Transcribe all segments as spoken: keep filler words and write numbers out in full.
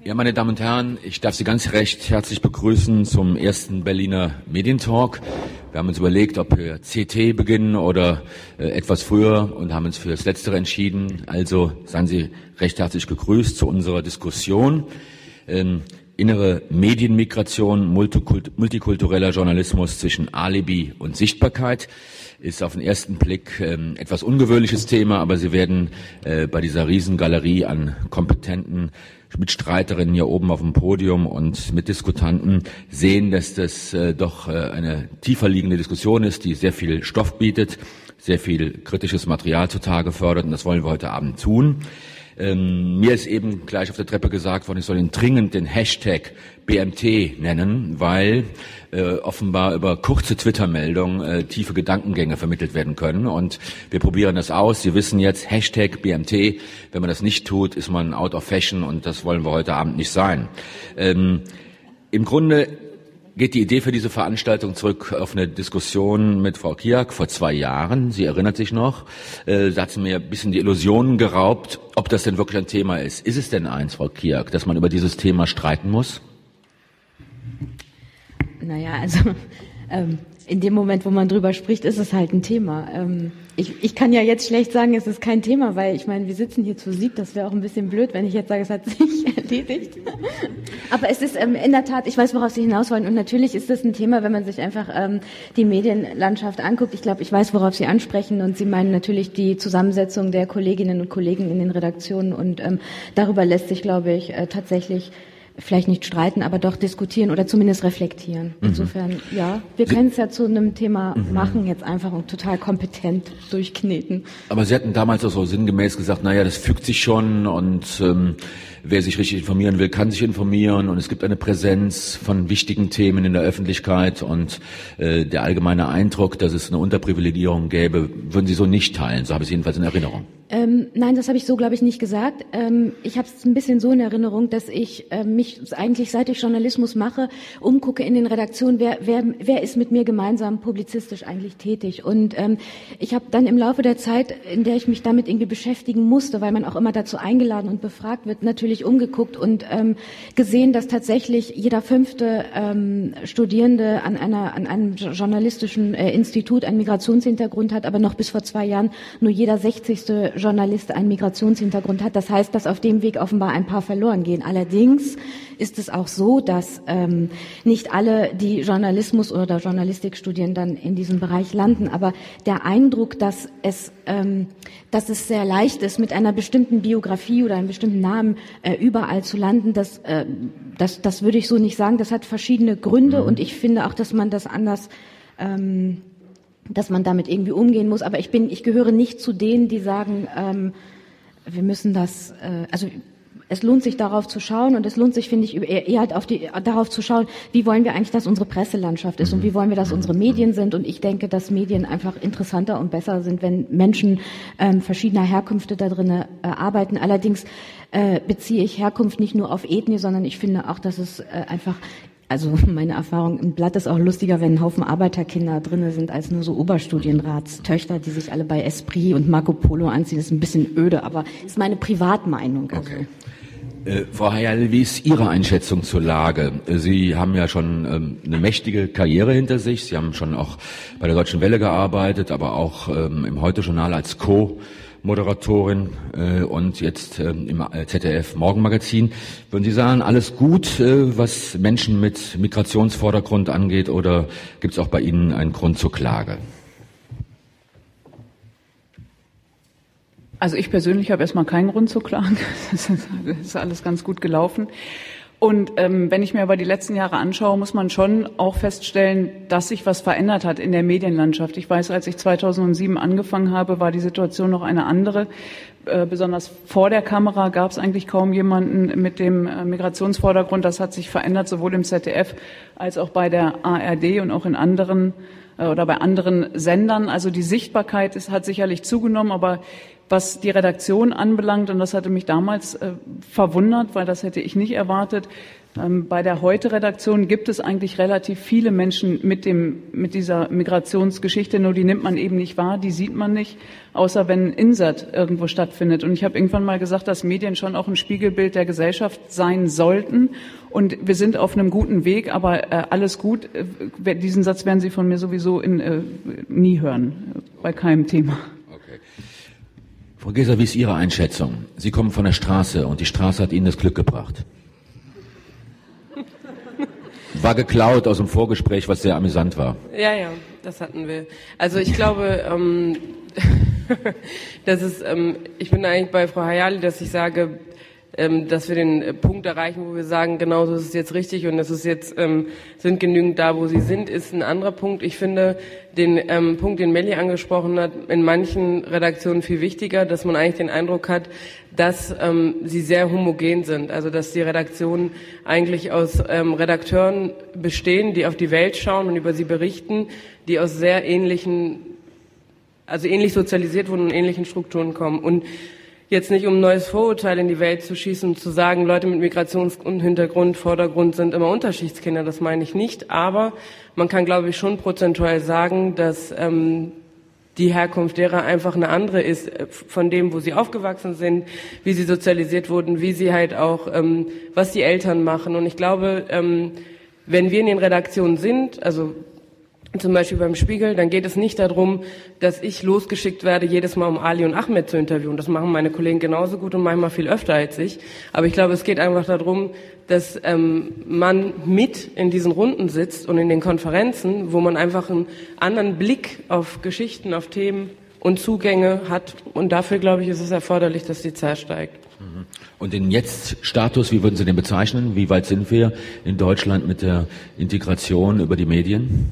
Ja, meine Damen und Herren, ich darf Sie ganz recht herzlich begrüßen zum ersten Berliner Medientalk. Wir haben uns überlegt, ob wir C T beginnen oder äh, etwas früher und haben uns für das Letztere entschieden. Also seien Sie recht herzlich gegrüßt zu unserer Diskussion. Ähm, innere Medienmigration, Multikult- multikultureller Journalismus zwischen Alibi und Sichtbarkeit. Ist auf den ersten Blick ähm, etwas ungewöhnliches Thema, aber Sie werden äh, bei dieser Riesengalerie an kompetenten Mitstreiterinnen hier oben auf dem Podium und Mitdiskutanten sehen, dass das äh, doch äh, eine tiefer liegende Diskussion ist, die sehr viel Stoff bietet, sehr viel kritisches Material zutage fördert, und das wollen wir heute Abend tun. Ähm, mir ist eben gleich auf der Treppe gesagt worden, ich soll ihn dringend den Hashtag B M T nennen, weil äh, offenbar über kurze Twitter-Meldungen äh, tiefe Gedankengänge vermittelt werden können. Und wir probieren das aus. Sie wissen jetzt, Hashtag B M T. Wenn man das nicht tut, ist man out of fashion, und das wollen wir heute Abend nicht sein. Ähm, im Grunde geht die Idee für diese Veranstaltung zurück auf eine Diskussion mit Frau Kiak vor zwei Jahren. Sie erinnert sich noch. Äh, da hat sie mir ein bisschen die Illusionen geraubt, ob das denn wirklich ein Thema ist. Ist es denn eins, Frau Kiak, dass man über dieses Thema streiten muss? Naja, also ähm, in dem Moment, wo man drüber spricht, ist es halt ein Thema. Ähm, ich, ich kann ja jetzt schlecht sagen, es ist kein Thema, weil ich meine, wir sitzen hier zu Sieg. Das wäre auch ein bisschen blöd, wenn ich jetzt sage, es hat sich erledigt. Aber es ist ähm, in der Tat, ich weiß, worauf Sie hinaus wollen. Und natürlich ist das ein Thema, wenn man sich einfach ähm, die Medienlandschaft anguckt. Ich glaube, ich weiß, worauf Sie ansprechen. Und Sie meinen natürlich die Zusammensetzung der Kolleginnen und Kollegen in den Redaktionen. Und ähm, darüber lässt sich, glaube ich, äh, tatsächlich vielleicht nicht streiten, aber doch diskutieren oder zumindest reflektieren. Insofern, mhm. ja, wir können es ja zu einem Thema mhm. machen, jetzt einfach und total kompetent durchkneten. Aber Sie hatten damals auch so sinngemäß gesagt, naja, das fügt sich schon, und ähm, wer sich richtig informieren will, kann sich informieren, und es gibt eine Präsenz von wichtigen Themen in der Öffentlichkeit, und äh, der allgemeine Eindruck, dass es eine Unterprivilegierung gäbe, würden Sie so nicht teilen. So habe ich es jedenfalls in Erinnerung. Ähm, nein, das habe ich so, glaube ich, nicht gesagt. Ähm, ich habe es ein bisschen so in Erinnerung, dass ich äh, mich eigentlich, seit ich Journalismus mache, umgucke in den Redaktionen, wer, wer, wer ist mit mir gemeinsam publizistisch eigentlich tätig. Und ähm, ich habe dann im Laufe der Zeit, in der ich mich damit irgendwie beschäftigen musste, weil man auch immer dazu eingeladen und befragt wird, natürlich umgeguckt und ähm, gesehen, dass tatsächlich jeder fünfte ähm, Studierende an einer an einem journalistischen äh, Institut einen Migrationshintergrund hat, aber noch bis vor zwei Jahren nur jeder sechzigste Journalist einen Migrationshintergrund hat. Das heißt, dass auf dem Weg offenbar ein paar verloren gehen. Allerdings ist es auch so, dass ähm, nicht alle, die Journalismus oder Journalistik studieren, dann in diesem Bereich landen. Aber der Eindruck, dass es, ähm, dass es sehr leicht ist, mit einer bestimmten Biografie oder einem bestimmten Namen äh, überall zu landen, das, äh, das, das würde ich so nicht sagen. Das hat verschiedene Gründe, und ich finde auch, dass man das anders ähm, dass man damit irgendwie umgehen muss. Aber ich bin, ich gehöre nicht zu denen, die sagen, ähm, wir müssen das, äh, also es lohnt sich darauf zu schauen, und es lohnt sich, finde ich, eher halt auf die, darauf zu schauen, wie wollen wir eigentlich, dass unsere Presselandschaft ist und wie wollen wir, dass unsere Medien sind. Und ich denke, dass Medien einfach interessanter und besser sind, wenn Menschen ähm, verschiedener Herkünfte da drin äh, arbeiten. Allerdings äh, beziehe ich Herkunft nicht nur auf Ethnie, sondern ich finde auch, dass es äh, einfach Also meine Erfahrung, ein Blatt ist auch lustiger, wenn ein Haufen Arbeiterkinder drinne sind, als nur so Oberstudienratstöchter, die sich alle bei Esprit und Marco Polo anziehen. Das ist ein bisschen öde, aber das ist meine Privatmeinung. Also. Okay. Äh, Frau Hayal, wie ist Ihre Einschätzung zur Lage? Sie haben ja schon ähm, eine mächtige Karriere hinter sich. Sie haben schon auch bei der Deutschen Welle gearbeitet, aber auch ähm, im Heute-Journal als Co- Moderatorin äh, und jetzt ähm, im Z D F Morgenmagazin. Würden Sie sagen, alles gut, äh, was Menschen mit Migrationsvordergrund angeht, oder gibt es auch bei Ihnen einen Grund zur Klage? Also ich persönlich habe erstmal keinen Grund zu klagen. Das ist alles ganz gut gelaufen. Und ähm, wenn ich mir aber die letzten Jahre anschaue, muss man schon auch feststellen, dass sich was verändert hat in der Medienlandschaft. Ich weiß, als ich zweitausendsieben angefangen habe, war die Situation noch eine andere. Äh, besonders vor der Kamera gab es eigentlich kaum jemanden mit dem äh, Migrationsvordergrund. Das hat sich verändert, sowohl im Z D F als auch bei der A R D und auch in anderen äh, oder bei anderen Sendern. Also die Sichtbarkeit ist, hat sicherlich zugenommen, aber was die Redaktion anbelangt, und das hatte mich damals äh, verwundert, weil das hätte ich nicht erwartet, ähm, bei der Heute-Redaktion gibt es eigentlich relativ viele Menschen mit dem, mit dieser Migrationsgeschichte, nur die nimmt man eben nicht wahr, die sieht man nicht, außer wenn ein Insert irgendwo stattfindet. Und ich habe irgendwann mal gesagt, dass Medien schon auch ein Spiegelbild der Gesellschaft sein sollten. Und wir sind auf einem guten Weg, aber äh, alles gut. Äh, diesen Satz werden Sie von mir sowieso in, äh, nie hören, äh, bei keinem Thema. Okay. Frau Geser, wie ist Ihre Einschätzung? Sie kommen von der Straße und die Straße hat Ihnen das Glück gebracht. War geklaut aus dem Vorgespräch, was sehr amüsant war. Ja, ja, das hatten wir. Also ich glaube, ähm, das ist, ähm, ich bin eigentlich bei Frau Hayali, dass ich sage, ähm, dass wir den äh, Punkt erreichen, wo wir sagen, genau so ist es jetzt richtig und es ist jetzt, ähm, sind genügend da, wo sie sind, ist ein anderer Punkt. Ich finde den ähm, Punkt, den Melli angesprochen hat, in manchen Redaktionen viel wichtiger, dass man eigentlich den Eindruck hat, dass ähm, sie sehr homogen sind, also dass die Redaktionen eigentlich aus ähm, Redakteuren bestehen, die auf die Welt schauen und über sie berichten, die aus sehr ähnlichen, also ähnlich sozialisiert wurden und ähnlichen Strukturen kommen. Und jetzt nicht, um ein neues Vorurteil in die Welt zu schießen und zu sagen, Leute mit Migrationshintergrund, Vordergrund sind immer Unterschichtskinder, das meine ich nicht, aber man kann, glaube ich, schon prozentual sagen, dass ähm, die Herkunft derer einfach eine andere ist, von dem, wo sie aufgewachsen sind, wie sie sozialisiert wurden, wie sie halt auch, ähm, was die Eltern machen. Und ich glaube, ähm, wenn wir in den Redaktionen sind, also zum Beispiel beim Spiegel, dann geht es nicht darum, dass ich losgeschickt werde, jedes Mal um Ali und Ahmed zu interviewen. Das machen meine Kollegen genauso gut und manchmal viel öfter als ich. Aber ich glaube, es geht einfach darum, dass ähm, man mit in diesen Runden sitzt und in den Konferenzen, wo man einfach einen anderen Blick auf Geschichten, auf Themen und Zugänge hat. Und dafür, glaube ich, ist es erforderlich, dass die Zahl steigt. Und den Jetzt-Status, wie würden Sie den bezeichnen? Wie weit sind wir in Deutschland mit der Integration über die Medien?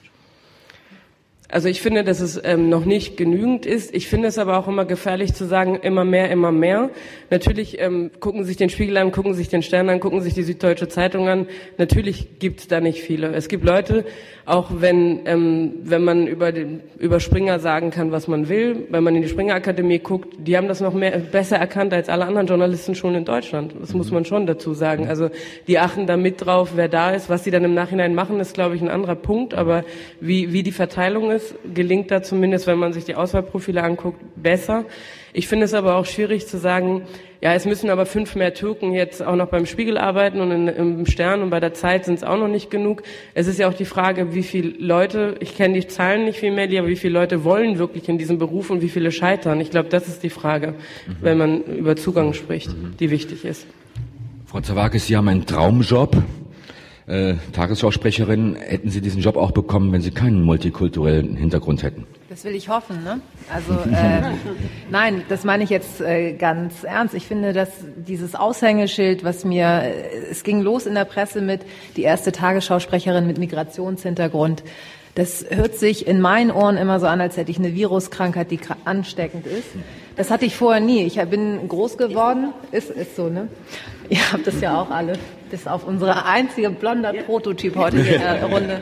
Also ich finde, dass es ähm, noch nicht genügend ist. Ich finde es aber auch immer gefährlich zu sagen, immer mehr, immer mehr. Natürlich ähm, gucken sich den Spiegel an, gucken sich den Stern an, gucken sich die Süddeutsche Zeitung an. Natürlich gibt es da nicht viele. Es gibt Leute, auch wenn ähm, wenn man über den, über Springer sagen kann, was man will, wenn man in die Springer Akademie guckt, die haben das noch mehr besser erkannt als alle anderen Journalisten schon in Deutschland. Das muss man schon dazu sagen. Also die achten da mit drauf, wer da ist. Was sie dann im Nachhinein machen, ist, glaube ich, ein anderer Punkt. Aber wie wie die Verteilung ist, gelingt da zumindest, wenn man sich die Auswahlprofile anguckt, besser. Ich finde es aber auch schwierig zu sagen, ja, es müssen aber fünf mehr Türken jetzt auch noch beim Spiegel arbeiten und in, im Stern und bei der Zeit sind es auch noch nicht genug. Es ist ja auch die Frage, wie viele Leute, ich kenne die Zahlen nicht viel mehr, aber wie viele Leute wollen wirklich in diesem Beruf und wie viele scheitern. Ich glaube, das ist die Frage, mhm. wenn man über Zugang spricht, mhm. die wichtig ist. Frau Zawakis, Sie haben einen Traumjob. Äh, Tagesschausprecherin, hätten Sie diesen Job auch bekommen, wenn Sie keinen multikulturellen Hintergrund hätten? Das will ich hoffen, ne? Also äh, nein, das meine ich jetzt äh, ganz ernst. Ich finde, dass dieses Aushängeschild, was mir, äh, es ging los in der Presse mit die erste Tagesschausprecherin mit Migrationshintergrund. Das hört sich in meinen Ohren immer so an, als hätte ich eine Viruskrankheit, die ansteckend ist. Das hatte ich vorher nie. Ich bin groß geworden. Ist, ist so, ne? Ihr habt das ja auch alle. Das ist auf unsere einzige blonder Prototyp heute hier in der Runde.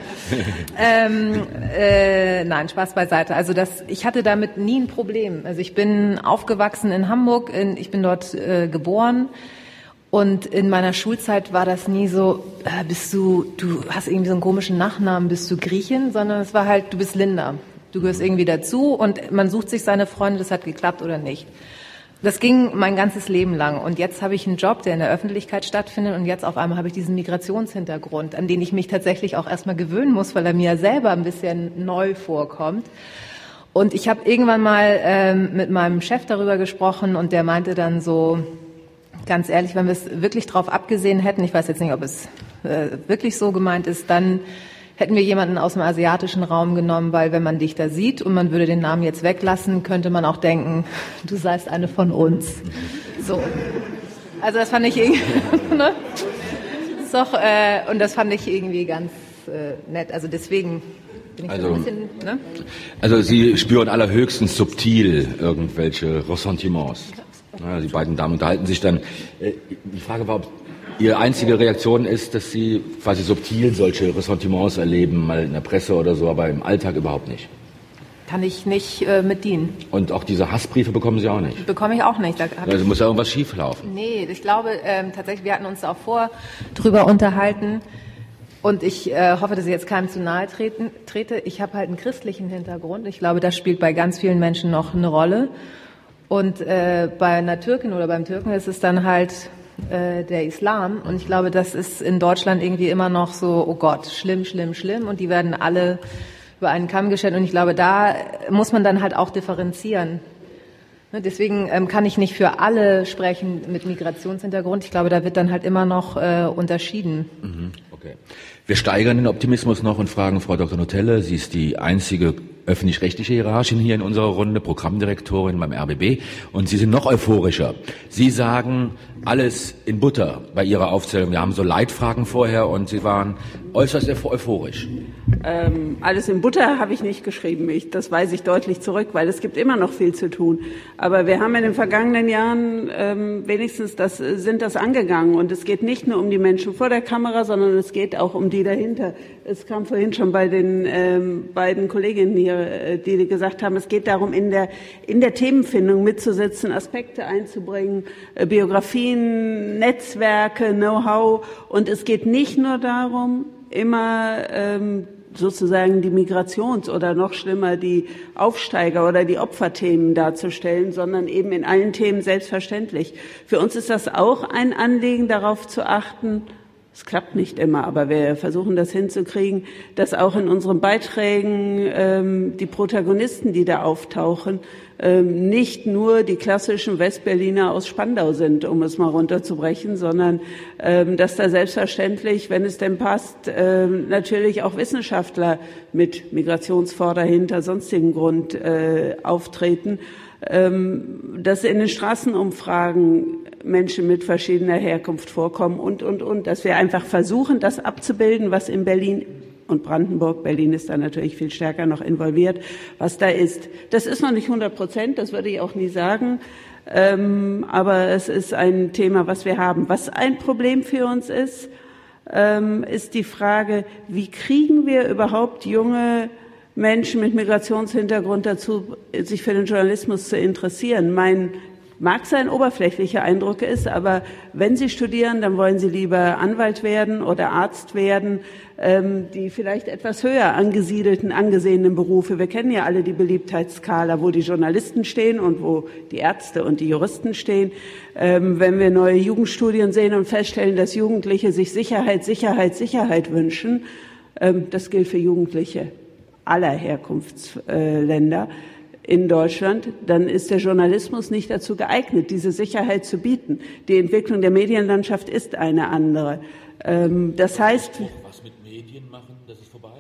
Ähm, äh, nein, Spaß beiseite. Also das, ich hatte damit nie ein Problem. Also ich bin aufgewachsen in Hamburg. In, ich bin dort äh, geboren. Und in meiner Schulzeit war das nie so, äh, bist du, du hast irgendwie so einen komischen Nachnamen, bist du Griechin, sondern es war halt, du bist Linda. Du gehörst irgendwie dazu und man sucht sich seine Freunde, das hat geklappt oder nicht. Das ging mein ganzes Leben lang. Und jetzt habe ich einen Job, der in der Öffentlichkeit stattfindet. Und jetzt auf einmal habe ich diesen Migrationshintergrund, an den ich mich tatsächlich auch erstmal gewöhnen muss, weil er mir selber ein bisschen neu vorkommt. Und ich habe irgendwann mal ähm, mit meinem Chef darüber gesprochen und der meinte dann so, ganz ehrlich, wenn wir es wirklich drauf abgesehen hätten, ich weiß jetzt nicht, ob es äh, wirklich so gemeint ist, dann hätten wir jemanden aus dem asiatischen Raum genommen, weil wenn man dich da sieht und man würde den Namen jetzt weglassen, könnte man auch denken, du seist eine von uns. So. Also das fand ich irgendwie, ne? Doch, äh, und das fand ich irgendwie ganz äh, nett. Also deswegen bin ich also, so ein bisschen, ne? Also Sie spüren allerhöchstens subtil irgendwelche Ressentiments. Ja, die beiden Damen unterhalten sich dann. Äh, die Frage war, ob Ihre einzige Reaktion ist, dass Sie quasi subtil solche Ressentiments erleben, mal in der Presse oder so, aber im Alltag überhaupt nicht. Kann ich nicht äh, mit dienen. Und auch diese Hassbriefe bekommen Sie auch nicht? Bekomme ich auch nicht. Da also muss ja irgendwas schieflaufen. Nee, ich glaube ähm, tatsächlich, wir hatten uns auch vor drüber unterhalten. Und ich äh, hoffe, dass ich jetzt keinem zu nahe treten, trete. Ich habe halt einen christlichen Hintergrund. Ich glaube, das spielt bei ganz vielen Menschen noch eine Rolle. Und äh, bei einer Türkin oder beim Türken ist es dann halt äh, der Islam. Und ich glaube, das ist in Deutschland irgendwie immer noch so, oh Gott, schlimm, schlimm, schlimm. Und die werden alle über einen Kamm gestellt. Und ich glaube, da muss man dann halt auch differenzieren. Deswegen ähm, kann ich nicht für alle sprechen mit Migrationshintergrund. Ich glaube, da wird dann halt immer noch äh, unterschieden. Mhm, okay. Wir steigern den Optimismus noch und fragen Frau Doktor Notelle. Sie ist die einzige öffentlich-rechtliche Hierarchin hier in unserer Runde, Programmdirektorin beim R B B. Und Sie sind noch euphorischer. Sie sagen alles in Butter bei Ihrer Aufzählung. Wir haben so Leitfragen vorher und Sie waren äußerst euphorisch. Ähm, alles in Butter habe ich nicht geschrieben. Ich, das weise ich deutlich zurück, weil es gibt immer noch viel zu tun. Aber wir haben in den vergangenen Jahren ähm, wenigstens das, sind das angegangen. Und es geht nicht nur um die Menschen vor der Kamera, sondern es geht auch um die dahinter. Es kam vorhin schon bei den ähm, beiden Kolleginnen hier, äh, die gesagt haben, es geht darum, in der, in der Themenfindung mitzusitzen, Aspekte einzubringen, äh, Biografien, Netzwerke, Know-how. Und es geht nicht nur darum, immer ähm, sozusagen die Migrations- oder noch schlimmer die Aufsteiger- oder die Opferthemen darzustellen, sondern eben in allen Themen selbstverständlich. Für uns ist das auch ein Anliegen, darauf zu achten, es klappt nicht immer, aber wir versuchen das hinzukriegen, dass auch in unseren Beiträgen ähm, die Protagonisten, die da auftauchen, ähm, nicht nur die klassischen Westberliner aus Spandau sind, um es mal runterzubrechen, sondern ähm, dass da selbstverständlich, wenn es denn passt, ähm, natürlich auch Wissenschaftler mit Migrationsvorder hinter sonstigem Grund äh, auftreten, ähm, dass in den Straßenumfragen Menschen mit verschiedener Herkunft vorkommen und, und, und, dass wir einfach versuchen, das abzubilden, was in Berlin und Brandenburg, Berlin ist da natürlich viel stärker noch involviert, was da ist. Das ist noch nicht hundert Prozent, das würde ich auch nie sagen, ähm, aber es ist ein Thema, was wir haben. Was ein Problem für uns ist, ähm, ist die Frage, wie kriegen wir überhaupt junge Menschen mit Migrationshintergrund dazu, sich für den Journalismus zu interessieren. Mein mag sein oberflächlicher Eindruck ist, aber wenn Sie studieren, dann wollen Sie lieber Anwalt werden oder Arzt werden, ähm, die vielleicht etwas höher angesiedelten, angesehenen Berufe. Wir kennen ja alle die Beliebtheitsskala, wo die Journalisten stehen und wo die Ärzte und die Juristen stehen. Ähm, wenn wir neue Jugendstudien sehen und feststellen, dass Jugendliche sich Sicherheit, Sicherheit, Sicherheit wünschen, ähm, das gilt für Jugendliche aller Herkunftsländer in Deutschland, dann ist der Journalismus nicht dazu geeignet, diese Sicherheit zu bieten. Die Entwicklung der Medienlandschaft ist eine andere. Das heißt, was mit Medien machen, das ist vorbei?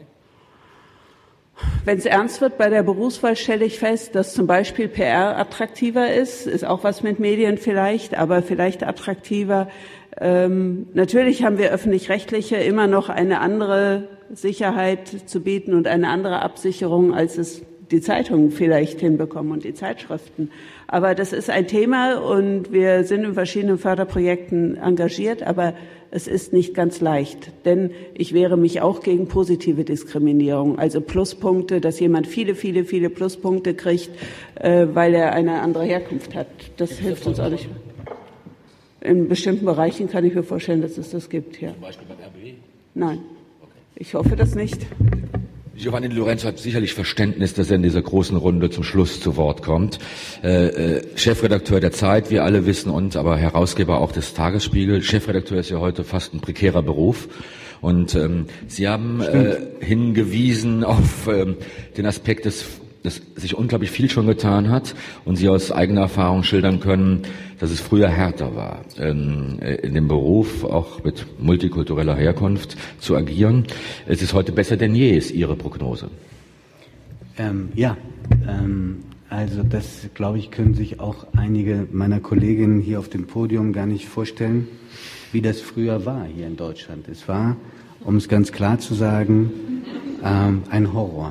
Wenn es ernst wird bei der Berufswahl, stelle ich fest, dass zum Beispiel P R attraktiver ist, ist auch was mit Medien vielleicht, aber vielleicht attraktiver. Ähm, natürlich haben wir Öffentlich-Rechtliche immer noch eine andere Sicherheit zu bieten und eine andere Absicherung, als es die Zeitungen vielleicht hinbekommen und die Zeitschriften. Aber das ist ein Thema und wir sind in verschiedenen Förderprojekten engagiert, aber es ist nicht ganz leicht. Denn ich wehre mich auch gegen positive Diskriminierung, also Pluspunkte, dass jemand viele, viele, viele Pluspunkte kriegt, äh, weil er eine andere Herkunft hat. Das ist hilft das uns auch nicht. In bestimmten Bereichen kann ich mir vorstellen, dass es das gibt, ja. Zum Beispiel beim R B B? Nein. Ich hoffe das nicht. Giovanni Lorenzo hat sicherlich Verständnis, dass er in dieser großen Runde zum Schluss zu Wort kommt. Äh, äh, Chefredakteur der Zeit, wir alle wissen, und aber Herausgeber auch des Tagesspiegel. Chefredakteur ist ja heute fast ein prekärer Beruf. Und ähm, Sie haben äh, hingewiesen auf ähm, den Aspekt, dass, dass sich unglaublich viel schon getan hat und Sie aus eigener Erfahrung schildern können, dass es früher härter war, ähm, in dem Beruf, auch mit multikultureller Herkunft, zu agieren. Es ist heute besser denn je, ist Ihre Prognose. Ähm, ja, ähm, also das, glaube ich, können sich auch einige meiner Kolleginnen hier auf dem Podium gar nicht vorstellen, wie das früher war hier in Deutschland. Es war, um es ganz klar zu sagen, ähm, ein Horror.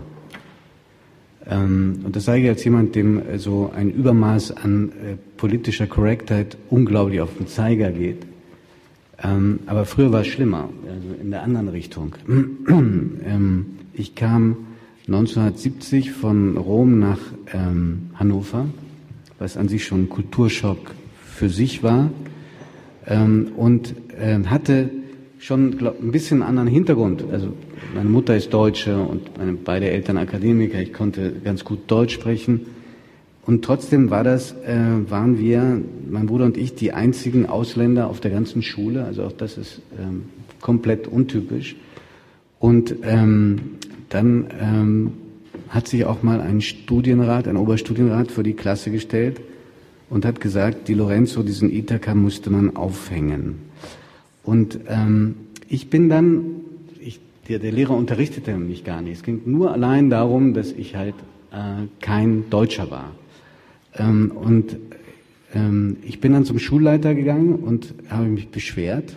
Ähm, und das sage ich als jemand, dem äh, so ein Übermaß an äh, politischer Korrektheit unglaublich auf den Zeiger geht. Ähm, aber früher war es schlimmer, also in der anderen Richtung. ähm, ich kam neunzehnhundertsiebzig von Rom nach ähm, Hannover, was an sich schon ein Kulturschock für sich war, ähm, und äh, hatte schon glaub, ein bisschen einen anderen Hintergrund. Also meine Mutter ist Deutsche und meine beide Eltern Akademiker. Ich konnte ganz gut Deutsch sprechen. Und trotzdem war das, äh, waren wir, mein Bruder und ich, die einzigen Ausländer auf der ganzen Schule. Also auch das ist ähm, komplett untypisch. Und ähm, dann ähm, hat sich auch mal ein Studienrat, ein Oberstudienrat für die Klasse gestellt und hat gesagt, die Lorenzo, diesen Ithaka musste man aufhängen. Und ähm, ich bin dann, ich, der, der Lehrer unterrichtete mich gar nicht. Es ging nur allein darum, dass ich halt äh, kein Deutscher war. Ähm, und ähm, ich bin dann zum Schulleiter gegangen und habe mich beschwert.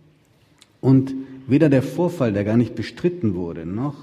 Und weder der Vorfall, der gar nicht bestritten wurde, noch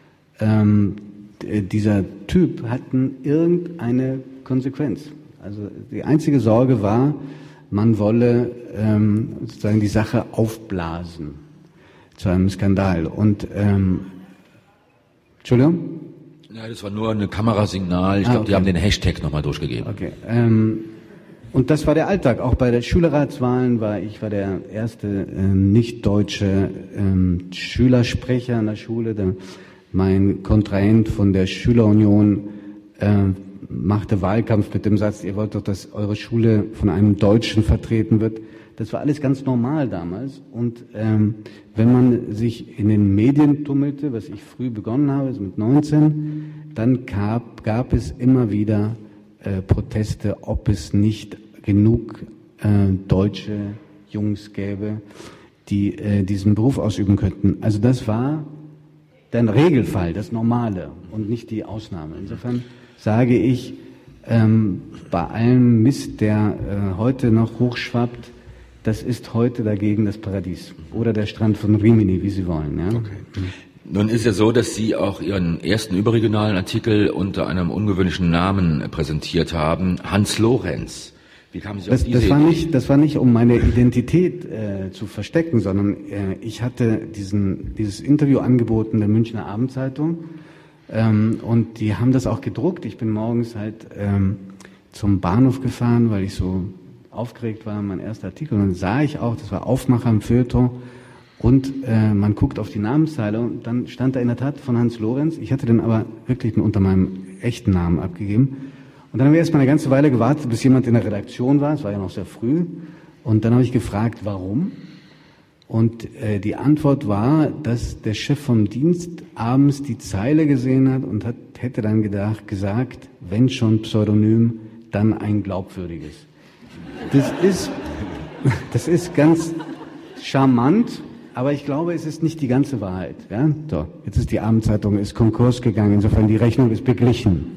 ähm, dieser Typ hatten irgendeine Konsequenz. Also die einzige Sorge war, man wolle ähm, sozusagen die Sache aufblasen zu einem Skandal. Und ähm, Entschuldigung? Ja, das war nur ein Kamerasignal. Ich ah, glaube, okay. die haben den Hashtag nochmal durchgegeben. Okay. Ähm, und das war der Alltag. Auch bei der Schülerratswahlen war ich war der erste äh, nicht-deutsche ähm, Schülersprecher an der Schule. Der, mein Kontrahent von der Schülerunion äh, machte Wahlkampf mit dem Satz, ihr wollt doch, dass eure Schule von einem Deutschen vertreten wird. Das war alles ganz normal damals. Und ähm, wenn man sich in den Medien tummelte, was ich früh begonnen habe, also mit neunzehn, dann gab, gab es immer wieder äh, Proteste, ob es nicht genug äh, deutsche Jungs gäbe, die äh, diesen Beruf ausüben könnten. Also das war der Regelfall, das Normale und nicht die Ausnahme. Insofern sage ich, ähm, bei allem Mist, der äh, heute noch hochschwappt, das ist heute dagegen das Paradies. Oder der Strand von Rimini, wie Sie wollen. Ja? Okay. Nun ist ja so, dass Sie auch Ihren ersten überregionalen Artikel unter einem ungewöhnlichen Namen präsentiert haben, Hans Lorenz. Wie kamen Sie das, auf diese das war Idee? nicht, das war nicht, um meine Identität äh, zu verstecken, sondern äh, ich hatte diesen, dieses Interview angeboten der Münchner Abendzeitung, ähm, und die haben das auch gedruckt. Ich bin morgens halt ähm, zum Bahnhof gefahren, weil ich so aufgeregt war, mein erster Artikel. Und dann sah ich auch, das war Aufmacher im Feuilleton, und äh, man guckt auf die Namenszeile und dann stand da in der Tat von Hans Lorenz. Ich hatte den aber wirklich unter meinem echten Namen abgegeben. Und dann haben wir erst mal eine ganze Weile gewartet, bis jemand in der Redaktion war. Es war ja noch sehr früh. Und dann habe ich gefragt, warum? Und äh, die Antwort war, dass der Chef vom Dienst abends die Zeile gesehen hat und hat, hätte dann gedacht, gesagt, wenn schon Pseudonym, dann ein glaubwürdiges. Das ist, das ist ganz charmant, aber ich glaube, es ist nicht die ganze Wahrheit. Ja? So, jetzt ist die Abendzeitung ist Konkurs gegangen, insofern die Rechnung ist beglichen.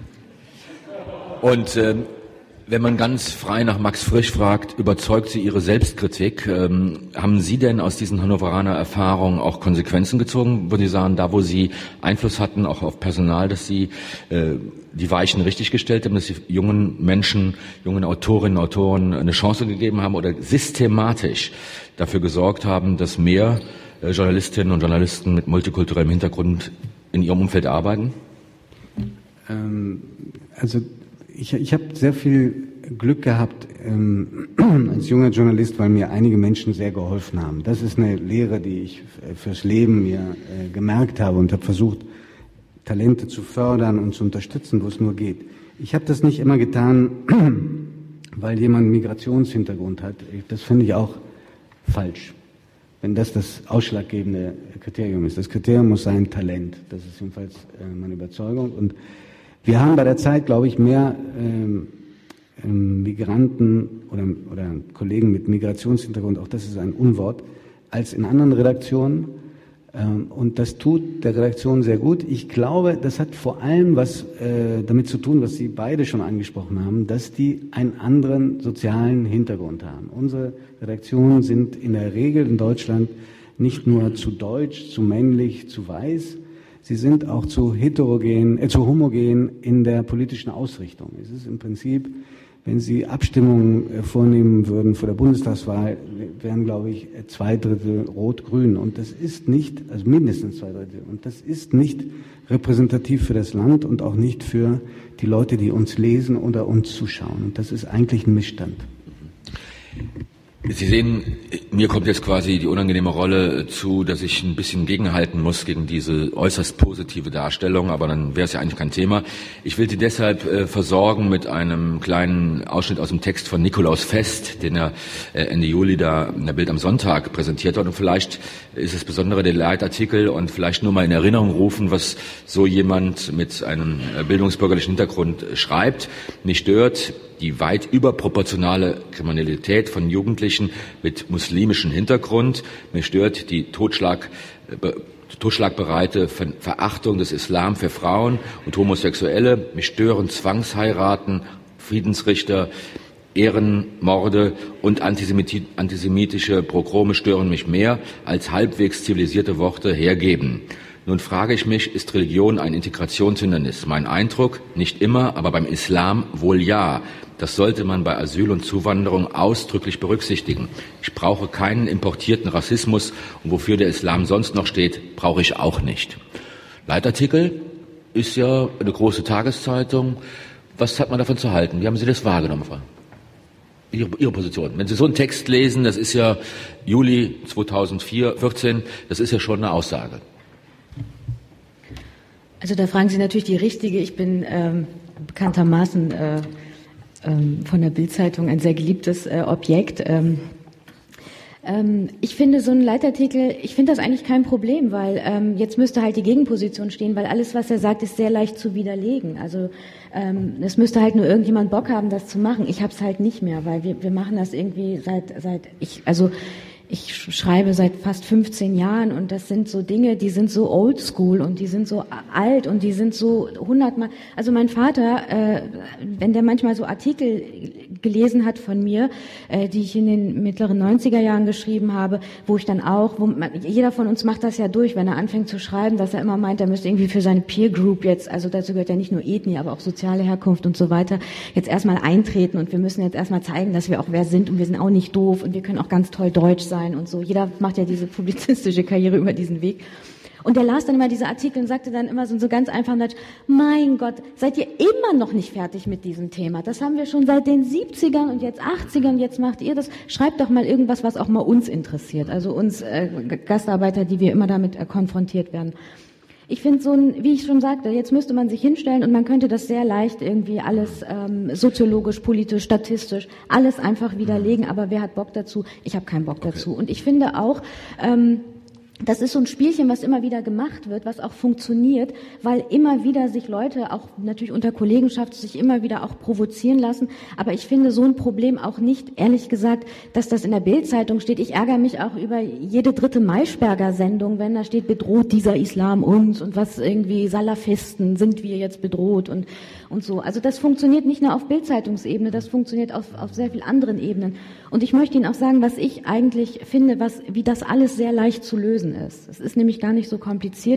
Und äh, wenn man ganz frei nach Max Frisch fragt, überzeugt Sie Ihre Selbstkritik? Ähm, haben Sie denn aus diesen Hannoveraner Erfahrungen auch Konsequenzen gezogen? Würden Sie sagen, da wo Sie Einfluss hatten, auch auf Personal, dass Sie äh, die Weichen richtig gestellt haben, dass Sie jungen Menschen, jungen Autorinnen und Autoren eine Chance gegeben haben oder systematisch dafür gesorgt haben, dass mehr äh, Journalistinnen und Journalisten mit multikulturellem Hintergrund in ihrem Umfeld arbeiten? Ähm, also Ich, ich habe sehr viel Glück gehabt ähm, als junger Journalist, weil mir einige Menschen sehr geholfen haben. Das ist eine Lehre, die ich fürs Leben mir äh, gemerkt habe und habe versucht, Talente zu fördern und zu unterstützen, wo es nur geht. Ich habe das nicht immer getan, weil jemand einen Migrationshintergrund hat. Das finde ich auch falsch, wenn das das ausschlaggebende Kriterium ist. Das Kriterium muss sein Talent. Das ist jedenfalls äh, meine Überzeugung. Und wir haben bei der Zeit, glaube ich, mehr ähm, ähm, Migranten oder, oder Kollegen mit Migrationshintergrund, auch das ist ein Unwort, als in anderen Redaktionen. Ähm, und das tut der Redaktion sehr gut. Ich glaube, das hat vor allem was äh, damit zu tun, was Sie beide schon angesprochen haben, dass die einen anderen sozialen Hintergrund haben. Unsere Redaktionen sind in der Regel in Deutschland nicht nur zu deutsch, zu männlich, zu weiß. Sie sind auch zu heterogen, äh, zu homogen in der politischen Ausrichtung. Es ist im Prinzip Wenn Sie Abstimmungen vornehmen würden vor der Bundestagswahl, wären, glaube ich, zwei Drittel Rot-Grün. Und das ist nicht, also mindestens zwei Drittel. Und das ist nicht repräsentativ für das Land und auch nicht für die Leute, die uns lesen oder uns zuschauen. Und das ist eigentlich ein Missstand. Sie sehen, mir kommt jetzt quasi die unangenehme Rolle zu, dass ich ein bisschen gegenhalten muss gegen diese äußerst positive Darstellung, aber dann wäre es ja eigentlich kein Thema. Ich will Sie deshalb äh, versorgen mit einem kleinen Ausschnitt aus dem Text von Nikolaus Fest, den er äh, Ende Juli da in der Bild am Sonntag präsentiert hat. Und vielleicht ist es besondere der Leitartikel und vielleicht nur mal in Erinnerung rufen, was so jemand mit einem äh, bildungsbürgerlichen Hintergrund schreibt. Mich stört die weit überproportionale Kriminalität von Jugendlichen mit muslimischem Hintergrund. Mich stört die Totschlag, äh, totschlagbereite Verachtung des Islam für Frauen und Homosexuelle. Mich stören Zwangsheiraten, Friedensrichter, Ehrenmorde und antisemitische Pogrome stören mich mehr, als halbwegs zivilisierte Worte hergeben. Nun frage ich mich, ist Religion ein Integrationshindernis? Mein Eindruck, nicht immer, aber beim Islam wohl ja. Das sollte man bei Asyl und Zuwanderung ausdrücklich berücksichtigen. Ich brauche keinen importierten Rassismus und wofür der Islam sonst noch steht, brauche ich auch nicht. Leitartikel ist ja eine große Tageszeitung. Was hat man davon zu halten? Wie haben Sie das wahrgenommen, Frau? Ihre, Ihre Position. Wenn Sie so einen Text lesen, das ist ja Juli zweitausendvierzehn, das ist ja schon eine Aussage. Also da fragen Sie natürlich die Richtige. Ich bin ähm, bekanntermaßen äh, ähm, von der Bild-Zeitung ein sehr geliebtes äh, Objekt. Ähm, ähm, ich finde so einen Leitartikel, ich finde das eigentlich kein Problem, weil ähm, jetzt müsste halt die Gegenposition stehen, weil alles, was er sagt, ist sehr leicht zu widerlegen. Also ähm, es müsste halt nur irgendjemand Bock haben, das zu machen. Ich habe es halt nicht mehr, weil wir wir machen das irgendwie seit seit ich also Ich schreibe seit fast fünfzehn Jahren und das sind so Dinge, die sind so oldschool und die sind so alt und die sind so hundertmal. Also mein Vater, äh, wenn der manchmal so Artikel gelesen hat von mir, äh, die ich in den mittleren neunziger Jahren geschrieben habe, wo ich dann auch, wo man, jeder von uns macht das ja durch, wenn er anfängt zu schreiben, dass er immer meint, er müsste irgendwie für seine Peer Group jetzt, also dazu gehört ja nicht nur Ethnie, aber auch soziale Herkunft und so weiter, jetzt erstmal eintreten und wir müssen jetzt erstmal zeigen, dass wir auch wer sind und wir sind auch nicht doof und wir können auch ganz toll Deutsch sein. Und so. Jeder macht ja diese publizistische Karriere über diesen Weg. Und der las dann immer diese Artikel und sagte dann immer so, so ganz einfach, mein Gott, seid ihr immer noch nicht fertig mit diesem Thema? Das haben wir schon seit den siebzigern und jetzt achtzigern, jetzt macht ihr das. Schreibt doch mal irgendwas, was auch mal uns interessiert. Also uns äh, Gastarbeiter, die wir immer damit äh, konfrontiert werden. Ich finde so ein, wie ich schon sagte, jetzt müsste man sich hinstellen und man könnte das sehr leicht irgendwie alles ähm, soziologisch, politisch, statistisch, alles einfach widerlegen, aber wer hat Bock dazu? Ich habe keinen Bock dazu. Und ich finde auch, ähm, das ist so ein Spielchen, was immer wieder gemacht wird, was auch funktioniert, weil immer wieder sich Leute, auch natürlich unter Kollegenschaft, sich immer wieder auch provozieren lassen. Aber ich finde so ein Problem auch nicht, ehrlich gesagt, dass das in der Bild-Zeitung steht. Ich ärgere mich auch über jede dritte Maischberger-Sendung, wenn da steht, bedroht dieser Islam uns und was irgendwie Salafisten, sind wir jetzt bedroht und und so. Also das funktioniert nicht nur auf Bild-Zeitungsebene, das funktioniert auf, auf sehr vielen anderen Ebenen. Und ich möchte Ihnen auch sagen, was ich eigentlich finde, was, wie das alles sehr leicht zu lösen ist. Es ist nämlich gar nicht so kompliziert.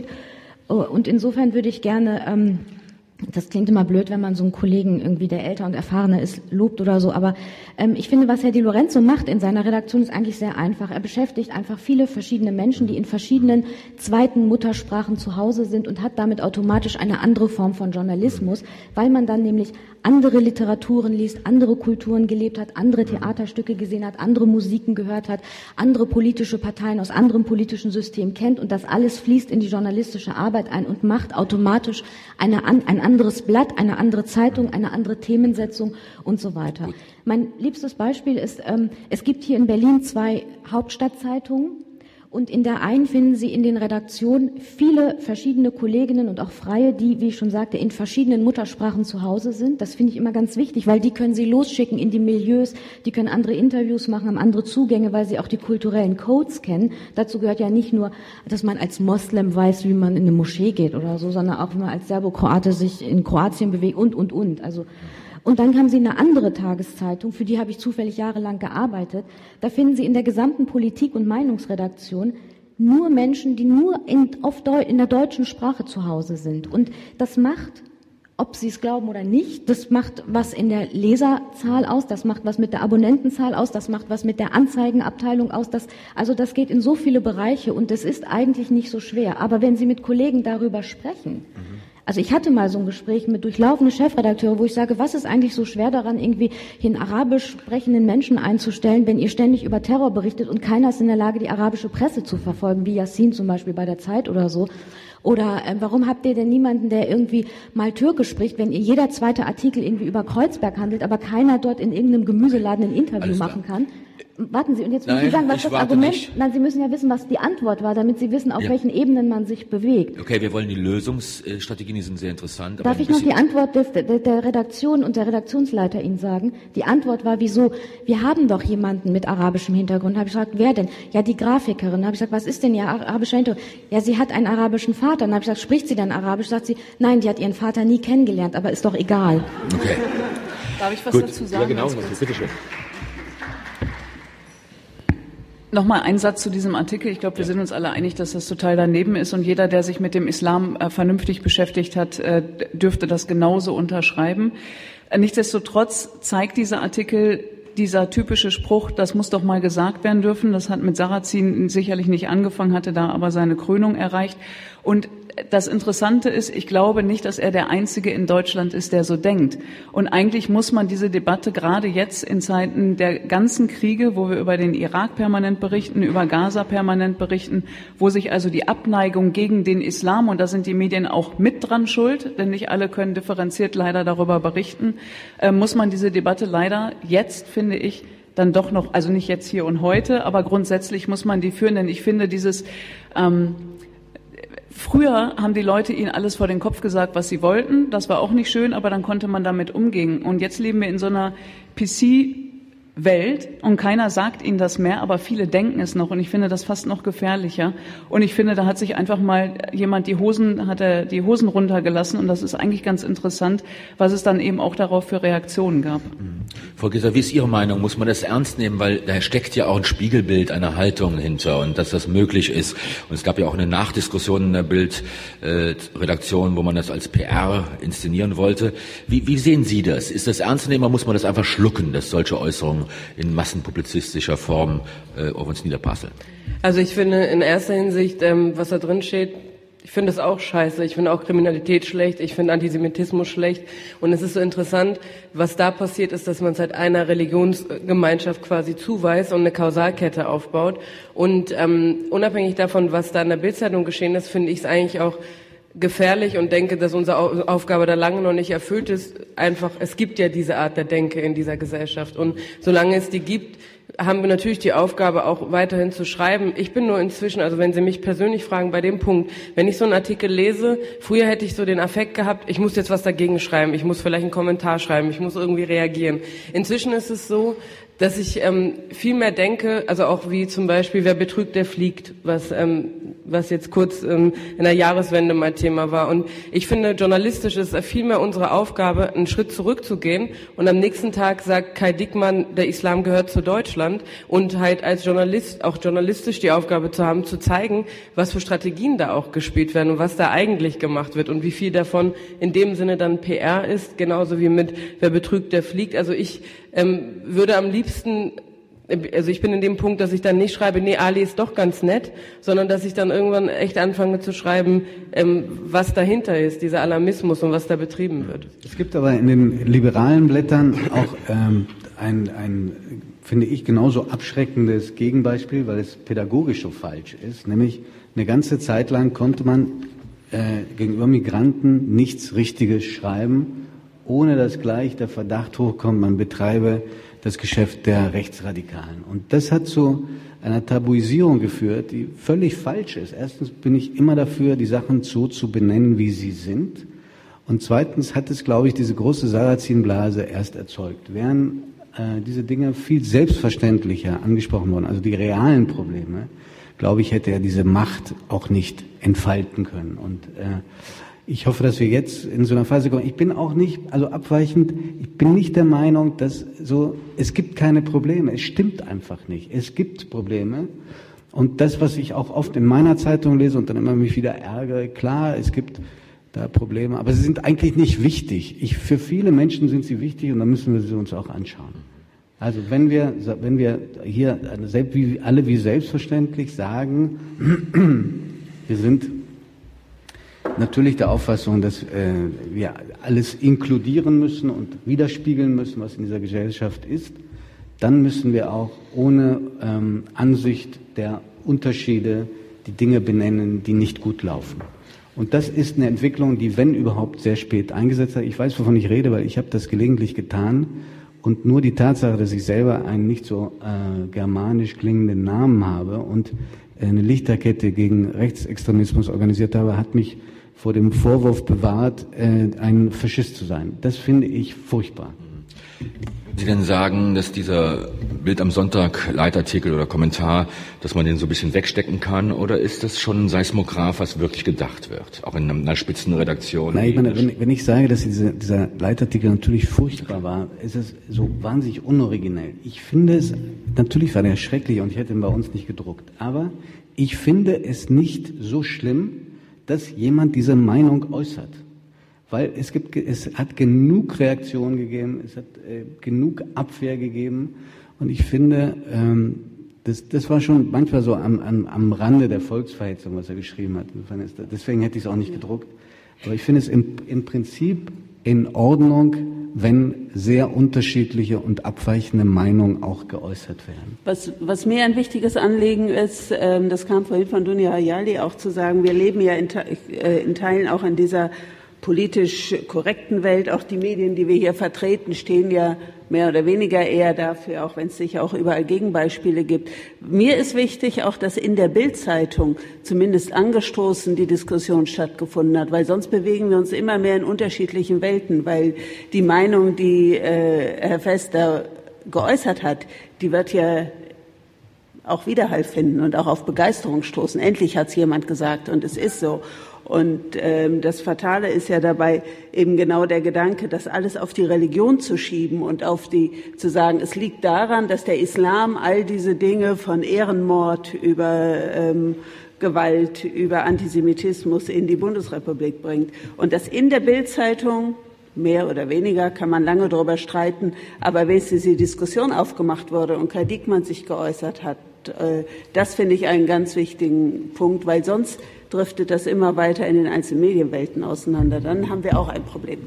Und insofern würde ich gerne, ähm, das klingt immer blöd, wenn man so einen Kollegen irgendwie, der älter und erfahrener ist, lobt oder so, aber ähm, ich finde, was Herr Di Lorenzo macht in seiner Redaktion, ist eigentlich sehr einfach. Er beschäftigt einfach viele verschiedene Menschen, die in verschiedenen zweiten Muttersprachen zu Hause sind und hat damit automatisch eine andere Form von Journalismus, weil man dann nämlich andere Literaturen liest, andere Kulturen gelebt hat, andere Theaterstücke gesehen hat, andere Musiken gehört hat, andere politische Parteien aus anderem politischen System kennt und das alles fließt in die journalistische Arbeit ein und macht automatisch eine, ein anderes Blatt, eine andere Zeitung, eine andere Themensetzung und so weiter. Gut. Mein liebstes Beispiel ist, ähm, es gibt hier in Berlin zwei Hauptstadtzeitungen. Und in der einen finden Sie in den Redaktionen viele verschiedene Kolleginnen und auch Freie, die, wie ich schon sagte, in verschiedenen Muttersprachen zu Hause sind. Das finde ich immer ganz wichtig, weil die können Sie losschicken in die Milieus, die können andere Interviews machen, haben andere Zugänge, weil sie auch die kulturellen Codes kennen. Dazu gehört ja nicht nur, dass man als Moslem weiß, wie man in eine Moschee geht oder so, sondern auch, wie man als Serbokroate sich in Kroatien bewegt und, und, und. Also Und dann haben Sie eine andere Tageszeitung, für die habe ich zufällig jahrelang gearbeitet. Da finden Sie in der gesamten Politik- und Meinungsredaktion nur Menschen, die nur in, auf Deu- in der deutschen Sprache zu Hause sind. Und das macht ob sie es glauben oder nicht. Das macht was in der Leserzahl aus, das macht was mit der Abonnentenzahl aus, das macht was mit der Anzeigenabteilung aus. Das, also das geht in so viele Bereiche und das ist eigentlich nicht so schwer. Aber wenn Sie mit Kollegen darüber sprechen, mhm. also ich hatte mal so ein Gespräch mit durchlaufenden Chefredakteuren, wo ich sage, was ist eigentlich so schwer daran, irgendwie den arabisch sprechenden Menschen einzustellen, wenn ihr ständig über Terror berichtet und keiner ist in der Lage, die arabische Presse zu verfolgen, wie Yassin zum Beispiel bei der Zeit oder so. Oder äh, warum habt ihr denn niemanden, der irgendwie mal Türkisch spricht, wenn ihr jeder zweite Artikel irgendwie über Kreuzberg handelt, aber keiner dort in irgendeinem Gemüseladen ein Interview machen kann? Warten Sie, und jetzt müssen Sie sagen, was das Argument, nicht. Nein, Sie müssen ja wissen, was die Antwort war, damit Sie wissen, auf ja. welchen Ebenen man sich bewegt. Okay, wir wollen die Lösungsstrategien, die sind sehr interessant. Darf ich noch die Antwort des, der, der Redaktion und der Redaktionsleiter Ihnen sagen? Die Antwort war, wieso? Wir haben doch jemanden mit arabischem Hintergrund. Da habe ich gesagt, wer denn? Ja, die Grafikerin. Da habe ich gesagt, was ist denn ihr arabischer Hintergrund? Ja, sie hat einen arabischen Vater. Dann habe ich gesagt, spricht sie denn Arabisch? Sagt sie, nein, die hat ihren Vater nie kennengelernt, aber ist doch egal. Okay. Darf ich was Gut. dazu sagen? Ja, genau, bitte schön. Nochmal ein Satz zu diesem Artikel. Ich glaube, wir sind uns alle einig, dass das total daneben ist und jeder, der sich mit dem Islam äh, vernünftig beschäftigt hat, äh, dürfte das genauso unterschreiben. Äh, nichtsdestotrotz zeigt dieser Artikel, dieser typische Spruch, das muss doch mal gesagt werden dürfen, das hat mit Sarrazin sicherlich nicht angefangen, hatte da aber seine Krönung erreicht. Und das Interessante ist, ich glaube nicht, dass er der Einzige in Deutschland ist, der so denkt. Und eigentlich muss man diese Debatte gerade jetzt in Zeiten der ganzen Kriege, wo wir über den Irak permanent berichten, über Gaza permanent berichten, wo sich also die Abneigung gegen den Islam, und da sind die Medien auch mit dran schuld, denn nicht alle können differenziert leider darüber berichten, äh, muss man diese Debatte leider jetzt, finde ich, dann doch noch, also nicht jetzt hier und heute, aber grundsätzlich muss man die führen, denn ich finde dieses ähm, Früher haben die Leute ihnen alles vor den Kopf gesagt, was sie wollten. Das war auch nicht schön, aber dann konnte man damit umgehen. Und jetzt leben wir in so einer P C-Welt und keiner sagt ihnen das mehr, aber viele denken es noch und ich finde das fast noch gefährlicher. Und ich finde, da hat sich einfach mal jemand die Hosen, hat er die Hosen runtergelassen und das ist eigentlich ganz interessant, was es dann eben auch darauf für Reaktionen gab. Frau Gisser, wie ist Ihre Meinung? Muss man das ernst nehmen? Weil da steckt ja auch ein Spiegelbild einer Haltung hinter und dass das möglich ist. Und es gab ja auch eine Nachdiskussion in der Bildredaktion, äh, wo man das als P R inszenieren wollte. Wie, wie sehen Sie das? Ist das ernst zu nehmen oder muss man das einfach schlucken, dass solche Äußerungen in massenpublizistischer Form äh, auf uns niederprasseln? Also ich finde in erster Hinsicht, ähm, was da drin steht, ich finde es auch scheiße, ich finde auch Kriminalität schlecht, ich finde Antisemitismus schlecht und es ist so interessant, was da passiert ist, dass man es halt einer Religionsgemeinschaft quasi zuweist und eine Kausalkette aufbaut und ähm, unabhängig davon, was da in der Bildzeitung geschehen ist, finde ich es eigentlich auch gefährlich und denke, dass unsere Aufgabe da lange noch nicht erfüllt ist. Einfach, es gibt ja diese Art der Denke in dieser Gesellschaft und solange es die gibt, haben wir natürlich die Aufgabe, auch weiterhin zu schreiben. Ich bin nur inzwischen, also wenn Sie mich persönlich fragen, bei dem Punkt, wenn ich so einen Artikel lese, früher hätte ich so den Affekt gehabt, ich muss jetzt was dagegen schreiben, ich muss vielleicht einen Kommentar schreiben, ich muss irgendwie reagieren. Inzwischen ist es so, dass ich ähm, viel mehr denke, also auch wie zum Beispiel, wer betrügt, der fliegt, was ähm, was jetzt kurz ähm, in der Jahreswende mal Thema war. Und ich finde, journalistisch ist es viel mehr unsere Aufgabe, einen Schritt zurückzugehen und am nächsten Tag sagt Kai Dickmann, der Islam gehört zu Deutschland und halt als Journalist auch journalistisch die Aufgabe zu haben, zu zeigen, was für Strategien da auch gespielt werden und was da eigentlich gemacht wird und wie viel davon in dem Sinne dann P R ist, genauso wie mit wer betrügt, der fliegt. Also ich ähm, würde am liebsten, also ich bin in dem Punkt, dass ich dann nicht schreibe, nee, Ali ist doch ganz nett, sondern dass ich dann irgendwann echt anfange zu schreiben, ähm, was dahinter ist, dieser Alarmismus und was da betrieben wird. Es gibt aber in den liberalen Blättern auch ähm, ein, ein, finde ich, genauso abschreckendes Gegenbeispiel, weil es pädagogisch so falsch ist, nämlich eine ganze Zeit lang konnte man äh, gegenüber Migranten nichts Richtiges schreiben, ohne dass gleich der Verdacht hochkommt, man betreibe das Geschäft der Rechtsradikalen. Und das hat zu einer Tabuisierung geführt, die völlig falsch ist. Erstens bin ich immer dafür, die Sachen so zu benennen, wie sie sind. Und zweitens hat es, glaube ich, diese große Sarrazin-Blase erst erzeugt. Wären äh, diese Dinge viel selbstverständlicher angesprochen worden, also die realen Probleme, glaube ich, hätte er diese Macht auch nicht entfalten können. Und äh, ich hoffe, dass wir jetzt in so einer Phase kommen. Ich bin auch nicht, also abweichend, ich bin nicht der Meinung, dass so, es gibt keine Probleme. Es stimmt einfach nicht. Es gibt Probleme. Und das, was ich auch oft in meiner Zeitung lese und dann immer mich wieder ärgere, klar, es gibt da Probleme, aber sie sind eigentlich nicht wichtig. Ich, für viele Menschen sind sie wichtig und dann müssen wir sie uns auch anschauen. Also wenn wir, wenn wir hier alle wie selbstverständlich sagen, wir sind natürlich der Auffassung, dass äh, wir alles inkludieren müssen und widerspiegeln müssen, was in dieser Gesellschaft ist, dann müssen wir auch ohne ähm, Ansicht der Unterschiede die Dinge benennen, die nicht gut laufen. Und das ist eine Entwicklung, die, wenn überhaupt, sehr spät eingesetzt hat. Ich weiß, wovon ich rede, weil ich habe das gelegentlich getan. Und nur die Tatsache, dass ich selber einen nicht so äh, germanisch klingenden Namen habe und äh, eine Lichterkette gegen Rechtsextremismus organisiert habe, hat mich vor dem Vorwurf bewahrt, äh, ein Faschist zu sein. Das finde ich furchtbar. Sie denn sagen, dass dieser Bild am Sonntag Leitartikel oder Kommentar, dass man den so ein bisschen wegstecken kann, oder ist das schon ein Seismograph, was wirklich gedacht wird, auch in einer Spitzenredaktion? Nein, ich meine, wenn, wenn ich sage, dass diese, dieser Leitartikel natürlich furchtbar war, ist es so wahnsinnig unoriginell. Ich finde es, natürlich war der schrecklich und ich hätte ihn bei uns nicht gedruckt, aber ich finde es nicht so schlimm, dass jemand diese Meinung äußert. Weil es gibt, es hat genug Reaktionen gegeben, es hat äh, genug Abwehr gegeben und ich finde, ähm, das, das war schon manchmal so am, am, am Rande der Volksverhetzung, was er geschrieben hat. Deswegen hätte ich es auch nicht gedruckt. Aber ich finde es im, im Prinzip in Ordnung, wenn sehr unterschiedliche und abweichende Meinungen auch geäußert werden. Was, was mir ein wichtiges Anliegen ist, ähm, das kam vorhin von Dunja Hayali auch zu sagen, wir leben ja in, äh, in Teilen auch in dieser politisch korrekten Welt. Auch die Medien, die wir hier vertreten, stehen ja mehr oder weniger eher dafür, auch wenn es sicher auch überall Gegenbeispiele gibt. Mir ist wichtig auch, dass in der Bild-Zeitung zumindest angestoßen die Diskussion stattgefunden hat, weil sonst bewegen wir uns immer mehr in unterschiedlichen Welten, weil die Meinung, die äh, Herr Fester geäußert hat, die wird ja auch Widerhall finden und auch auf Begeisterung stoßen. Endlich hat es jemand gesagt und es ist so. Und ähm, das Fatale ist ja dabei eben genau der Gedanke, das alles auf die Religion zu schieben und auf die zu sagen, es liegt daran, dass der Islam all diese Dinge von Ehrenmord über ähm, Gewalt, über Antisemitismus in die Bundesrepublik bringt. Und das in der Bild-Zeitung, mehr oder weniger, kann man lange darüber streiten, aber wenn diese Diskussion aufgemacht wurde und Kai Diekmann sich geäußert hat, äh, das finde ich einen ganz wichtigen Punkt, weil sonst driftet das immer weiter in den einzelnen Medienwelten auseinander. Dann haben wir auch ein Problem.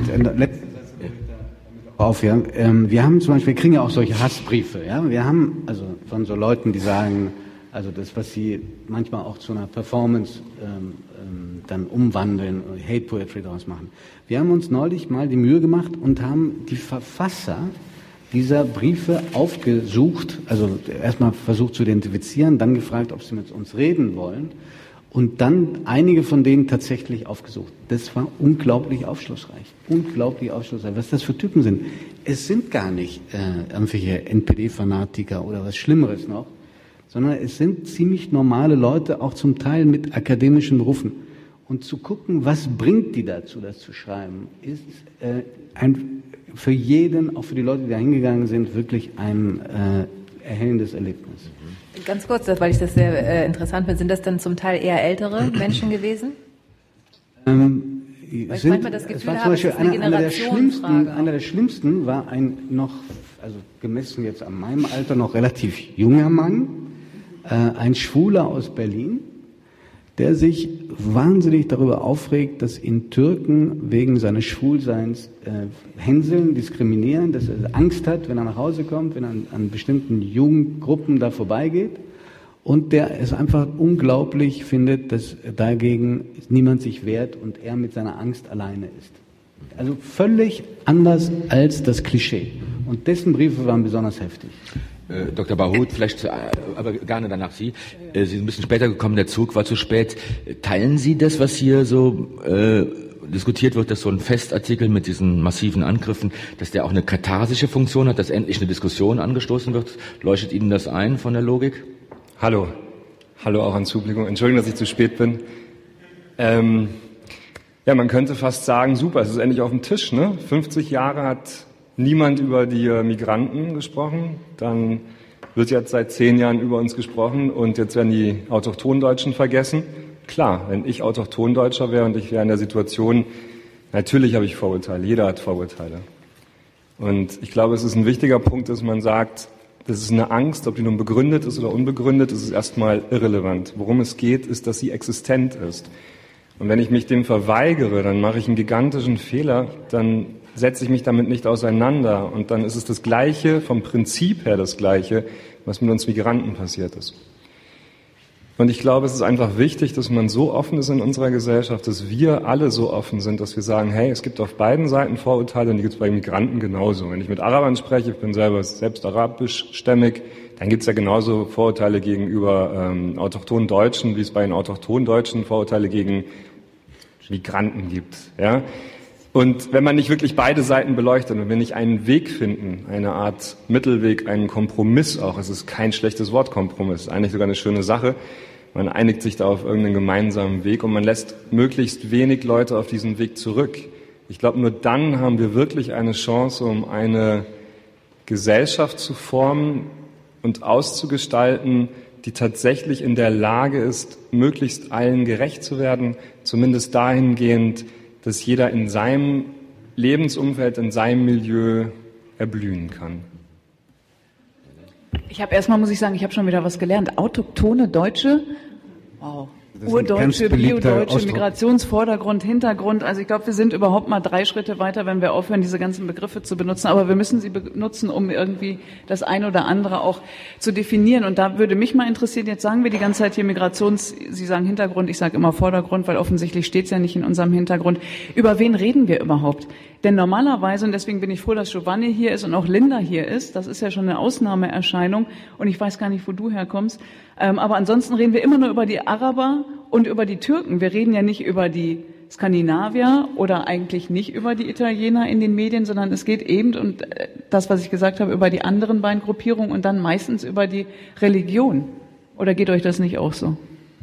Auf, ja. Wir haben zum Beispiel, wir kriegen ja auch solche Hassbriefe. Ja? Wir haben also von so Leuten, die sagen, also das, was sie manchmal auch zu einer Performance ähm, ähm, dann umwandeln, Hate Poetry daraus machen. Wir haben uns neulich mal die Mühe gemacht und haben die Verfasser dieser Briefe aufgesucht, also erstmal versucht zu identifizieren, dann gefragt, ob sie mit uns reden wollen. Und dann einige von denen tatsächlich aufgesucht. Das war unglaublich aufschlussreich. Unglaublich aufschlussreich. Was das für Typen sind. Es sind gar nicht äh, irgendwelche N P D-Fanatiker oder was Schlimmeres noch, sondern es sind ziemlich normale Leute, auch zum Teil mit akademischen Berufen. Und zu gucken, was bringt die dazu, das zu schreiben, ist äh, ein, für jeden, auch für die Leute, die da hingegangen sind, wirklich ein äh, erhellendes Erlebnis. Ganz kurz, weil ich das sehr äh, interessant finde, sind das dann zum Teil eher ältere Menschen gewesen? Ähm, weil ich sind, manchmal das Gefühl habe, es ist eine einer, einer, der schlimmsten, einer der schlimmsten war ein noch, also gemessen jetzt an meinem Alter, noch relativ junger Mann, äh, ein Schwuler aus Berlin, der sich wahnsinnig darüber aufregt, dass ihn Türken wegen seines Schwulseins äh, hänseln, diskriminieren, dass er Angst hat, wenn er nach Hause kommt, wenn er an, an bestimmten Jugendgruppen da vorbeigeht und der es einfach unglaublich findet, dass dagegen niemand sich wehrt und er mit seiner Angst alleine ist. Also völlig anders als das Klischee. Und dessen Briefe waren besonders heftig. Äh, Doktor Bahut, vielleicht, äh, aber gerne danach Sie. Äh, Sie sind ein bisschen später gekommen, der Zug war zu spät. Teilen Sie das, was hier so äh, diskutiert wird, dass so ein Festartikel mit diesen massiven Angriffen, dass der auch eine katharsische Funktion hat, dass endlich eine Diskussion angestoßen wird? Leuchtet Ihnen das ein von der Logik? Hallo. Hallo auch ans Publikum. Entschuldigung, dass ich zu spät bin. Ähm, ja, man könnte fast sagen, super, es ist endlich auf dem Tisch, ne? fünfzig Jahre hat niemand über die Migranten gesprochen. Dann wird jetzt seit zehn Jahren über uns gesprochen und jetzt werden die autochthonen Deutschen vergessen. Klar, wenn ich Autochtondeutscher wäre und ich wäre in der Situation, natürlich habe ich Vorurteile, jeder hat Vorurteile. Und ich glaube, es ist ein wichtiger Punkt, dass man sagt, das ist eine Angst, ob die nun begründet ist oder unbegründet, ist es erstmal irrelevant. Worum es geht, ist, dass sie existent ist. Und wenn ich mich dem verweigere, dann mache ich einen gigantischen Fehler, dann setze ich mich damit nicht auseinander. Und dann ist es das Gleiche, vom Prinzip her das Gleiche, was mit uns Migranten passiert ist. Und ich glaube, es ist einfach wichtig, dass man so offen ist in unserer Gesellschaft, dass wir alle so offen sind, dass wir sagen, hey, es gibt auf beiden Seiten Vorurteile und die gibt es bei Migranten genauso. Wenn ich mit Arabern spreche, ich bin selber selbst arabischstämmig, dann gibt es ja genauso Vorurteile gegenüber ähm, autochthonen Deutschen, wie es bei den autochthonen Deutschen Vorurteile gegen Migranten gibt. Ja? Und wenn man nicht wirklich beide Seiten beleuchtet und wenn nicht einen Weg finden, eine Art Mittelweg, einen Kompromiss auch, es ist kein schlechtes Wort Kompromiss, ist eigentlich sogar eine schöne Sache, man einigt sich da auf irgendeinen gemeinsamen Weg und man lässt möglichst wenig Leute auf diesen Weg zurück. Ich glaube, nur dann haben wir wirklich eine Chance, um eine Gesellschaft zu formen und auszugestalten, die tatsächlich in der Lage ist, möglichst allen gerecht zu werden, zumindest dahingehend, dass jeder in seinem Lebensumfeld, in seinem Milieu erblühen kann. Ich habe erstmal, muss ich sagen, ich habe schon wieder was gelernt. Autochtone Deutsche, wow. Urdeutsche, Biodeutsche, Migrationsvordergrund, Hintergrund. Also ich glaube, wir sind überhaupt mal drei Schritte weiter, wenn wir aufhören, diese ganzen Begriffe zu benutzen. Aber wir müssen sie benutzen, um irgendwie das eine oder andere auch zu definieren. Und da würde mich mal interessieren, jetzt sagen wir die ganze Zeit hier Migrations, Sie sagen Hintergrund, ich sage immer Vordergrund, weil offensichtlich steht es ja nicht in unserem Hintergrund. Über wen reden wir überhaupt? Denn normalerweise, und deswegen bin ich froh, dass Giovanni hier ist und auch Linda hier ist, das ist ja schon eine Ausnahmeerscheinung und ich weiß gar nicht, wo du herkommst, ähm, aber ansonsten reden wir immer nur über die Araber und über die Türken. Wir reden ja nicht über die Skandinavier oder eigentlich nicht über die Italiener in den Medien, sondern es geht eben, und das, was ich gesagt habe, über die anderen beiden Gruppierungen und dann meistens über die Religion. Oder geht euch das nicht auch so?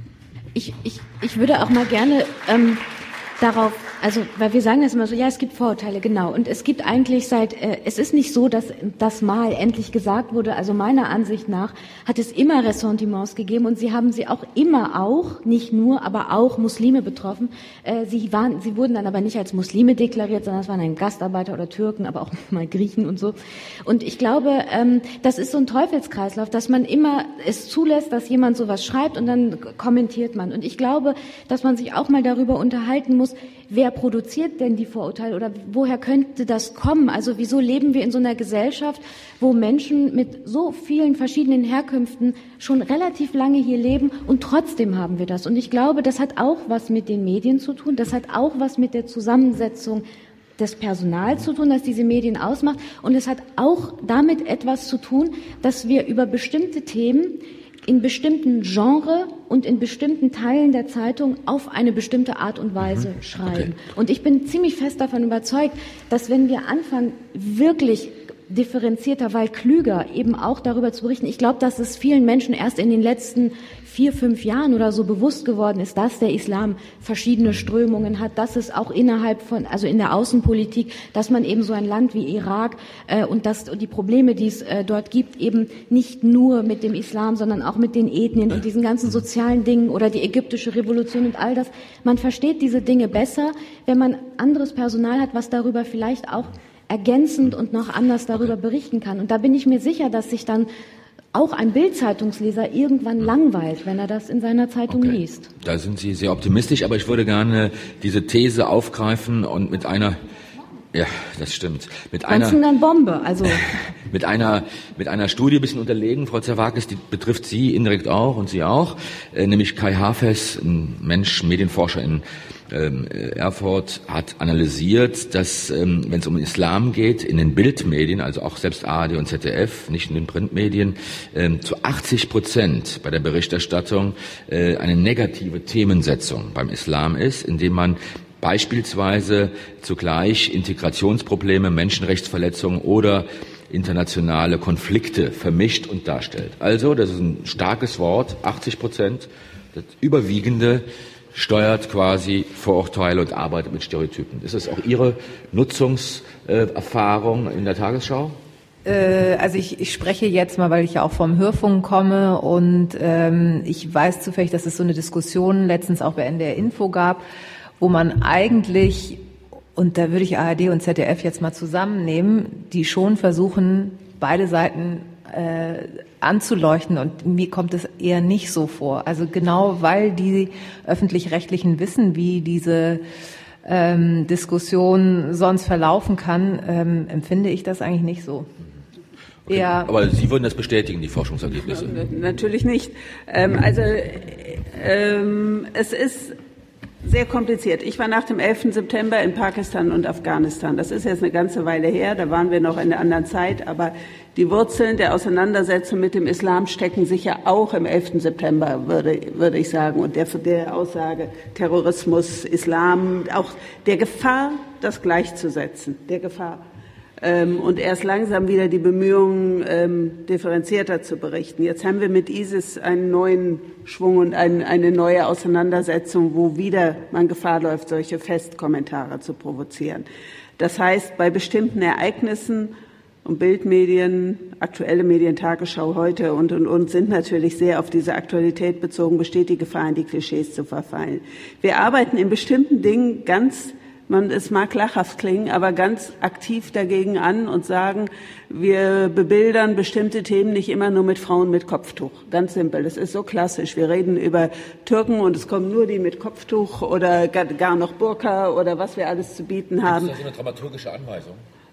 Ich, ich, ich würde auch mal gerne ähm, darauf, also, weil wir sagen das immer so, ja, es gibt Vorurteile, genau. Und es gibt eigentlich seit, äh, es ist nicht so, dass das mal endlich gesagt wurde, also meiner Ansicht nach hat es immer Ressentiments gegeben und sie haben sie auch immer auch, nicht nur, aber auch Muslime betroffen. Äh, sie waren, sie wurden dann aber nicht als Muslime deklariert, sondern es waren dann Gastarbeiter oder Türken, aber auch mal Griechen und so. Und ich glaube, ähm, das ist so ein Teufelskreislauf, dass man immer es zulässt, dass jemand sowas schreibt und dann kommentiert man. Und ich glaube, dass man sich auch mal darüber unterhalten muss, wer produziert denn die Vorurteile oder woher könnte das kommen? Also wieso leben wir in so einer Gesellschaft, wo Menschen mit so vielen verschiedenen Herkünften schon relativ lange hier leben und trotzdem haben wir das? Und ich glaube, das hat auch was mit den Medien zu tun, das hat auch was mit der Zusammensetzung des Personals zu tun, das diese Medien ausmacht, und es hat auch damit etwas zu tun, dass wir über bestimmte Themen in bestimmten Genres und in bestimmten Teilen der Zeitung auf eine bestimmte Art und Weise mhm. schreiben. Okay. Und ich bin ziemlich fest davon überzeugt, dass wenn wir anfangen, wirklich differenzierter, weil klüger eben auch darüber zu berichten, ich glaube, dass es vielen Menschen erst in den letzten vier, fünf Jahren oder so bewusst geworden ist, dass der Islam verschiedene Strömungen hat, dass es auch innerhalb von, also in der Außenpolitik, dass man eben so ein Land wie Irak äh, und dass und die Probleme, die es äh, dort gibt, eben nicht nur mit dem Islam, sondern auch mit den Ethnien und diesen ganzen sozialen Dingen oder die ägyptische Revolution und all das. Man versteht diese Dinge besser, wenn man anderes Personal hat, was darüber vielleicht auch ergänzend und noch anders darüber berichten kann. Und da bin ich mir sicher, dass sich dann auch ein Bild-Zeitungsleser irgendwann langweilt, wenn er das in seiner Zeitung okay. liest. Da sind Sie sehr optimistisch, aber ich würde gerne diese These aufgreifen und mit einer, ja, das stimmt, mit einer, dann Bombe, also mit einer mit einer Studie ein bisschen unterlegen, Frau Zerwakis, die betrifft Sie indirekt auch und Sie auch, äh, nämlich Kai Hafes, ein Mensch, Medienforscher in ähm, Erfurt, hat analysiert, dass, ähm, wenn es um Islam geht, in den Bildmedien, also auch selbst A R D und Z D F, nicht in den Printmedien, ähm, zu achtzig Prozent bei der Berichterstattung äh, eine negative Themensetzung beim Islam ist, indem man beispielsweise zugleich Integrationsprobleme, Menschenrechtsverletzungen oder internationale Konflikte vermischt und darstellt. Also, das ist ein starkes Wort, achtzig Prozent, das Überwiegende steuert quasi Vorurteile und arbeitet mit Stereotypen. Ist das auch Ihre Nutzungserfahrung in der Tagesschau? Äh, also ich, ich spreche jetzt mal, weil ich ja auch vom Hörfunk komme und ähm, ich weiß zufällig, dass es so eine Diskussion letztens auch bei N D R Info gab, wo man eigentlich, und da würde ich A R D und Z D F jetzt mal zusammennehmen, die schon versuchen, beide Seiten äh, anzuleuchten, und mir kommt es eher nicht so vor. Also genau weil die Öffentlich-Rechtlichen wissen, wie diese ähm, Diskussion sonst verlaufen kann, ähm, empfinde ich das eigentlich nicht so. Okay. Eher, aber Sie würden das bestätigen, die Forschungsergebnisse? Natürlich nicht. Ähm, also ähm, es ist sehr kompliziert. Ich war nach dem elften September in Pakistan und Afghanistan. Das ist jetzt eine ganze Weile her, da waren wir noch in einer anderen Zeit, aber die Wurzeln der Auseinandersetzung mit dem Islam stecken sicher auch im elften September, würde, würde ich sagen, und der, der Aussage Terrorismus, Islam, auch der Gefahr, das gleichzusetzen, der Gefahr. Ähm, und erst langsam wieder die Bemühungen, ähm, differenzierter zu berichten. Jetzt haben wir mit ISIS einen neuen Schwung und ein, eine neue Auseinandersetzung, wo wieder man Gefahr läuft, solche Festkommentare zu provozieren. Das heißt, bei bestimmten Ereignissen und Bildmedien, aktuelle Medien, Tagesschau heute und, und, und sind natürlich sehr auf diese Aktualität bezogen, besteht die Gefahr, in die Klischees zu verfallen. Wir arbeiten in bestimmten Dingen ganz Man, es mag lachhaft klingen, aber ganz aktiv dagegen an und sagen, wir bebildern bestimmte Themen nicht immer nur mit Frauen mit Kopftuch. Ganz simpel. Das ist so klassisch. Wir reden über Türken und es kommen nur die mit Kopftuch oder gar noch Burka oder was wir alles zu bieten haben. Ist das eine dramaturgische Anweisung?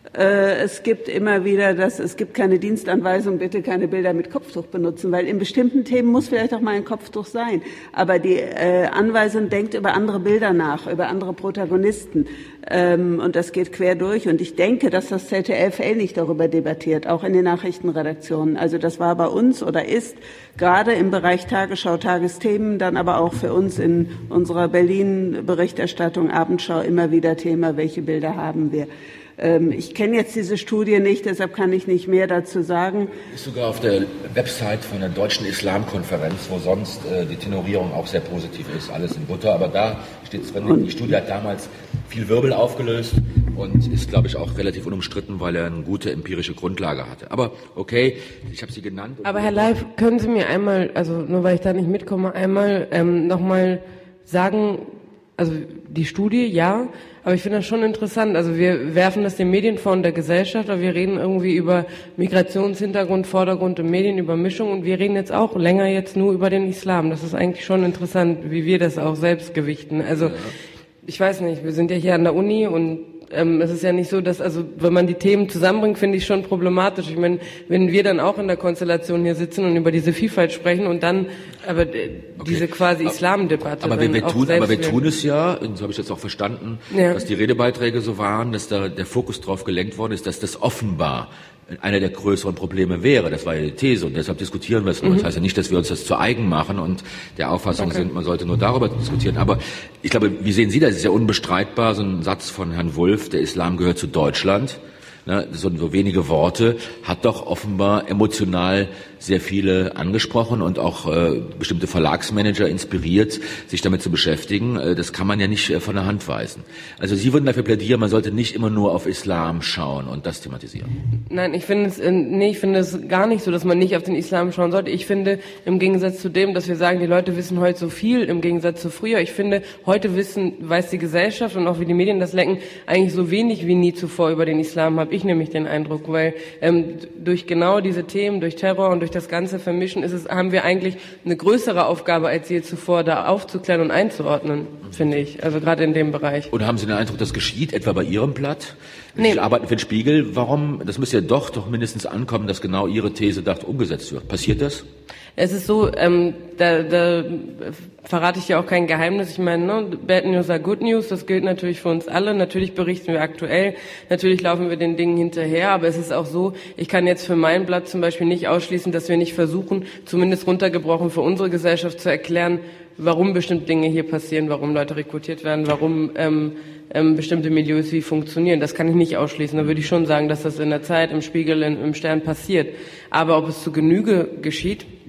Es gibt immer wieder das, es gibt keine Dienstanweisung, bitte keine Bilder mit Kopftuch benutzen, weil in bestimmten Themen muss vielleicht auch mal ein Kopftuch sein. Aber die äh, Anweisung denkt über andere Bilder nach, über andere Protagonisten. Ähm, und das geht quer durch. Und ich denke, dass das Z D F ähnlich darüber debattiert, auch in den Nachrichtenredaktionen. Also das war bei uns oder ist gerade im Bereich Tagesschau, Tagesthemen, dann aber auch für uns in unserer Berlin-Berichterstattung, Abendschau immer wieder Thema, welche Bilder haben wir. Ich kenne jetzt diese Studie nicht, deshalb kann ich nicht mehr dazu sagen. Ist sogar auf der Website von der Deutschen Islamkonferenz, wo sonst äh, die Tenorierung auch sehr positiv ist, alles in Butter. Aber da steht es drin, und die Studie hat damals viel Wirbel aufgelöst und ist, glaube ich, auch relativ unumstritten, weil er eine gute empirische Grundlage hatte. Aber okay, ich habe sie genannt. Aber Herr Leif, können Sie mir einmal, also nur weil ich da nicht mitkomme, einmal ähm, nochmal sagen, also die Studie, ja, aber ich finde das schon interessant. Also wir werfen das den Medien vor und der Gesellschaft, aber wir reden irgendwie über Migrationshintergrund, Vordergrund im Medien, über Mischung, und wir reden jetzt auch länger jetzt nur über den Islam. Das ist eigentlich schon interessant, wie wir das auch selbst gewichten. Also ich weiß nicht, wir sind ja hier an der Uni und ähm, es ist ja nicht so, dass, also wenn man die Themen zusammenbringt, finde ich schon problematisch. Ich meine, wenn wir dann auch in der Konstellation hier sitzen und über diese Vielfalt sprechen und dann aber äh, okay. diese quasi Islamdebatte. Aber wir, wir tun, aber wir tun es ja, und so habe ich jetzt auch verstanden, ja, dass die Redebeiträge so waren, dass da der Fokus drauf gelenkt worden ist, dass das offenbar einer der größeren Probleme wäre. Das war ja die These und deshalb diskutieren wir es nur. Mhm. Das heißt ja nicht, dass wir uns das zu eigen machen und der Auffassung okay. sind, man sollte nur darüber diskutieren. Aber ich glaube, wie sehen Sie das? Es ist ja unbestreitbar, so ein Satz von Herrn Wulff, der Islam gehört zu Deutschland. Ne, so, so wenige Worte, hat doch offenbar emotional sehr viele angesprochen und auch äh, bestimmte Verlagsmanager inspiriert, sich damit zu beschäftigen. Äh, das kann man ja nicht äh, von der Hand weisen. Also Sie würden dafür plädieren, man sollte nicht immer nur auf Islam schauen und das thematisieren. Nein, ich finde es, äh, nee, ich finde es gar nicht so, dass man nicht auf den Islam schauen sollte. Ich finde, im Gegensatz zu dem, dass wir sagen, die Leute wissen heute so viel, im Gegensatz zu früher, ich finde, heute wissen, weiß die Gesellschaft und auch wie die Medien das lenken, eigentlich so wenig wie nie zuvor über den Islam, habe ich nämlich den Eindruck, weil ähm, durch genau diese Themen, durch Terror und durch das ganze Vermischen ist es, haben wir eigentlich eine größere Aufgabe als je zuvor, da aufzuklären und einzuordnen, finde ich, also gerade in dem Bereich. Und haben Sie den Eindruck, das geschieht etwa bei Ihrem Blatt? Nee. Sie arbeiten für den Spiegel. Warum? Das müsste ja doch doch mindestens ankommen, dass genau Ihre These dort umgesetzt wird. Passiert das? Es ist so, ähm, da, da verrate ich ja auch kein Geheimnis. Ich meine, ne, Bad News are Good News, das gilt natürlich für uns alle. Natürlich berichten wir aktuell, natürlich laufen wir den Dingen hinterher, aber es ist auch so, ich kann jetzt für mein Blatt zum Beispiel nicht ausschließen, dass wir nicht versuchen, zumindest runtergebrochen für unsere Gesellschaft zu erklären, warum bestimmte Dinge hier passieren, warum Leute rekrutiert werden, warum ähm, ähm, bestimmte Milieus wie funktionieren. Das kann ich nicht ausschließen. Da würde ich schon sagen, dass das in der Zeit, im Spiegel, in, im Stern passiert. Aber ob es zu Genüge geschieht,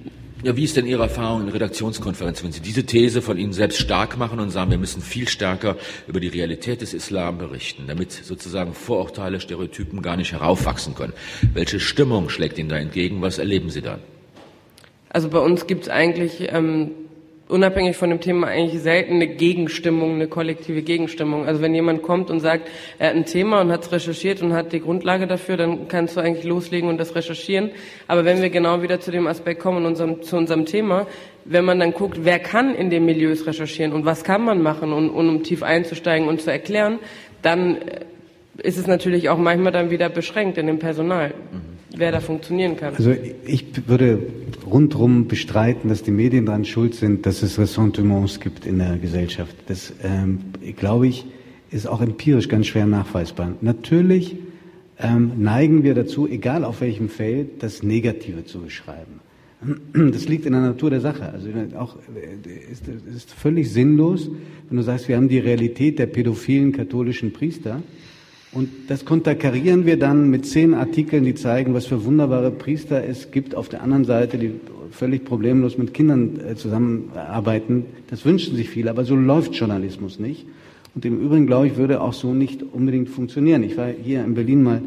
Ja, wie ist denn Ihre Erfahrung in Redaktionskonferenzen, wenn Sie diese These von Ihnen selbst stark machen und sagen, wir müssen viel stärker über die Realität des Islam berichten, damit sozusagen Vorurteile, Stereotypen gar nicht heraufwachsen können? Welche Stimmung schlägt Ihnen da entgegen? Was erleben Sie dann? Also bei uns gibt es eigentlich ähm, unabhängig von dem Thema eigentlich selten eine Gegenstimmung, eine kollektive Gegenstimmung. Also wenn jemand kommt und sagt, er hat ein Thema und hat es recherchiert und hat die Grundlage dafür, dann kannst du eigentlich loslegen und das recherchieren. Aber wenn wir genau wieder zu dem Aspekt kommen, unserem, zu unserem Thema, wenn man dann guckt, wer kann in den Milieus recherchieren und was kann man machen, und, und um tief einzusteigen und zu erklären, dann ist es natürlich auch manchmal dann wieder beschränkt in dem Personal. Mhm. Wer da funktionieren kann. Also ich würde rundherum bestreiten, dass die Medien daran schuld sind, dass es Ressentiments gibt in der Gesellschaft. Das, ähm, glaube ich, ist auch empirisch ganz schwer nachweisbar. Natürlich ähm, neigen wir dazu, egal auf welchem Feld, das Negative zu beschreiben. Das liegt in der Natur der Sache. Also auch ist, ist völlig sinnlos, wenn du sagst, wir haben die Realität der pädophilen katholischen Priester. Und das konterkarieren wir dann mit zehn Artikeln, die zeigen, was für wunderbare Priester es gibt auf der anderen Seite, die völlig problemlos mit Kindern zusammenarbeiten. Das wünschen sich viele, aber so läuft Journalismus nicht. Und im Übrigen, glaube ich, würde auch so nicht unbedingt funktionieren. Ich war hier in Berlin mal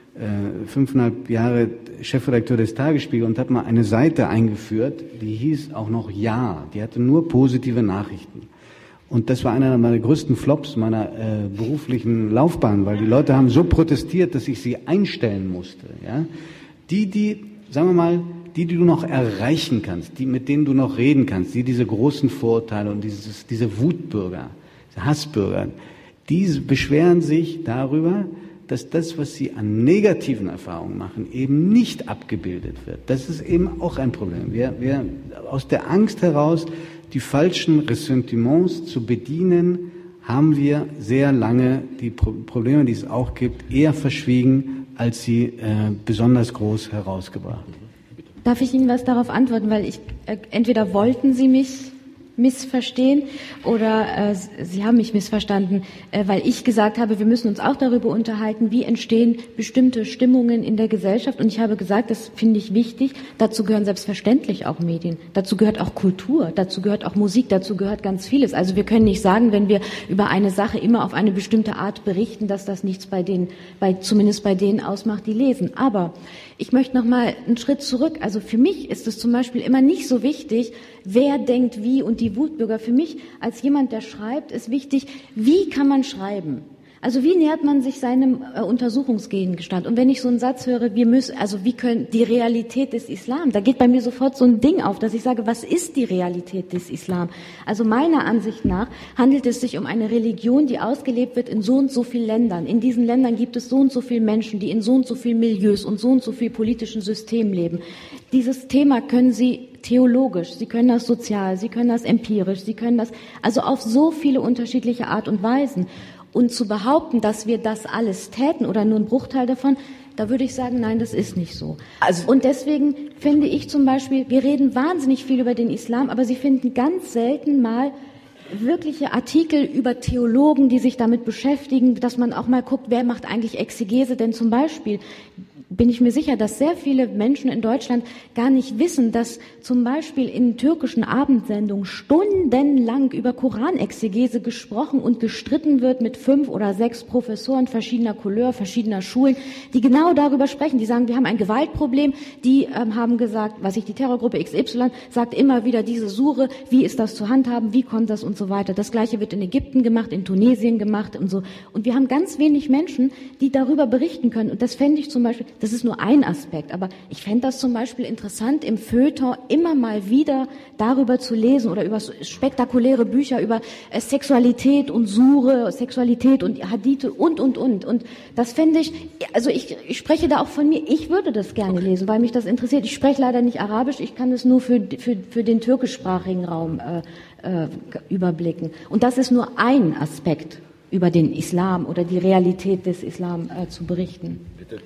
äh, fünfeinhalb Jahre Chefredakteur des Tagesspiegel und habe mal eine Seite eingeführt, die hieß auch noch Ja. Die hatte nur positive Nachrichten. Und das war einer meiner größten Flops meiner äh, beruflichen Laufbahn, weil die Leute haben so protestiert, dass ich sie einstellen musste. Ja? Die, die, sagen wir mal, die, die du noch erreichen kannst, die, mit denen du noch reden kannst, die diese großen Vorurteile und dieses, diese Wutbürger, diese Hassbürger, die beschweren sich darüber, dass das, was sie an negativen Erfahrungen machen, eben nicht abgebildet wird. Das ist eben auch ein Problem. Wir, wir aus der Angst heraus, die falschen Ressentiments zu bedienen, haben wir sehr lange die Pro- Probleme, die es auch gibt, eher verschwiegen, als sie äh, besonders groß herausgebracht. Darf ich Ihnen was darauf antworten? Weil ich, äh, entweder wollten Sie mich missverstehen oder äh, Sie haben mich missverstanden, äh, weil ich gesagt habe, wir müssen uns auch darüber unterhalten, wie entstehen bestimmte Stimmungen in der Gesellschaft. Und ich habe gesagt, das finde ich wichtig. Dazu gehören selbstverständlich auch Medien. Dazu gehört auch Kultur. Dazu gehört auch Musik. Dazu gehört ganz vieles. Also wir können nicht sagen, wenn wir über eine Sache immer auf eine bestimmte Art berichten, dass das nichts bei denen, bei, zumindest bei denen ausmacht, die lesen. Aber ich möchte noch mal einen Schritt zurück. Also für mich ist es zum Beispiel immer nicht so wichtig, wer denkt wie und die Wutbürger. Für mich als jemand, der schreibt, ist wichtig, wie kann man schreiben? Also wie nähert man sich seinem äh, Untersuchungsgegenstand? Und wenn ich so einen Satz höre, wir müssen, also wie können die Realität des Islam, da geht bei mir sofort so ein Ding auf, dass ich sage, was ist die Realität des Islam? Also meiner Ansicht nach handelt es sich um eine Religion, die ausgelebt wird in so und so vielen Ländern. In diesen Ländern gibt es so und so viele Menschen, die in so und so vielen Milieus und so und so vielen politischen Systemen leben. Dieses Thema können Sie theologisch, Sie können das sozial, Sie können das empirisch, Sie können das, also auf so viele unterschiedliche Art und Weisen. Und zu behaupten, dass wir das alles täten oder nur ein Bruchteil davon, da würde ich sagen, nein, das ist nicht so. Also und deswegen finde ich zum Beispiel, wir reden wahnsinnig viel über den Islam, aber Sie finden ganz selten mal wirkliche Artikel über Theologen, die sich damit beschäftigen, dass man auch mal guckt, wer macht eigentlich Exegese, denn zum Beispiel bin ich mir sicher, dass sehr viele Menschen in Deutschland gar nicht wissen, dass zum Beispiel in türkischen Abendsendungen stundenlang über Koranexegese gesprochen und gestritten wird mit fünf oder sechs Professoren verschiedener Couleur, verschiedener Schulen, die genau darüber sprechen. Die sagen, wir haben ein Gewaltproblem. Die ähm, haben gesagt, was ich die Terrorgruppe X Y sagt immer wieder diese Sure, wie ist das zu handhaben, wie kommt das und so weiter. Das Gleiche wird in Ägypten gemacht, in Tunesien gemacht und so. Und wir haben ganz wenig Menschen, die darüber berichten können. Und das fände ich zum Beispiel, das ist nur ein Aspekt, aber ich fände das zum Beispiel interessant, im Feuilleton immer mal wieder darüber zu lesen oder über spektakuläre Bücher über äh, Sexualität und Sure, Sexualität und Hadithe und, und, und. Und das fände ich, also ich, ich spreche da auch von mir, ich würde das gerne okay. lesen, weil mich das interessiert. Ich spreche leider nicht Arabisch, ich kann es nur für, für, für den türkischsprachigen Raum äh, äh, überblicken. Und das ist nur ein Aspekt, über den Islam oder die Realität des Islam äh, zu berichten. Bitte.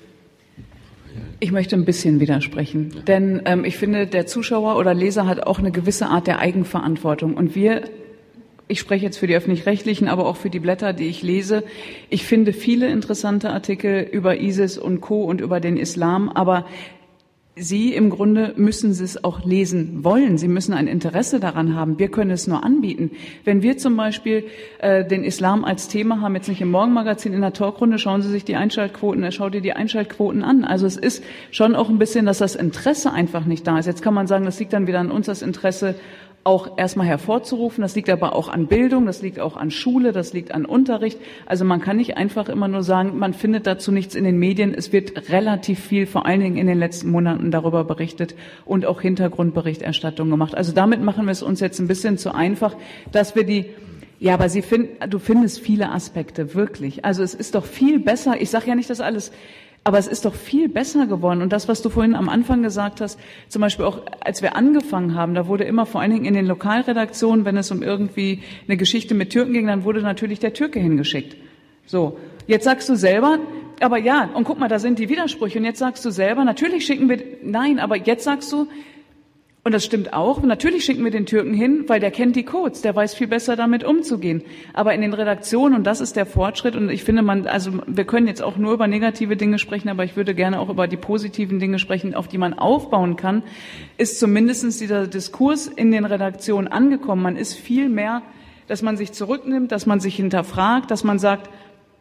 Ich möchte ein bisschen widersprechen, denn ähm, ich finde, der Zuschauer oder Leser hat auch eine gewisse Art der Eigenverantwortung. Und wir, ich spreche jetzt für die Öffentlich-Rechtlichen, aber auch für die Blätter, die ich lese, ich finde viele interessante Artikel über ISIS und Co. und über den Islam, aber Sie im Grunde müssen es auch lesen wollen. Sie müssen ein Interesse daran haben. Wir können es nur anbieten. Wenn wir zum Beispiel äh, den Islam als Thema haben, jetzt nicht im Morgenmagazin, in der Talkrunde, schauen Sie sich die Einschaltquoten, er schaut dir die Einschaltquoten an. Also es ist schon auch ein bisschen, dass das Interesse einfach nicht da ist. Jetzt kann man sagen, das liegt dann wieder an uns, das Interesse auch erstmal hervorzurufen. Das liegt aber auch an Bildung, das liegt auch an Schule, das liegt an Unterricht. Also man kann nicht einfach immer nur sagen, man findet dazu nichts in den Medien. Es wird relativ viel, vor allen Dingen in den letzten Monaten, darüber berichtet und auch Hintergrundberichterstattung gemacht. Also damit machen wir es uns jetzt ein bisschen zu einfach, dass wir die Ja, aber Sie finden, du findest viele Aspekte, wirklich. Also es ist doch viel besser, ich sage ja nicht, dass alles, aber es ist doch viel besser geworden. Und das, was du vorhin am Anfang gesagt hast, zum Beispiel auch, als wir angefangen haben, da wurde immer vor allen Dingen in den Lokalredaktionen, wenn es um irgendwie eine Geschichte mit Türken ging, dann wurde natürlich der Türke hingeschickt. So, jetzt sagst du selber, aber ja, und guck mal, da sind die Widersprüche. Und jetzt sagst du selber, natürlich schicken wir, nein, aber jetzt sagst du, und das stimmt auch, natürlich schicken wir den Türken hin, weil der kennt die Codes, der weiß viel besser damit umzugehen. Aber in den Redaktionen, und das ist der Fortschritt, und ich finde, man, also wir können jetzt auch nur über negative Dinge sprechen, aber ich würde gerne auch über die positiven Dinge sprechen, auf die man aufbauen kann, ist zumindest dieser Diskurs in den Redaktionen angekommen. Man ist viel mehr, dass man sich zurücknimmt, dass man sich hinterfragt, dass man sagt,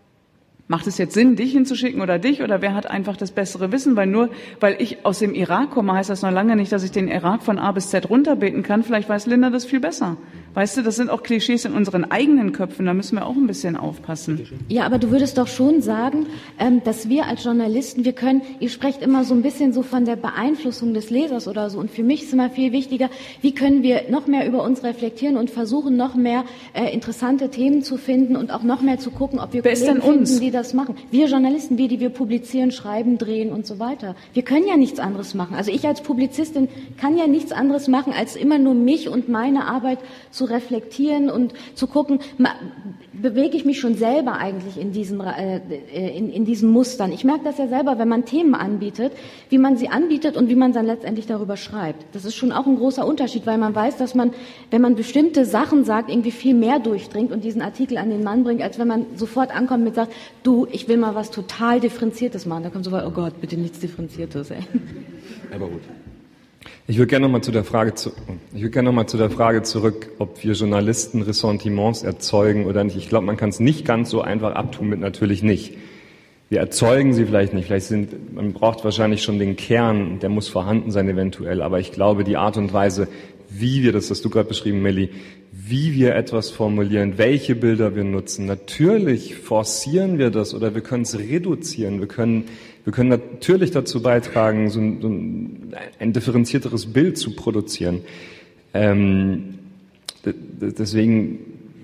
macht es jetzt Sinn, dich hinzuschicken oder dich, oder wer hat einfach das bessere Wissen? Weil nur, weil ich aus dem Irak komme, heißt das noch lange nicht, dass ich den Irak von A bis Z runterbeten kann. Vielleicht weiß Linda das viel besser. Weißt du, das sind auch Klischees in unseren eigenen Köpfen, da müssen wir auch ein bisschen aufpassen. Ja, aber du würdest doch schon sagen, ähm, dass wir als Journalisten, wir können, ihr sprecht immer so ein bisschen so von der Beeinflussung des Lesers oder so, und für mich ist immer viel wichtiger, wie können wir noch mehr über uns reflektieren und versuchen, noch mehr äh, interessante Themen zu finden und auch noch mehr zu gucken, ob wir Wer Kollegen ist denn uns? finden, die das machen. Wir Journalisten, wir, die wir publizieren, schreiben, drehen und so weiter. Wir können ja nichts anderes machen. Also ich als Publizistin kann ja nichts anderes machen, als immer nur mich und meine Arbeit zu reflektieren und zu gucken, bewege ich mich schon selber eigentlich in diesen, äh, in, in diesen Mustern. Ich merke das ja selber, wenn man Themen anbietet, wie man sie anbietet und wie man dann letztendlich darüber schreibt. Das ist schon auch ein großer Unterschied, weil man weiß, dass man, wenn man bestimmte Sachen sagt, irgendwie viel mehr durchdringt und diesen Artikel an den Mann bringt, als wenn man sofort ankommt mit sagt, du, ich will mal was total Differenziertes machen. Da kommt so weit, oh Gott, bitte nichts Differenziertes, ey. Aber gut. Ich würde gerne nochmal zu der Frage zu, ich würde gerne noch mal zu der Frage zurück, ob wir Journalisten Ressentiments erzeugen oder nicht. Ich glaube, man kann es nicht ganz so einfach abtun mit natürlich nicht. Wir erzeugen sie vielleicht nicht. Vielleicht sind, man braucht wahrscheinlich schon den Kern, der muss vorhanden sein eventuell. Aber ich glaube, die Art und Weise, wie wir, das hast du gerade beschrieben, Melli, wie wir etwas formulieren, welche Bilder wir nutzen. Natürlich forcieren wir das oder wir können es reduzieren. Wir können, wir können natürlich dazu beitragen, so ein, so ein, ein differenzierteres Bild zu produzieren. Ähm, d- d- deswegen,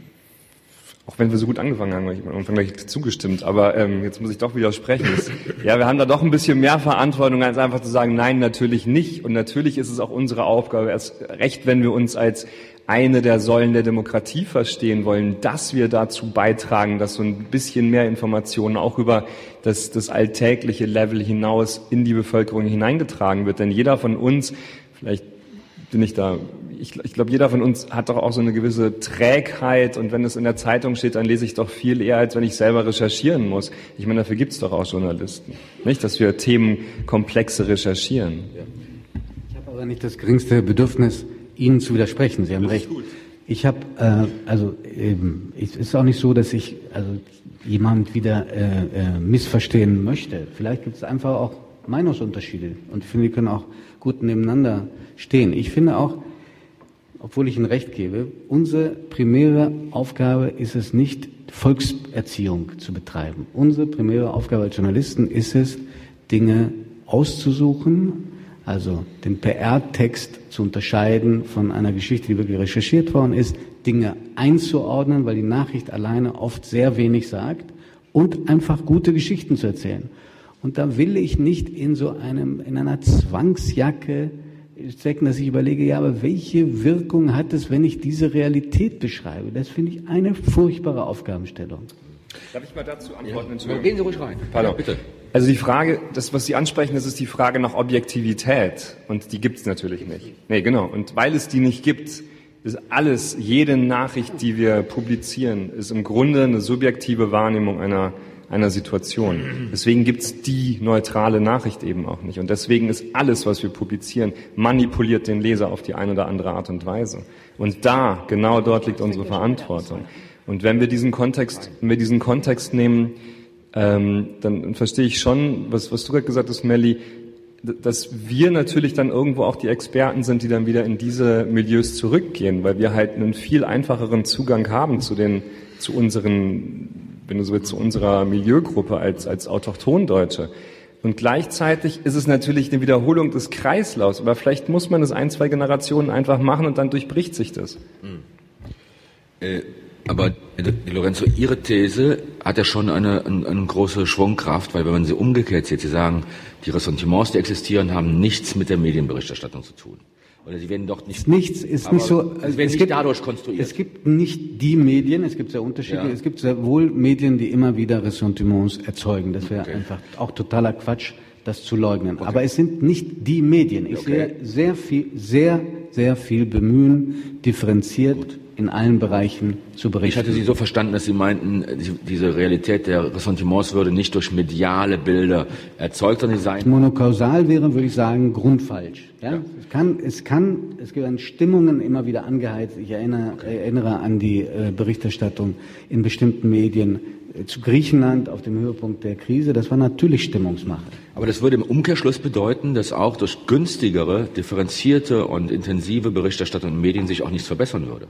auch wenn wir so gut angefangen haben, habe ich am Anfang gleich zugestimmt, aber ähm, jetzt muss ich doch widersprechen. Das, ja, wir haben da doch ein bisschen mehr Verantwortung, als einfach zu sagen, nein, natürlich nicht. Und natürlich ist es auch unsere Aufgabe, erst recht, wenn wir uns als eine der Säulen der Demokratie verstehen wollen, dass wir dazu beitragen, dass so ein bisschen mehr Informationen auch über das, das alltägliche Level hinaus in die Bevölkerung hineingetragen wird. Denn jeder von uns, vielleicht bin ich da, ich, ich glaube, jeder von uns hat doch auch so eine gewisse Trägheit, und wenn es in der Zeitung steht, dann lese ich doch viel eher, als wenn ich selber recherchieren muss. Ich meine, dafür gibt es doch auch Journalisten, nicht, dass wir Themenkomplexe recherchieren. Ich habe aber nicht das geringste Bedürfnis, Ihnen zu widersprechen. Sie haben das recht. Ich habe, äh, also ähm, es ist auch nicht so, dass ich also jemand wieder äh, äh, missverstehen möchte. Vielleicht gibt es einfach auch Meinungsunterschiede, und ich finde, die können auch gut nebeneinander stehen. Ich finde auch, obwohl ich Ihnen recht gebe, unsere primäre Aufgabe ist es nicht, Volkserziehung zu betreiben. Unsere primäre Aufgabe als Journalisten ist es, Dinge auszusuchen, also den P R-Text zu unterscheiden von einer Geschichte, die wirklich recherchiert worden ist, Dinge einzuordnen, weil die Nachricht alleine oft sehr wenig sagt, und einfach gute Geschichten zu erzählen. Und da will ich nicht in so einem, in einer Zwangsjacke stecken, dass ich überlege, ja, aber welche Wirkung hat es, wenn ich diese Realität beschreibe? Das finde ich eine furchtbare Aufgabenstellung. Darf ich mal dazu antworten? Ja, gehen Sie ruhig rein. Pardon. Ja, bitte. Also die Frage, das, was Sie ansprechen, das ist die Frage nach Objektivität. Und die gibt es natürlich nicht. Nee, genau. Und weil es die nicht gibt, ist alles, jede Nachricht, die wir publizieren, ist im Grunde eine subjektive Wahrnehmung einer, einer Situation. Deswegen gibt's die neutrale Nachricht eben auch nicht. Und deswegen ist alles, was wir publizieren, manipuliert den Leser auf die eine oder andere Art und Weise. Und da, genau dort liegt unsere Verantwortung. Und wenn wir diesen Kontext, wenn wir diesen Kontext nehmen, ähm, dann, dann verstehe ich schon, was, was du gerade gesagt hast, Melli, dass wir natürlich dann irgendwo auch die Experten sind, die dann wieder in diese Milieus zurückgehen, weil wir halt einen viel einfacheren Zugang haben zu den, zu unseren, wenn du so willst, zu unserer Milieugruppe als, als Autochtondeutsche. Und gleichzeitig ist es natürlich eine Wiederholung des Kreislaufs, aber vielleicht muss man das ein, zwei Generationen einfach machen und dann durchbricht sich das. Hm. Äh, aber die Lorenzo, Ihre These hat ja schon eine, eine, eine große Schwungkraft, weil wenn man sie umgekehrt sieht, Sie sagen, die Ressentiments, die existieren, haben nichts mit der Medienberichterstattung zu tun. Oder sie werden doch nicht. Nichts ist nicht so. Also es werden nicht gibt, dadurch konstruiert. Es gibt nicht die Medien. Es gibt sehr unterschiedliche. Ja. Es gibt sehr wohl Medien, die immer wieder Ressentiments erzeugen. Das wäre okay. einfach auch totaler Quatsch, das zu leugnen. Okay. Aber es sind nicht die Medien. Ich okay. sehe sehr viel, sehr, sehr viel Bemühen, differenziert Gut. in allen Bereichen zu berichten. Ich hatte Sie so verstanden, dass Sie meinten, diese Realität der Ressentiments würde nicht durch mediale Bilder erzeugt, sondern sie seien monokausal wäre, würde ich sagen, grundfalsch. Ja? Ja. Es kann, es kann, es werden Stimmungen immer wieder angeheizt. Ich erinnere, okay. erinnere an die äh, Berichterstattung in bestimmten Medien äh, zu Griechenland auf dem Höhepunkt der Krise. Das war natürlich Stimmungsmache. Aber das würde im Umkehrschluss bedeuten, dass auch durch günstigere, differenzierte und intensive Berichterstattung in Medien sich auch nichts verbessern würde.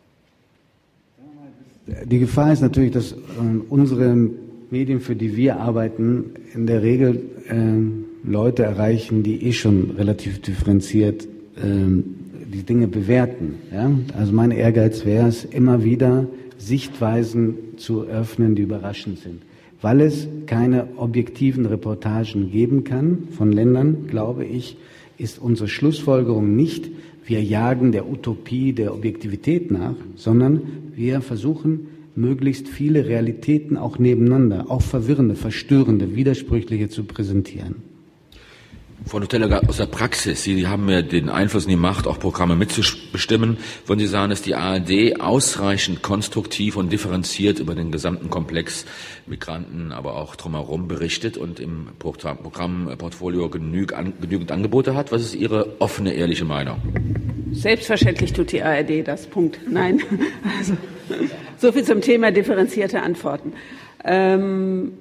Die Gefahr ist natürlich, dass äh, unsere Medien, für die wir arbeiten, in der Regel äh, Leute erreichen, die eh schon relativ differenziert äh, die Dinge bewerten. Ja? Also mein Ehrgeiz wäre es, immer wieder Sichtweisen zu öffnen, die überraschend sind. Weil es keine objektiven Reportagen geben kann von Ländern, glaube ich, ist unsere Schlussfolgerung nicht, wir jagen der Utopie der Objektivität nach, sondern wir versuchen, möglichst viele Realitäten auch nebeneinander, auch verwirrende, verstörende, widersprüchliche zu präsentieren. Frau Nutella, aus der Praxis, Sie haben ja den Einfluss und die Macht, auch Programme mitzubestimmen. Würden Sie sagen, dass die A R D ausreichend konstruktiv und differenziert über den gesamten Komplex Migranten, aber auch drumherum berichtet und im Programmportfolio genügend, genügend Angebote hat? Was ist Ihre offene, ehrliche Meinung? Selbstverständlich tut die A R D das. Punkt. Nein. Also, so viel zum Thema differenzierte Antworten. Ähm,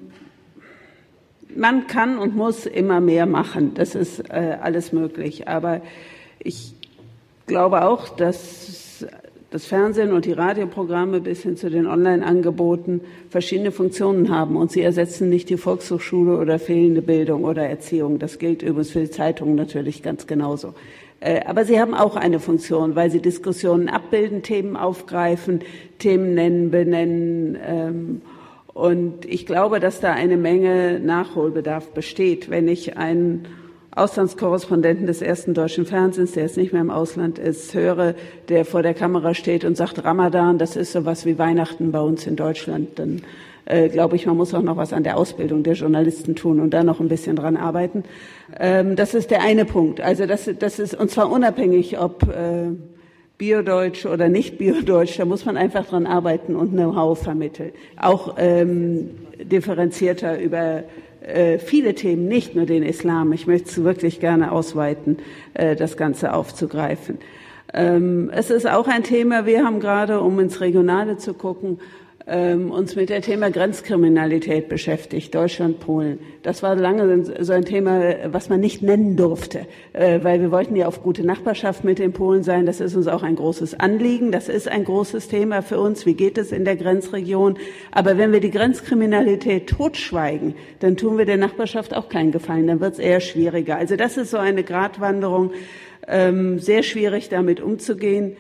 Man kann und muss immer mehr machen. Das ist äh, alles möglich. Aber ich glaube auch, dass das Fernsehen und die Radioprogramme bis hin zu den Online-Angeboten verschiedene Funktionen haben. Und sie ersetzen nicht die Volkshochschule oder fehlende Bildung oder Erziehung. Das gilt übrigens für die Zeitungen natürlich ganz genauso. Äh, aber sie haben auch eine Funktion, weil sie Diskussionen abbilden, Themen aufgreifen, Themen nennen, benennen, ähm, und ich glaube, dass da eine Menge Nachholbedarf besteht. Wenn ich einen Auslandskorrespondenten des ersten deutschen Fernsehens, der jetzt nicht mehr im Ausland ist, höre, der vor der Kamera steht und sagt, Ramadan, das ist sowas wie Weihnachten bei uns in Deutschland, dann äh, glaube ich, man muss auch noch was an der Ausbildung der Journalisten tun und da noch ein bisschen dran arbeiten. Ähm, das ist der eine Punkt. Also das, das ist, und zwar unabhängig, ob äh, Biodeutsch oder nicht Biodeutsch, da muss man einfach dran arbeiten und Know-how vermitteln. Auch ähm, differenzierter über äh, viele Themen, nicht nur den Islam. Ich möchte es wirklich gerne ausweiten, äh, das Ganze aufzugreifen. Ähm, es ist auch ein Thema, wir haben gerade, um ins Regionale zu gucken, ähm, uns mit dem Thema Grenzkriminalität beschäftigt, Deutschland, Polen. Das war lange so ein Thema, was man nicht nennen durfte, äh, weil wir wollten ja auf gute Nachbarschaft mit den Polen sein. Das ist uns auch ein großes Anliegen. Das ist ein großes Thema für uns. Wie geht es in der Grenzregion? Aber wenn wir die Grenzkriminalität totschweigen, dann tun wir der Nachbarschaft auch keinen Gefallen. Dann wird es eher schwieriger. Also das ist so eine Gratwanderung, ähm, sehr schwierig damit umzugehen.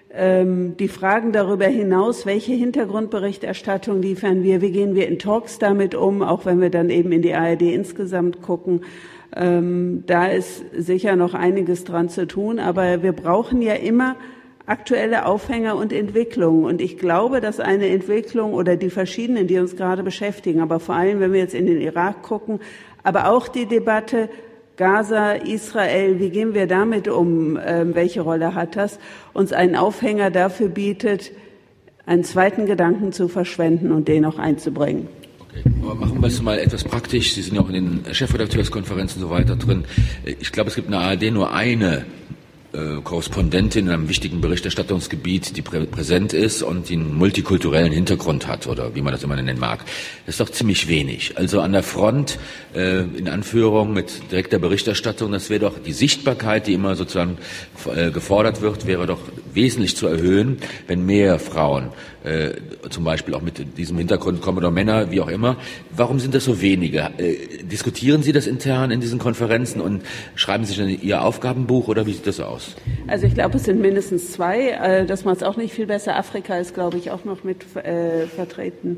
Die Fragen darüber hinaus, welche Hintergrundberichterstattung liefern wir, wie gehen wir in Talks damit um, auch wenn wir dann eben in die A R D insgesamt gucken. Ähm, da ist sicher noch einiges dran zu tun, aber wir brauchen ja immer aktuelle Aufhänger und Entwicklungen. Und ich glaube, dass eine Entwicklung oder die verschiedenen, die uns gerade beschäftigen, aber vor allem, wenn wir jetzt in den Irak gucken, aber auch die Debatte Gaza, Israel, wie gehen wir damit um, äh, welche Rolle hat das, uns einen Aufhänger dafür bietet, einen zweiten Gedanken zu verschwenden und den auch einzubringen. Okay. Aber machen wir es mal etwas praktisch. Sie sind ja auch in den Chefredakteurskonferenzen und so weiter drin. Ich glaube, es gibt in der A R D nur eine äh, Korrespondentin in einem wichtigen Berichterstattungsgebiet, die prä- präsent ist und den multikulturellen Hintergrund hat, oder wie man das immer nennen mag. Das ist doch ziemlich wenig. Also an der Front, äh, in Anführung mit direkter Berichterstattung, das wäre doch die Sichtbarkeit, die immer sozusagen äh, gefordert wird, wäre doch wesentlich zu erhöhen, wenn mehr Frauen äh, zum Beispiel auch mit diesem Hintergrund kommen oder Männer, wie auch immer. Warum sind das so wenige? Äh, diskutieren Sie das intern in diesen Konferenzen und schreiben Sie dann Ihr Aufgabenbuch oder wie sieht das aus? Also ich glaube, es sind mindestens zwei. Äh, das macht es auch nicht viel besser. Afrika ist, glaube ich, auch noch mit äh, vertreten.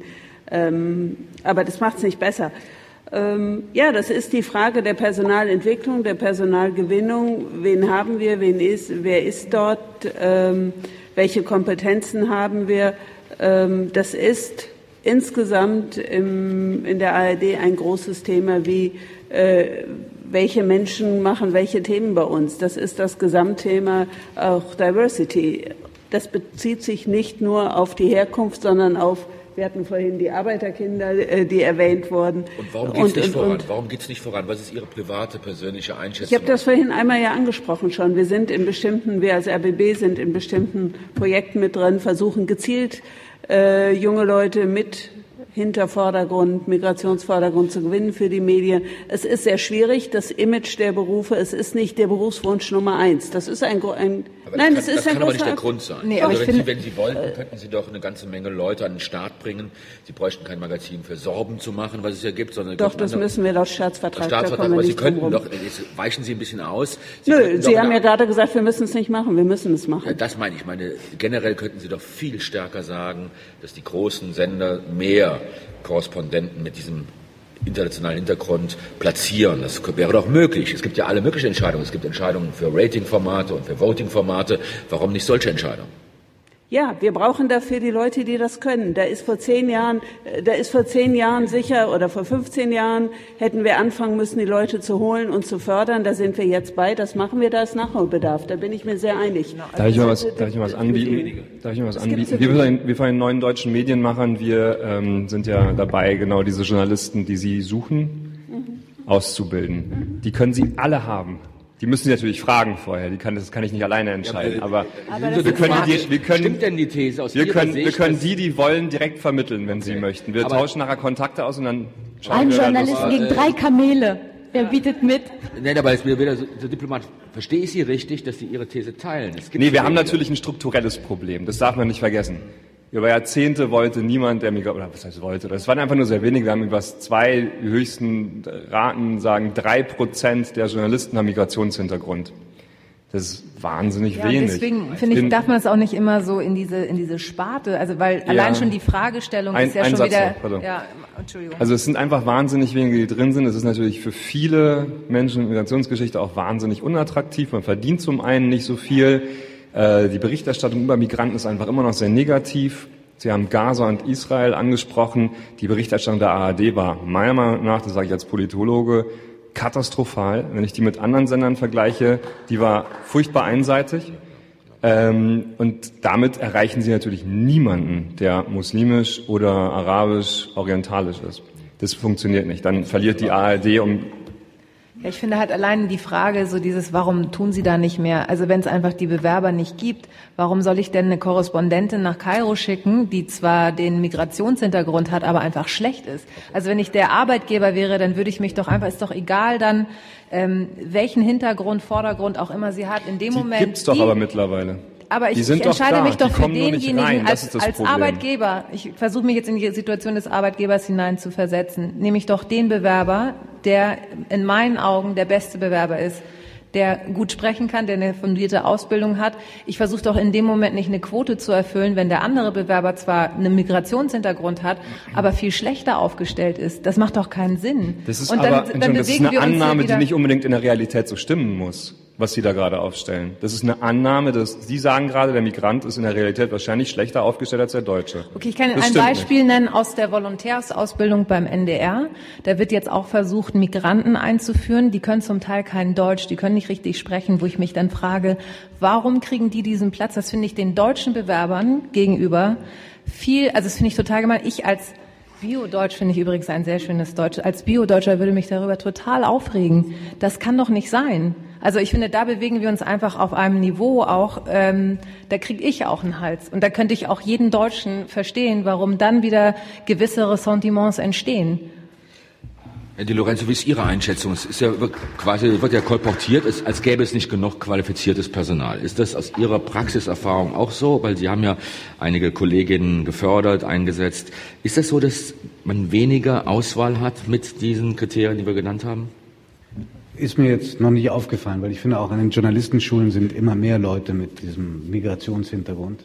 Ähm, aber das macht es nicht besser. Ähm, ja, das ist die Frage der Personalentwicklung, der Personalgewinnung. Wen haben wir? Wen ist? Wer ist dort? Ähm, welche Kompetenzen haben wir? Ähm, das ist insgesamt im, in der A R D ein großes Thema, wie äh, welche Menschen machen welche Themen bei uns. Das ist das Gesamtthema auch Diversity. Das bezieht sich nicht nur auf die Herkunft, sondern auf, wir hatten vorhin die Arbeiterkinder, die erwähnt wurden. Und warum geht es nicht und, voran? Und, warum geht es nicht voran? Was ist Ihre private, persönliche Einschätzung? Ich habe das vorhin einmal ja angesprochen schon. Wir sind in bestimmten, wir als R B B sind in bestimmten Projekten mit drin, versuchen gezielt äh, junge Leute mit Hintervordergrund, Migrationsvordergrund zu gewinnen für die Medien. Es ist sehr schwierig, das Image der Berufe, es ist nicht der Berufswunsch Nummer eins. Das ist ein, ein aber nein, das kann, es ist das ein kann aber großer, nicht der Grund sein. Nee, also aber wenn, ich Sie, wenn Sie wollten, äh, könnten Sie doch eine ganze Menge Leute an den Start bringen. Sie bräuchten kein Magazin für Sorben zu machen, was es ja gibt, sondern doch, das müssen wir laut Staatsvertrag. Staatsvertrag, aber Sie könnten doch, jetzt weichen Sie ein bisschen aus. Sie Nö, Sie haben ja gerade gesagt, wir müssen es nicht machen, wir müssen es machen. Ja, das meine ich. Ich meine, generell könnten Sie doch viel stärker sagen, dass die großen Sender mehr Korrespondenten mit diesem internationalen Hintergrund platzieren. Das wäre doch möglich. Es gibt ja alle möglichen Entscheidungen. Es gibt Entscheidungen für Ratingformate und für Votingformate. Warum nicht solche Entscheidungen? Ja, wir brauchen dafür die Leute, die das können. Da ist vor zehn Jahren, da ist vor zehn Jahren sicher oder vor fünfzehn Jahren hätten wir anfangen müssen, die Leute zu holen und zu fördern. Da sind wir jetzt bei. Das machen wir, da ist Nachholbedarf. Da bin ich mir sehr einig. Darf ich mal was, darf ich mal was anbieten? Darf ich mal was anbieten? Wir von, wir von den neuen deutschen Medienmachern, wir ähm, sind ja dabei, genau diese Journalisten, die Sie suchen, mhm. auszubilden. Mhm. Die können Sie alle haben. Die müssen Sie natürlich fragen vorher. Die kann, das kann ich nicht alleine entscheiden. Ja, aber, aber wir können die, wir können, stimmt denn die These aus wir Ihrer können, Sicht, wir können die, die wollen, direkt vermitteln, wenn okay. Sie möchten. Wir aber tauschen nachher Kontakte aus und dann schauen ein wir. Ein Journalist gegen äh, drei Kamele. Wer bietet mit? Nein, aber es wird wieder so, so diplomatisch. Verstehe ich Sie richtig, dass Sie Ihre These teilen? Es gibt nee, wir haben natürlich ein strukturelles Problem. Das darf man nicht vergessen. Über Jahrzehnte wollte niemand, der Migration, oder was heißt wollte, das waren einfach nur sehr wenige, wir haben was zwei, die höchsten Raten sagen, drei Prozent der Journalisten haben Migrationshintergrund. Das ist wahnsinnig ja, wenig. Deswegen finde ich, darf man es auch nicht immer so in diese, in diese Sparte, also weil ja, allein schon die Fragestellung ein, ist ja schon Satz wieder, noch, ja, Entschuldigung. Also es sind einfach wahnsinnig wenige, die drin sind. Es ist natürlich für viele Menschen in Migrationsgeschichte auch wahnsinnig unattraktiv. Man verdient zum einen nicht so viel. Die Berichterstattung über Migranten ist einfach immer noch sehr negativ. Sie haben Gaza und Israel angesprochen. Die Berichterstattung der A R D war meiner Meinung nach, das sage ich als Politologe, katastrophal. Wenn ich die mit anderen Sendern vergleiche, die war furchtbar einseitig. Und damit erreichen sie natürlich niemanden, der muslimisch oder arabisch, orientalisch ist. Das funktioniert nicht. Dann verliert die A R D um... Ja, ich finde halt allein die Frage, so dieses, warum tun Sie da nicht mehr? Also wenn es einfach die Bewerber nicht gibt, warum soll ich denn eine Korrespondentin nach Kairo schicken, die zwar den Migrationshintergrund hat, aber einfach schlecht ist? Also wenn ich der Arbeitgeber wäre, dann würde ich mich doch einfach, ist doch egal dann, ähm, welchen Hintergrund, Vordergrund auch immer sie hat. In dem die Moment. Gibt's doch die, aber mittlerweile. Aber ich, ich entscheide mich doch für denjenigen als, als Arbeitgeber. Ich versuche mich jetzt in die Situation des Arbeitgebers hinein zu versetzen. Nehme ich doch den Bewerber, der in meinen Augen der beste Bewerber ist, der gut sprechen kann, der eine fundierte Ausbildung hat. Ich versuche doch in dem Moment nicht eine Quote zu erfüllen, wenn der andere Bewerber zwar einen Migrationshintergrund hat, aber viel schlechter aufgestellt ist. Das macht doch keinen Sinn. Das ist, und dann, aber, dann das ist eine Annahme, die nicht unbedingt in der Realität so stimmen muss, was Sie da gerade aufstellen. Das ist eine Annahme, dass Sie sagen gerade, der Migrant ist in der Realität wahrscheinlich schlechter aufgestellt als der Deutsche. Okay, ich kann Ihnen das ein Beispiel nicht. nennen aus der Volontärsausbildung beim N D R. Da wird jetzt auch versucht, Migranten einzuführen. Die können zum Teil kein Deutsch, die können nicht richtig sprechen, wo ich mich dann frage, warum kriegen die diesen Platz? Das finde ich den deutschen Bewerbern gegenüber viel, also das finde ich total gemein. Ich als Bio-Deutsch finde ich übrigens ein sehr schönes Deutsch. Als Bio-Deutscher würde mich darüber total aufregen. Das kann doch nicht sein. Also ich finde, da bewegen wir uns einfach auf einem Niveau auch, ähm, da kriege ich auch einen Hals. Und da könnte ich auch jeden Deutschen verstehen, warum dann wieder gewisse Ressentiments entstehen. Herr Di Lorenzo, wie ist Ihre Einschätzung? Es ist ja wird quasi, wird ja kolportiert, als gäbe es nicht genug qualifiziertes Personal. Ist das aus Ihrer Praxiserfahrung auch so? Weil Sie haben ja einige Kolleginnen gefördert, eingesetzt. Ist das so, dass man weniger Auswahl hat mit diesen Kriterien, die wir genannt haben? Ist mir jetzt noch nicht aufgefallen, weil ich finde, auch an den Journalistenschulen sind immer mehr Leute mit diesem Migrationshintergrund.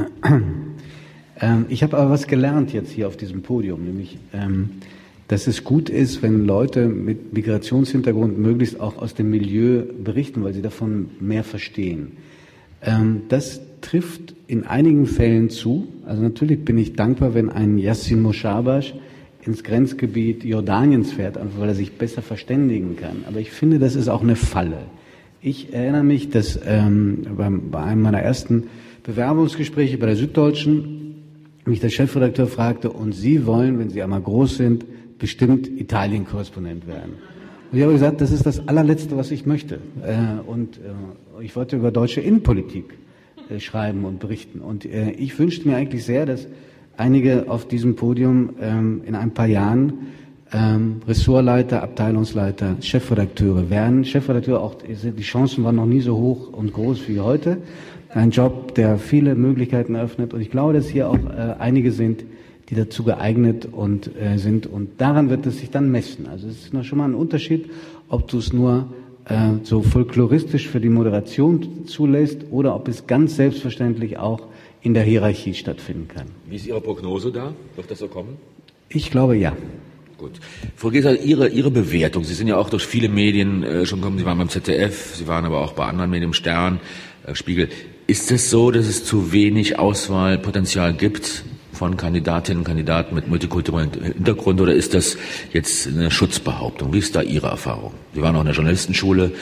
Ähm, ich habe aber was gelernt jetzt hier auf diesem Podium, nämlich, ähm, dass es gut ist, wenn Leute mit Migrationshintergrund möglichst auch aus dem Milieu berichten, weil sie davon mehr verstehen. Ähm, das trifft in einigen Fällen zu. Also natürlich bin ich dankbar, wenn ein Yassin Moshabash ins Grenzgebiet Jordaniens fährt, einfach weil er sich besser verständigen kann. Aber ich finde, das ist auch eine Falle. Ich erinnere mich, dass ähm, beim, bei einem meiner ersten Bewerbungsgespräche bei der Süddeutschen mich der Chefredakteur fragte, und Sie wollen, wenn Sie einmal groß sind, bestimmt Italien-Korrespondent werden. Und ich habe gesagt, das ist das allerletzte, was ich möchte. Äh, und äh, ich wollte über deutsche Innenpolitik äh, schreiben und berichten. Und äh, ich wünschte mir eigentlich sehr, dass einige auf diesem Podium ähm, in ein paar Jahren ähm, Ressortleiter, Abteilungsleiter, Chefredakteure werden. Chefredakteur, auch die Chancen waren noch nie so hoch und groß wie heute. Ein Job, der viele Möglichkeiten eröffnet. Und ich glaube, dass hier auch äh, einige sind, die dazu geeignet und äh, sind. Und daran wird es sich dann messen. Also es ist noch schon mal ein Unterschied, ob du es nur äh, so folkloristisch für die Moderation zulässt oder ob es ganz selbstverständlich auch in der Hierarchie stattfinden kann. Wie ist Ihre Prognose da? Wird das so kommen? Ich glaube, ja. Gut. Frau Geser, Ihre, Ihre Bewertung. Sie sind ja auch durch viele Medien äh, schon gekommen. Sie waren beim Z D F, Sie waren aber auch bei anderen Medien, Stern, äh, Spiegel. Ist es so, dass es zu wenig Auswahlpotenzial gibt von Kandidatinnen und Kandidaten mit multikulturellem Hintergrund, oder ist das jetzt eine Schutzbehauptung? Wie ist da Ihre Erfahrung? Sie waren auch in der Journalistenschule.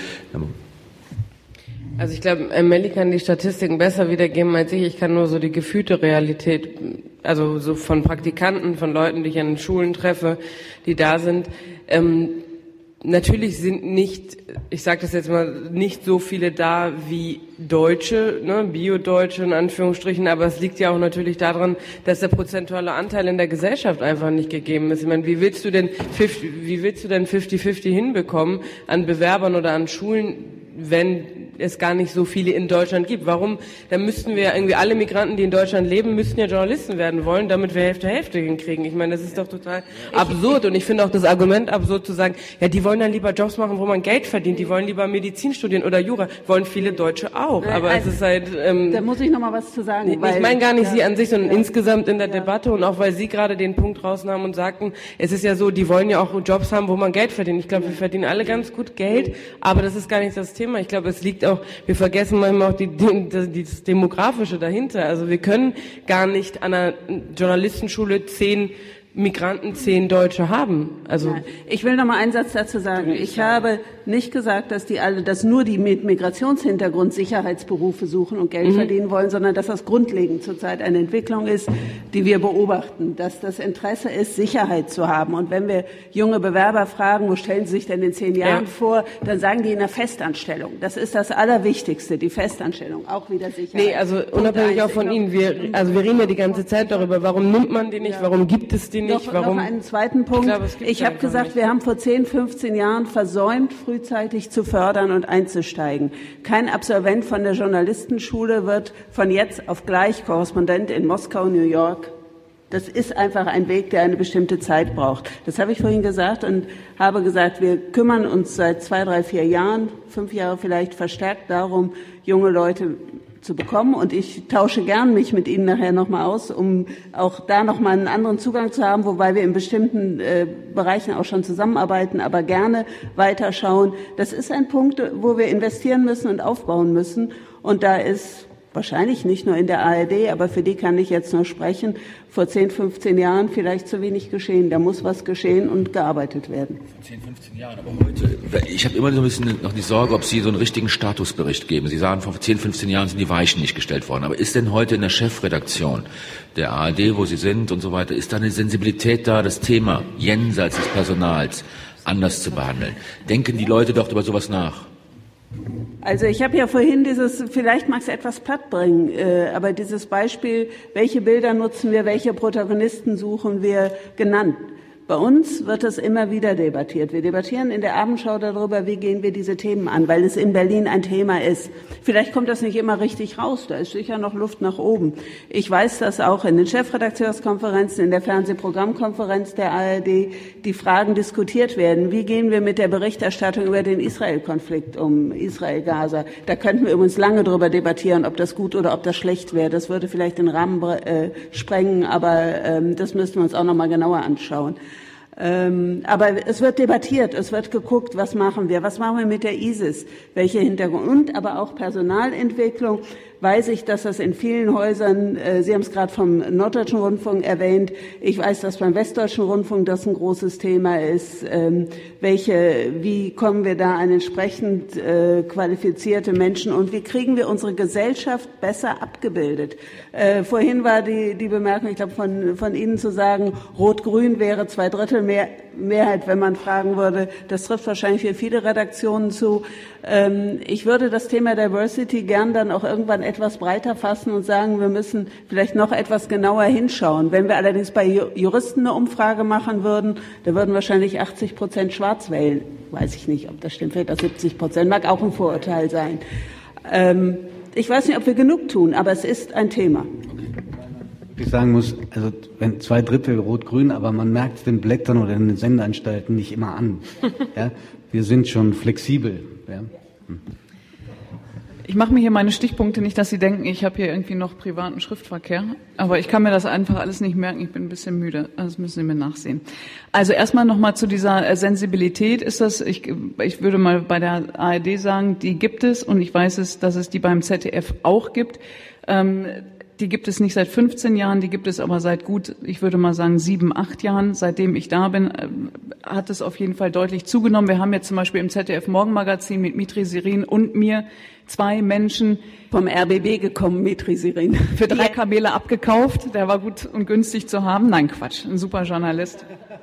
Also ich glaube, Melli kann die Statistiken besser wiedergeben als ich. Ich kann nur so die gefühlte Realität, also so von Praktikanten, von Leuten, die ich an den Schulen treffe, die da sind. Ähm, natürlich sind nicht, ich sage das jetzt mal, nicht so viele da wie Deutsche, ne, Bio-Deutsche in Anführungsstrichen, aber es liegt ja auch natürlich daran, dass der prozentuale Anteil in der Gesellschaft einfach nicht gegeben ist. Ich meine, wie willst du denn fünfzig, wie willst du denn fünfzig fünfzig hinbekommen an Bewerbern oder an Schulen, wenn es gar nicht so viele in Deutschland gibt? Warum? Dann müssten wir ja irgendwie alle Migranten, die in Deutschland leben, müssten ja Journalisten werden wollen, damit wir Hälfte Hälfte hinkriegen. Ich meine, das ist doch total absurd. Und ich finde auch das Argument absurd zu sagen, ja, die wollen dann lieber Jobs machen, wo man Geld verdient. Die wollen lieber Medizin studieren oder Jura. Wollen viele Deutsche auch. Aber also, es ist halt... Ähm, da muss ich noch mal was zu sagen. Ich weil, meine gar nicht ja, Sie an sich, sondern ja, insgesamt in der ja. Debatte, und auch weil Sie gerade den Punkt rausnahmen und sagten, es ist ja so, die wollen ja auch Jobs haben, wo man Geld verdient. Ich glaube, wir verdienen alle ganz gut Geld, aber das ist gar nicht das Thema. Ich glaube, es liegt auch, wir vergessen manchmal auch die, die, die, das Demografische dahinter. Also wir können gar nicht an einer Journalistenschule zehn Migranten, zehn Deutsche haben. Also Nein. Ich will noch mal einen Satz dazu sagen. Ich habe nicht gesagt, dass die alle, dass nur die mit Migrationshintergrund Sicherheitsberufe suchen und Geld mhm. verdienen wollen, sondern dass das grundlegend zurzeit eine Entwicklung ist, die wir beobachten, dass das Interesse ist, Sicherheit zu haben. Und wenn wir junge Bewerber fragen, wo stellen Sie sich denn in zehn Jahren ja. vor, dann sagen die in einer Festanstellung. Das ist das Allerwichtigste, die Festanstellung, auch wieder Sicherheit. Nee, also unabhängig auch von Ihnen, wir, also wir reden ja die ganze Zeit darüber, warum nimmt man die nicht, ja. warum gibt es die nicht, noch, warum... Noch einen zweiten Punkt. Ich, glaube, ich habe gesagt, nicht. wir haben vor zehn, fünfzehn Jahren versäumt, frühzeitig zu fördern und einzusteigen. Kein Absolvent von der Journalistenschule wird von jetzt auf gleich Korrespondent in Moskau, New York. Das ist einfach ein Weg, der eine bestimmte Zeit braucht. Das habe ich vorhin gesagt und habe gesagt, wir kümmern uns seit zwei, drei, vier Jahren, fünf Jahre vielleicht verstärkt darum, junge Leute zu bekommen, und ich tausche gern mich mit Ihnen nachher nochmal aus, um auch da nochmal einen anderen Zugang zu haben, wobei wir in bestimmten äh, Bereichen auch schon zusammenarbeiten, aber gerne weiterschauen. Das ist ein Punkt, wo wir investieren müssen und aufbauen müssen, und da ist wahrscheinlich nicht nur in der A R D, aber für die kann ich jetzt nur sprechen, vor zehn, fünfzehn Jahren vielleicht zu wenig geschehen. Da muss was geschehen und gearbeitet werden. Vor zehn, fünfzehn Jahren, aber heute, ich habe immer so ein bisschen noch die Sorge, ob Sie so einen richtigen Statusbericht geben. Sie sagen, vor zehn, fünfzehn Jahren sind die Weichen nicht gestellt worden. Aber ist denn heute in der Chefredaktion der A R D, wo Sie sind und so weiter, ist da eine Sensibilität da, das Thema jenseits des Personals anders zu behandeln? Denken die Leute doch über sowas nach? Also ich habe ja vorhin dieses, vielleicht mag es etwas platt bringen, äh, aber dieses Beispiel, welche Bilder nutzen wir, welche Protagonisten suchen wir, genannt. Bei uns wird das immer wieder debattiert. Wir debattieren in der Abendschau darüber, wie gehen wir diese Themen an, weil es in Berlin ein Thema ist. Vielleicht kommt das nicht immer richtig raus, da ist sicher noch Luft nach oben. Ich weiß, dass auch in den Chefredakteurskonferenzen, in der Fernsehprogrammkonferenz der A R D die Fragen diskutiert werden. Wie gehen wir mit der Berichterstattung über den Israel-Konflikt um, Israel-Gaza? Da könnten wir übrigens lange darüber debattieren, ob das gut oder ob das schlecht wäre. Das würde vielleicht den Rahmen äh, sprengen, aber ähm, das müssten wir uns auch noch mal genauer anschauen. Ähm, aber es wird debattiert, es wird geguckt, was machen wir, was machen wir mit der ISIS, welche Hintergrund und aber auch Personalentwicklung. Weiß ich, dass das in vielen Häusern, äh, Sie haben es gerade vom Norddeutschen Rundfunk erwähnt, ich weiß, dass beim Westdeutschen Rundfunk das ein großes Thema ist. Ähm, welche, wie kommen wir da an entsprechend äh, qualifizierte Menschen und wie kriegen wir unsere Gesellschaft besser abgebildet? Äh, vorhin war die, die Bemerkung, ich glaube, von, von Ihnen zu sagen, Rot-Grün wäre zwei Drittel mehr, Mehrheit, wenn man fragen würde. Das trifft wahrscheinlich für viele Redaktionen zu. Ähm, ich würde das Thema Diversity gern dann auch irgendwann etwas breiter fassen und sagen, wir müssen vielleicht noch etwas genauer hinschauen. Wenn wir allerdings bei Juristen eine Umfrage machen würden, da würden wahrscheinlich achtzig Prozent schwarz wählen. Weiß ich nicht, ob das stimmt, vielleicht auch siebzig Prozent, mag auch ein Vorurteil sein. Ähm, ich weiß nicht, ob wir genug tun, aber es ist ein Thema. Ich sagen muss, also wenn zwei Drittel Rot-Grün, aber man merkt es den Blättern oder den Sendeanstalten nicht immer an. Ja, wir sind schon flexibel. Ja. Hm. Ich mache mir hier meine Stichpunkte, nicht, dass Sie denken, ich habe hier irgendwie noch privaten Schriftverkehr. Aber ich kann mir das einfach alles nicht merken. Ich bin ein bisschen müde. Das müssen Sie mir nachsehen. Also erstmal nochmal zu dieser Sensibilität. Ist das, ich, ich würde mal bei der A R D sagen, die gibt es. Und ich weiß es, dass es die beim Z D F auch gibt. Ähm, Die gibt es nicht seit fünfzehn Jahren, die gibt es aber seit gut, ich würde mal sagen, sieben, acht Jahren. Seitdem ich da bin, hat es auf jeden Fall deutlich zugenommen. Wir haben jetzt zum Beispiel im Z D F Morgenmagazin mit Mitri Sirin und mir zwei Menschen vom R B B gekommen, Mitri Sirin, für drei Kamele abgekauft. Der war gut und günstig zu haben. Nein, Quatsch, ein super Journalist.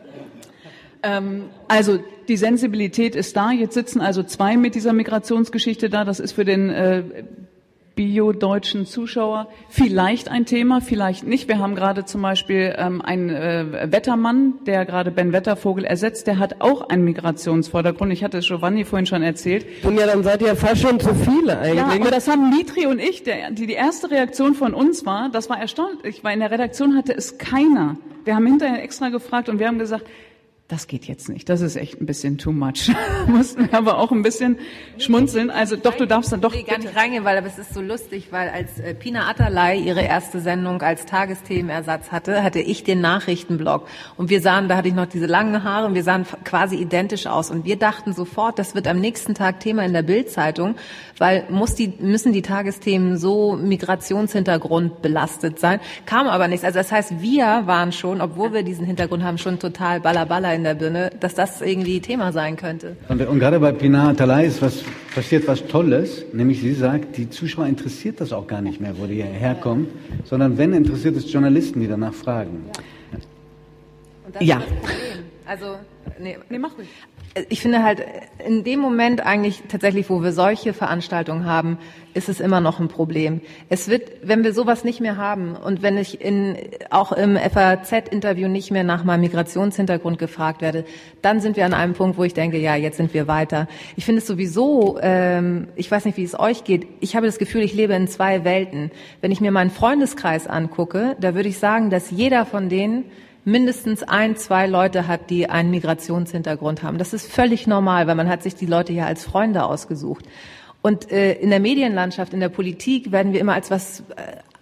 Ähm, also die Sensibilität ist da. Jetzt sitzen also zwei mit dieser Migrationsgeschichte da. Das ist für den äh, bio-deutschen Zuschauer vielleicht ein Thema, vielleicht nicht. Wir haben gerade zum Beispiel ähm, einen äh, Wettermann, der gerade Ben Wettervogel ersetzt, der hat auch einen Migrationsvordergrund. Ich hatte Giovanni vorhin schon erzählt. Und ja, dann seid ihr fast schon zu viele eigentlich. Ja, aber das haben Mitri und ich, der, die, die erste Reaktion von uns war, das war erstaunlich, weil in der Redaktion hatte es keiner. Wir haben hinterher extra gefragt und wir haben gesagt, das geht jetzt nicht. Das ist echt ein bisschen too much. Mussten wir aber auch ein bisschen schmunzeln. Also doch, du darfst dann doch. Ich will gar nicht reingehen, weil aber es ist so lustig, weil als äh, Pina Atalay ihre erste Sendung als Tagesthemenersatz hatte, hatte ich den Nachrichtenblog. Und wir sahen, da hatte ich noch diese langen Haare und wir sahen quasi identisch aus. Und wir dachten sofort, das wird am nächsten Tag Thema in der Bild-Zeitung, weil muss die, müssen die Tagesthemen so Migrationshintergrund belastet sein. Kam aber nichts. Also das heißt, wir waren schon, obwohl wir diesen Hintergrund haben, schon total ballerballer in der Birne, dass das irgendwie Thema sein könnte. Und, und gerade bei Pina Atalay ist was, passiert was Tolles, nämlich sie sagt, die Zuschauer interessiert das auch gar nicht mehr, wo die herkommen, sondern wenn, interessiert es Journalisten, die danach fragen. Ja. Und das ja. ist das Problem. Also, nee, nee, mach ruhig. Ich finde halt, in dem Moment eigentlich tatsächlich, wo wir solche Veranstaltungen haben, ist es immer noch ein Problem. Es wird, wenn wir sowas nicht mehr haben und wenn ich in, auch im F A Z-Interview nicht mehr nach meinem Migrationshintergrund gefragt werde, dann sind wir an einem Punkt, wo ich denke, ja, jetzt sind wir weiter. Ich finde es sowieso, ähm, ich weiß nicht, wie es euch geht, ich habe das Gefühl, ich lebe in zwei Welten. Wenn ich mir meinen Freundeskreis angucke, da würde ich sagen, dass jeder von denen mindestens ein, zwei Leute hat, die einen Migrationshintergrund haben. Das ist völlig normal, weil man hat sich die Leute ja als Freunde ausgesucht. Und äh, in der Medienlandschaft, in der Politik werden wir immer als was äh,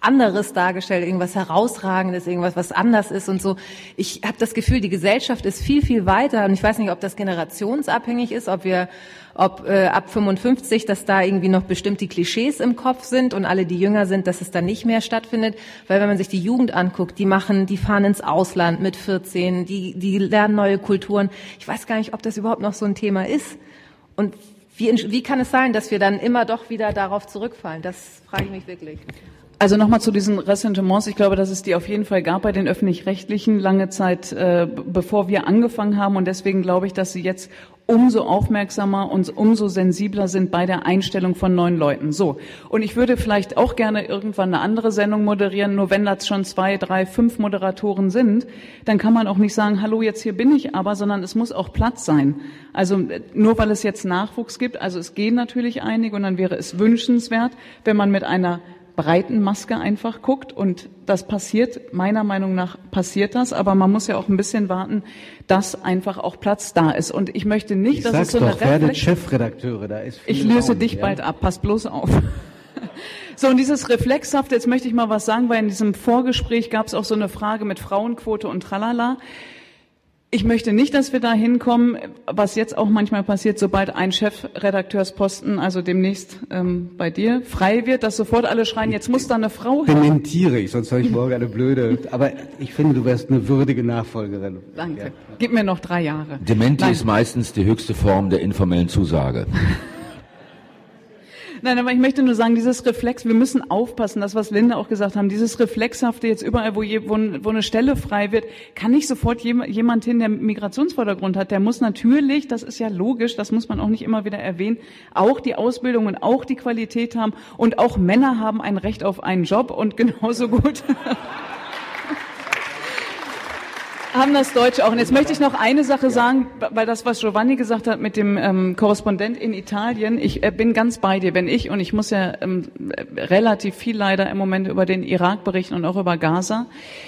anderes dargestellt, irgendwas Herausragendes, irgendwas, was anders ist und so. Ich habe das Gefühl, die Gesellschaft ist viel, viel weiter und ich weiß nicht, ob das generationsabhängig ist, ob wir, ob äh, ab fünfundfünfzig, dass da irgendwie noch bestimmt die Klischees im Kopf sind und alle, die jünger sind, dass es dann nicht mehr stattfindet, weil wenn man sich die Jugend anguckt, die machen, die fahren ins Ausland mit vierzehn, die, die lernen neue Kulturen. Ich weiß gar nicht, ob das überhaupt noch so ein Thema ist und wie, wie kann es sein, dass wir dann immer doch wieder darauf zurückfallen? Das frage ich mich wirklich. Also nochmal zu diesen Ressentiments. Ich glaube, dass es die auf jeden Fall gab bei den Öffentlich-Rechtlichen lange Zeit, äh, bevor wir angefangen haben. Und deswegen glaube ich, dass sie jetzt umso aufmerksamer und umso sensibler sind bei der Einstellung von neuen Leuten. So. Und ich würde vielleicht auch gerne irgendwann eine andere Sendung moderieren. Nur wenn das schon zwei, drei, fünf Moderatoren sind, dann kann man auch nicht sagen, hallo, jetzt hier bin ich aber, sondern es muss auch Platz sein. Also nur weil es jetzt Nachwuchs gibt, also es gehen natürlich einige und dann wäre es wünschenswert, wenn man mit einer breiten Maske einfach guckt und das passiert, meiner Meinung nach passiert das, aber man muss ja auch ein bisschen warten, dass einfach auch Platz da ist und ich möchte nicht, ich dass sag's es so doch, eine werdet Chefredakteure, da ist viel Ich löse Raum, dich ja? bald ab, pass bloß auf. So, und dieses Reflexhaft, jetzt möchte ich mal was sagen, weil in diesem Vorgespräch gab es auch so eine Frage mit Frauenquote und tralala. Ich möchte nicht, dass wir da hinkommen, was jetzt auch manchmal passiert, sobald ein Chefredakteursposten, also demnächst ähm, bei dir, frei wird, dass sofort alle schreien, jetzt muss da eine Frau her. Dementiere ich, sonst habe ich morgen eine blöde. Aber ich finde, du wärst eine würdige Nachfolgerin. Danke. Ja. Gib mir noch drei Jahre. Dementi Nein. ist meistens die höchste Form der informellen Zusage. Nein, aber ich möchte nur sagen, dieses Reflex, wir müssen aufpassen, das, was Linda auch gesagt haben, dieses Reflexhafte jetzt überall, wo, je, wo, wo eine Stelle frei wird, kann nicht sofort jemand hin, der Migrationsvordergrund hat. Der muss natürlich, das ist ja logisch, das muss man auch nicht immer wieder erwähnen, auch die Ausbildung und auch die Qualität haben und auch Männer haben ein Recht auf einen Job und genauso gut haben das Deutsche auch. Und jetzt möchte ich noch eine Sache sagen, weil das, was Giovanni gesagt hat mit dem ähm, Korrespondent in Italien, ich äh, bin ganz bei dir, wenn ich, und ich muss ja ähm, relativ viel leider im Moment über den Irak berichten und auch über Gaza,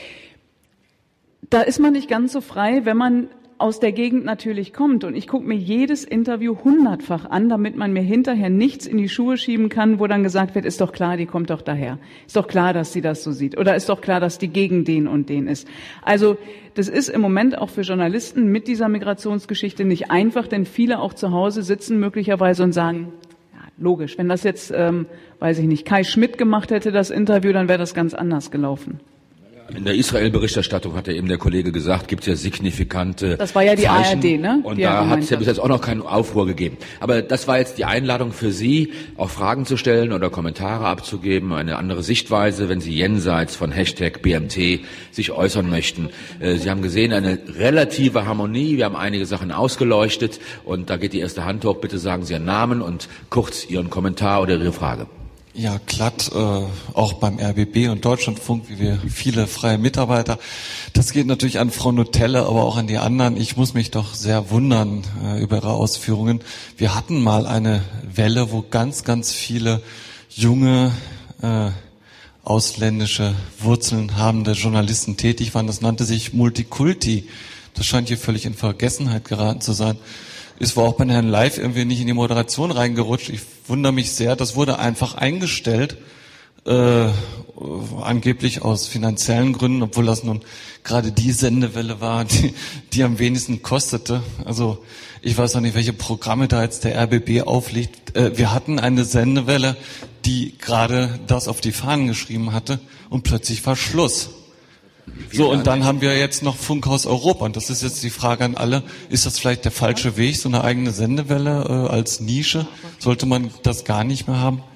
da ist man nicht ganz so frei, wenn man aus der Gegend natürlich kommt. Und ich gucke mir jedes Interview hundertfach an, damit man mir hinterher nichts in die Schuhe schieben kann, wo dann gesagt wird, ist doch klar, die kommt doch daher. Ist doch klar, dass sie das so sieht. Oder ist doch klar, dass die gegen den und den ist. Also das ist im Moment auch für Journalisten mit dieser Migrationsgeschichte nicht einfach, denn viele auch zu Hause sitzen möglicherweise und sagen, ja, logisch, wenn das jetzt, ähm, weiß ich nicht, Kai Schmidt gemacht hätte, das Interview, dann wäre das ganz anders gelaufen. In der Israel-Berichterstattung hat ja eben der Kollege gesagt, gibt es ja signifikante Das war ja die Zeichen, A R D, ne? Und die da hat es ja bis jetzt auch noch keinen Aufruhr gegeben. Aber das war jetzt die Einladung für Sie, auch Fragen zu stellen oder Kommentare abzugeben, eine andere Sichtweise, wenn Sie jenseits von Hashtag B M T sich äußern möchten. Sie haben gesehen, eine relative Harmonie. Wir haben einige Sachen ausgeleuchtet und da geht die erste Hand hoch. Bitte sagen Sie Ihren Namen und kurz Ihren Kommentar oder Ihre Frage. Ja, glatt, äh, auch beim R B B und Deutschlandfunk, wie wir viele freie Mitarbeiter. Das geht natürlich an Frau Nutelle, aber auch an die anderen. Ich muss mich doch sehr wundern äh, über Ihre Ausführungen. Wir hatten mal eine Welle, wo ganz, ganz viele junge, äh, ausländische Wurzeln habende Journalisten tätig waren. Das nannte sich Multikulti. Das scheint hier völlig in Vergessenheit geraten zu sein. Ist wohl auch bei Herrn Live irgendwie nicht in die Moderation reingerutscht. Ich wundere mich sehr. Das wurde einfach eingestellt, äh, angeblich aus finanziellen Gründen, obwohl das nun gerade die Sendewelle war, die, die am wenigsten kostete. Also ich weiß auch nicht, welche Programme da jetzt der R B B auflegt. Äh, wir hatten eine Sendewelle, die gerade das auf die Fahnen geschrieben hatte und plötzlich war Schluss. So, und dann haben wir jetzt noch Funkhaus Europa. Und das ist jetzt die Frage an alle, ist das vielleicht der falsche Weg, so eine eigene Sendewelle äh, als Nische? Sollte man das gar nicht mehr haben?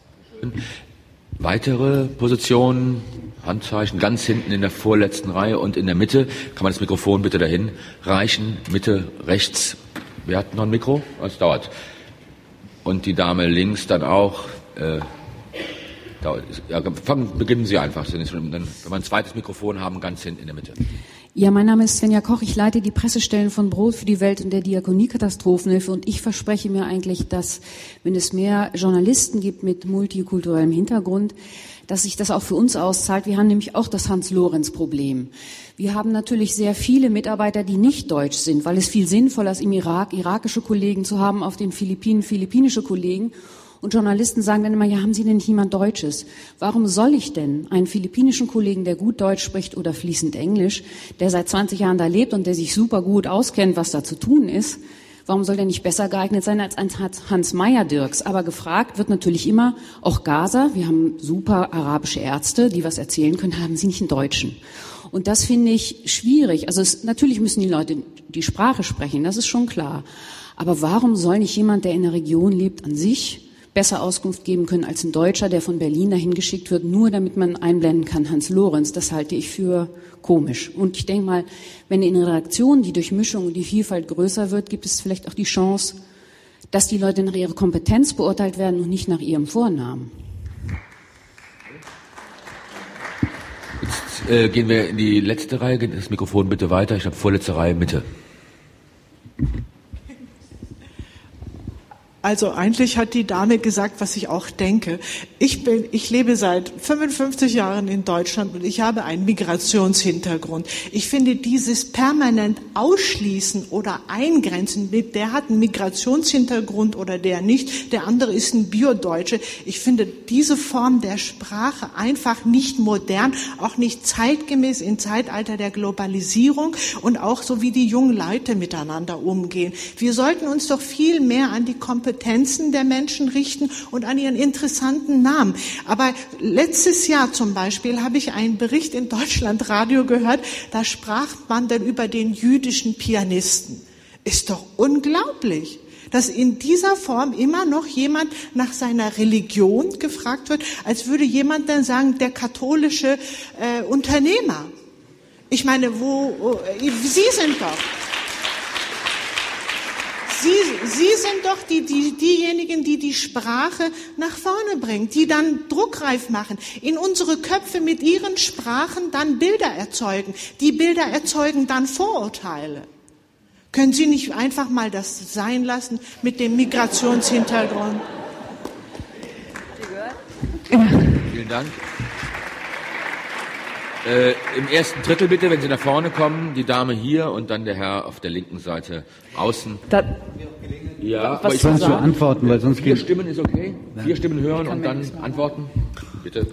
Weitere Positionen, Handzeichen, ganz hinten in der vorletzten Reihe und in der Mitte. Kann man das Mikrofon bitte dahin reichen? Mitte, rechts. Wer hat noch ein Mikro? Es dauert. Und die Dame links dann auch. Äh, Ja, fangen, beginnen Sie einfach. Dann, wenn wir ein zweites Mikrofon haben, ganz hinten in der Mitte. Ja, mein Name ist Svenja Koch. Ich leite die Pressestellen von Brot für die Welt und der Diakonie-Katastrophenhilfe. Und ich verspreche mir eigentlich, dass, wenn es mehr Journalisten gibt mit multikulturellem Hintergrund, dass sich das auch für uns auszahlt. Wir haben nämlich auch das Hans-Lorenz-Problem. Wir haben natürlich sehr viele Mitarbeiter, die nicht deutsch sind, weil es viel sinnvoller ist, im Irak irakische Kollegen zu haben, auf den Philippinen philippinische Kollegen. Und Journalisten sagen dann immer, ja, haben Sie denn nicht jemand Deutsches? Warum soll ich denn einen philippinischen Kollegen, der gut Deutsch spricht oder fließend Englisch, der seit zwanzig Jahren da lebt und der sich super gut auskennt, was da zu tun ist, warum soll der nicht besser geeignet sein als ein Hans Meyer-Dirks? Aber gefragt wird natürlich immer, auch Gaza, wir haben super arabische Ärzte, die was erzählen können, haben Sie nicht einen Deutschen? Und das finde ich schwierig. Also es, natürlich müssen die Leute die Sprache sprechen, das ist schon klar. Aber warum soll nicht jemand, der in der Region lebt, an sich besser Auskunft geben können als ein Deutscher, der von Berlin dahin geschickt wird, nur damit man einblenden kann, Hans Lorenz? Das halte ich für komisch. Und ich denke mal, wenn in einer Redaktion die Durchmischung und die Vielfalt größer wird, gibt es vielleicht auch die Chance, dass die Leute nach ihrer Kompetenz beurteilt werden und nicht nach ihrem Vornamen. Jetzt äh, gehen wir in die letzte Reihe. Das Mikrofon bitte weiter. Ich glaube, vorletzte Reihe, Mitte. Also eigentlich hat die Dame gesagt, was ich auch denke. Ich bin, ich lebe seit fünfundfünfzig Jahren in Deutschland und ich habe einen Migrationshintergrund. Ich finde dieses permanent Ausschließen oder Eingrenzen mit, der hat einen Migrationshintergrund oder der nicht, der andere ist ein Biodeutsche. Ich finde diese Form der Sprache einfach nicht modern, auch nicht zeitgemäß im Zeitalter der Globalisierung und auch so wie die jungen Leute miteinander umgehen. Wir sollten uns doch viel mehr an die Kompetenzen der Menschen richten und an ihren interessanten Namen. Aber letztes Jahr zum Beispiel habe ich einen Bericht in Deutschlandradio gehört, da sprach man dann über den jüdischen Pianisten. Ist doch unglaublich, dass in dieser Form immer noch jemand nach seiner Religion gefragt wird, als würde jemand dann sagen, der katholische äh, Unternehmer. Ich meine, wo, wo Sie sind doch... Sie, Sie sind doch die, die, diejenigen, die die Sprache nach vorne bringen, die dann druckreif machen, in unsere Köpfe mit ihren Sprachen dann Bilder erzeugen. Die Bilder erzeugen dann Vorurteile. Können Sie nicht einfach mal das sein lassen mit dem Migrationshintergrund? Vielen Dank. Äh, Im ersten Drittel bitte, wenn Sie nach vorne kommen, die Dame hier und dann der Herr auf der linken Seite außen. Da, ja, aber ich muss nur antworten, weil sonst vier geht... Stimmen ist okay. Vier Stimmen hören und dann antworten. Bitte.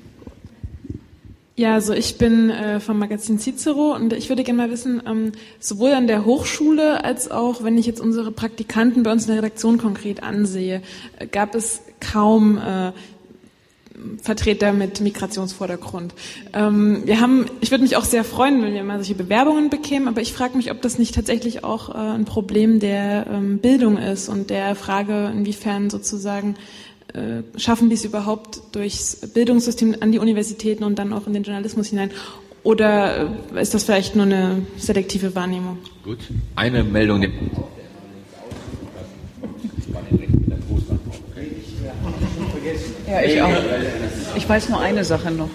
Ja, also ich bin äh, vom Magazin Cicero und ich würde gerne mal wissen, ähm, sowohl an der Hochschule als auch, wenn ich jetzt unsere Praktikanten bei uns in der Redaktion konkret ansehe, äh, gab es kaum äh, Vertreter mit Migrationsvordergrund. Ähm, wir haben, ich würde mich auch sehr freuen, wenn wir mal solche Bewerbungen bekämen, aber ich frage mich, ob das nicht tatsächlich auch äh, ein Problem der ähm, Bildung ist und der Frage, inwiefern sozusagen äh, schaffen wir es überhaupt durchs Bildungssystem an die Universitäten und dann auch in den Journalismus hinein. Oder äh, ist das vielleicht nur eine selektive Wahrnehmung? Gut, eine Meldung. Ja, ich auch. Ich weiß nur eine Sache noch.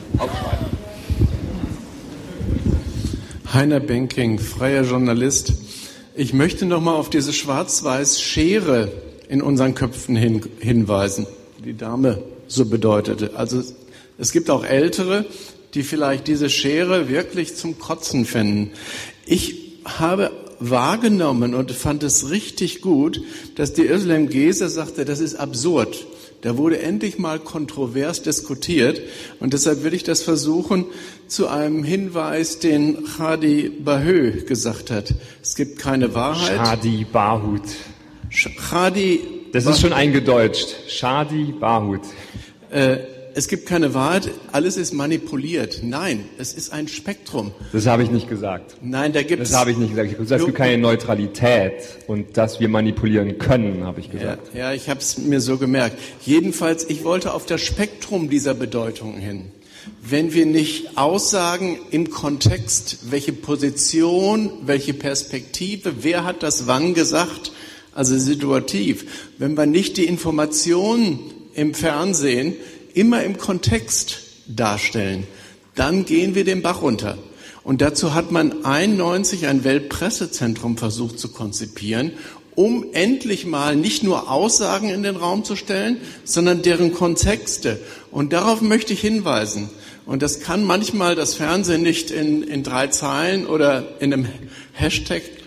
Heiner Benking, freier Journalist. Ich möchte noch mal auf diese Schwarz-Weiß-Schere in unseren Köpfen hin, hinweisen, die die Dame so bedeutete. Also es gibt auch Ältere, die vielleicht diese Schere wirklich zum Kotzen fänden. Ich habe wahrgenommen und fand es richtig gut, dass die Özlem Gese sagte, das ist absurd. Da wurde endlich mal kontrovers diskutiert und deshalb will ich das versuchen zu einem Hinweis, den Chadi Bahö gesagt hat. Es gibt keine Wahrheit. Chadi Bahut. Chadi. Das ist schon eingedeutscht. Chadi Bahut. Äh, es gibt keine Wahrheit, alles ist manipuliert. Nein, es ist ein Spektrum. Das habe ich nicht gesagt. Nein, da gibt es... Das habe ich nicht gesagt. Ich habe gesagt, es gibt keine Neutralität und dass wir manipulieren können, habe ich gesagt. Ja, ja, ich habe es mir so gemerkt. Jedenfalls, ich wollte auf das Spektrum dieser Bedeutung hin. Wenn wir nicht Aussagen im Kontext, welche Position, welche Perspektive, wer hat das wann gesagt, also situativ, wenn wir nicht die Informationen im Fernsehen immer im Kontext darstellen, dann gehen wir den Bach runter. Und dazu hat man einundneunzig ein Weltpressezentrum versucht zu konzipieren, um endlich mal nicht nur Aussagen in den Raum zu stellen, sondern deren Kontexte. Und darauf möchte ich hinweisen. Und das kann manchmal das Fernsehen nicht in, in drei Zeilen oder in einem Hashtag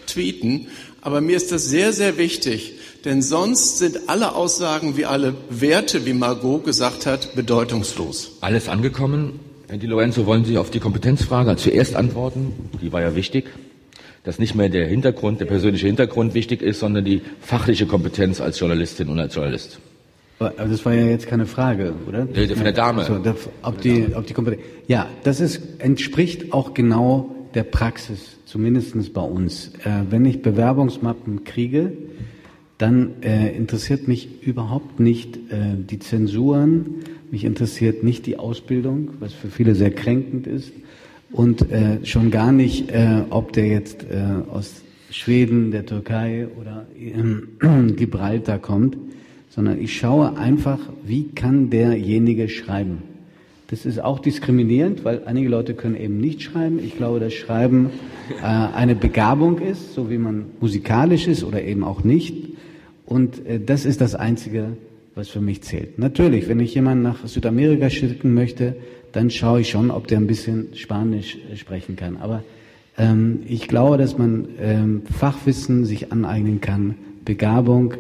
tweeten. Aber mir ist das sehr, sehr wichtig, denn sonst sind alle Aussagen wie alle Werte, wie Margot gesagt hat, bedeutungslos. Alles angekommen. Herr Di Lorenzo, wollen Sie auf die Kompetenzfrage zuerst antworten? Die war ja wichtig, dass nicht mehr der Hintergrund, der persönliche Hintergrund wichtig ist, sondern die fachliche Kompetenz als Journalistin und als Journalist. Aber das war ja jetzt keine Frage, oder? Nee, von der Dame. Also, ob die, ob die Kompetenz. Ja, das ist, entspricht auch genau der Praxis, zumindest bei uns. Äh, wenn ich Bewerbungsmappen kriege, dann äh, interessiert mich überhaupt nicht äh, die Zensuren, mich interessiert nicht die Ausbildung, was für viele sehr kränkend ist, und äh, schon gar nicht, äh, ob der jetzt äh, aus Schweden, der Türkei oder äh, Gibraltar kommt, sondern ich schaue einfach, wie kann derjenige schreiben. Das ist auch diskriminierend, weil einige Leute können eben nicht schreiben. Ich glaube, dass Schreiben äh, eine Begabung ist, so wie man musikalisch ist oder eben auch nicht. Und äh, das ist das Einzige, was für mich zählt. Natürlich, wenn ich jemanden nach Südamerika schicken möchte, dann schaue ich schon, ob der ein bisschen Spanisch äh, sprechen kann. Aber ähm, ich glaube, dass man ähm, Fachwissen sich aneignen kann, Begabung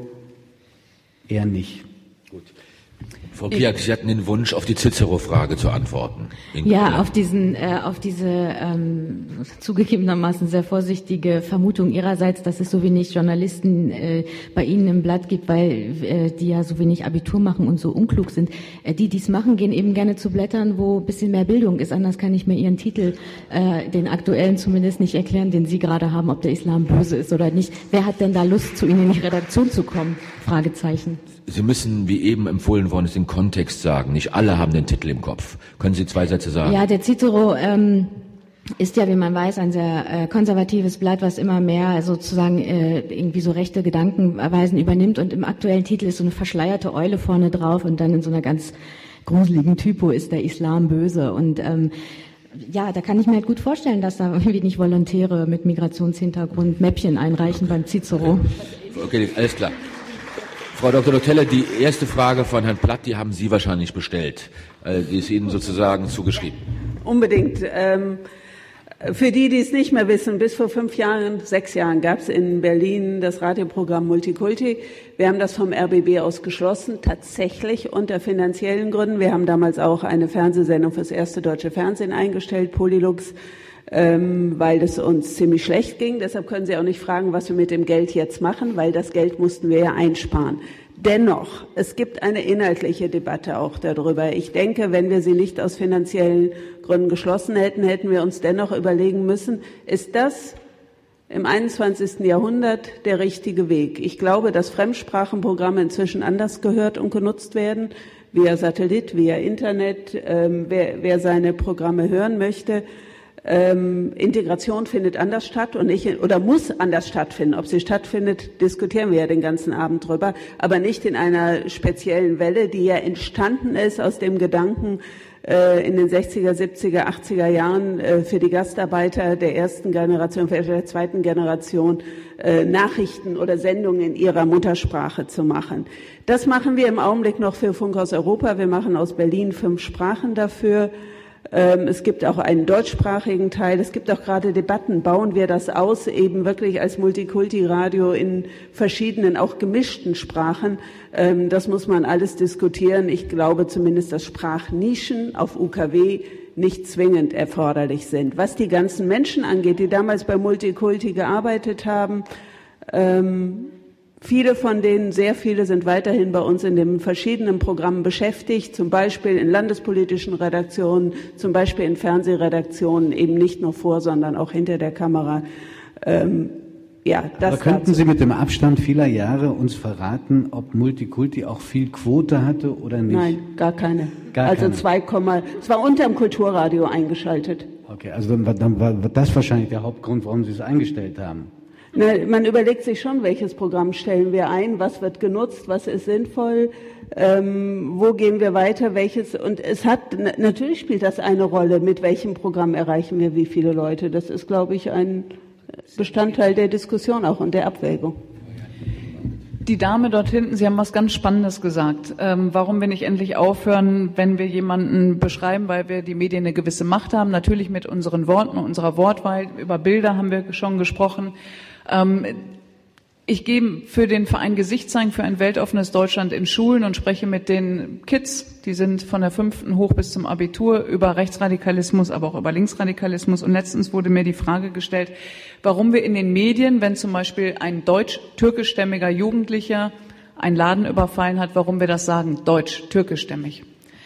eher nicht. Gut. Frau Piak, Sie hatten den Wunsch, auf die Cicero-Frage zu antworten. Ja, auf diesen, äh, auf diese ähm, zugegebenermaßen sehr vorsichtige Vermutung Ihrerseits, dass es so wenig Journalisten äh, bei Ihnen im Blatt gibt, weil äh, die ja so wenig Abitur machen und so unklug sind. Äh, die, die es machen, gehen eben gerne zu Blättern, wo ein bisschen mehr Bildung ist. Anders kann ich mir Ihren Titel, äh, den aktuellen zumindest, nicht erklären, den Sie gerade haben, ob der Islam böse ist oder nicht. Wer hat denn da Lust, zu Ihnen in die Redaktion zu kommen? Fragezeichen. Sie müssen, wie eben empfohlen worden ist, den Kontext sagen. Nicht alle haben den Titel im Kopf. Können Sie zwei Sätze sagen? Ja, der Cicero ähm, ist ja, wie man weiß, ein sehr äh, konservatives Blatt, was immer mehr sozusagen äh, irgendwie so rechte Gedankenweisen übernimmt. Und im aktuellen Titel ist so eine verschleierte Eule vorne drauf und dann in so einer ganz gruseligen Typo ist der Islam böse. Und ähm, ja, da kann ich mir halt gut vorstellen, dass da irgendwie nicht Volontäre mit Migrationshintergrund Mäppchen einreichen beim Cicero. Okay, alles klar. Frau Doktor Notelle, die erste Frage von Herrn Platt, die haben Sie wahrscheinlich bestellt. Die ist Ihnen sozusagen zugeschrieben. Unbedingt. Ähm, für die, die es nicht mehr wissen, bis vor fünf Jahren, sechs Jahren gab es in Berlin das Radioprogramm Multikulti. Wir haben das vom R B B aus geschlossen, tatsächlich unter finanziellen Gründen. Wir haben damals auch eine Fernsehsendung fürs erste deutsche Fernsehen eingestellt, Polylux, ähm, weil es uns ziemlich schlecht ging. Deshalb können Sie auch nicht fragen, was wir mit dem Geld jetzt machen, weil das Geld mussten wir ja einsparen. Dennoch, es gibt eine inhaltliche Debatte auch darüber. Ich denke, wenn wir sie nicht aus finanziellen Gründen geschlossen hätten, hätten wir uns dennoch überlegen müssen, ist das im einundzwanzigsten Jahrhundert der richtige Weg? Ich glaube, dass Fremdsprachenprogramme inzwischen anders gehört und genutzt werden, via Satellit, via Internet, ähm, wer, wer seine Programme hören möchte. Ähm, Integration findet anders statt und nicht, oder muss anders stattfinden. Ob sie stattfindet, diskutieren wir ja den ganzen Abend drüber, aber nicht in einer speziellen Welle, die ja entstanden ist aus dem Gedanken äh, in den sechziger, siebziger, achtziger Jahren äh, für die Gastarbeiter der ersten Generation, vielleicht der zweiten Generation, äh, Nachrichten oder Sendungen in ihrer Muttersprache zu machen. Das machen wir im Augenblick noch für Funkhaus Europa. Wir machen aus Berlin fünf Sprachen dafür. Es gibt auch einen deutschsprachigen Teil. Es gibt auch gerade Debatten. Bauen wir das aus, eben wirklich als Multikulti-Radio in verschiedenen, auch gemischten Sprachen? Das muss man alles diskutieren. Ich glaube zumindest, dass Sprachnischen auf U K W nicht zwingend erforderlich sind. Was die ganzen Menschen angeht, die damals bei Multikulti gearbeitet haben, ähm, viele von denen, sehr viele, sind weiterhin bei uns in den verschiedenen Programmen beschäftigt, zum Beispiel in landespolitischen Redaktionen, zum Beispiel in Fernsehredaktionen, eben nicht nur vor, sondern auch hinter der Kamera. Ähm, ja, das Aber könnten dazu. Sie mit dem Abstand vieler Jahre uns verraten, ob Multikulti auch viel Quote hatte oder nicht? Nein, gar keine. Gar also keine. zwei, es war unterm Kulturradio eingeschaltet. Okay, also dann war, dann war das wahrscheinlich der Hauptgrund, warum Sie es eingestellt haben. Na, man überlegt sich schon, welches Programm stellen wir ein, was wird genutzt, was ist sinnvoll, ähm, wo gehen wir weiter, welches, und es hat, natürlich spielt das eine Rolle, mit welchem Programm erreichen wir wie viele Leute. Das ist, glaube ich, ein Bestandteil der Diskussion auch und der Abwägung. Die Dame dort hinten, Sie haben was ganz Spannendes gesagt. Ähm, warum wir nicht endlich aufhören, wenn wir jemanden beschreiben, weil wir die Medien eine gewisse Macht haben, natürlich mit unseren Worten, unserer Wortwahl, über Bilder haben wir schon gesprochen. Ähm, Ich gehe für den Verein Gesicht zeigen für ein weltoffenes Deutschland in Schulen und spreche mit den Kids, die sind von der fünften hoch bis zum Abitur, über Rechtsradikalismus, aber auch über Linksradikalismus. Und letztens wurde mir die Frage gestellt, warum wir in den Medien, wenn zum Beispiel ein deutsch-türkischstämmiger Jugendlicher einen Laden überfallen hat, warum wir das sagen, deutsch-türkischstämmig.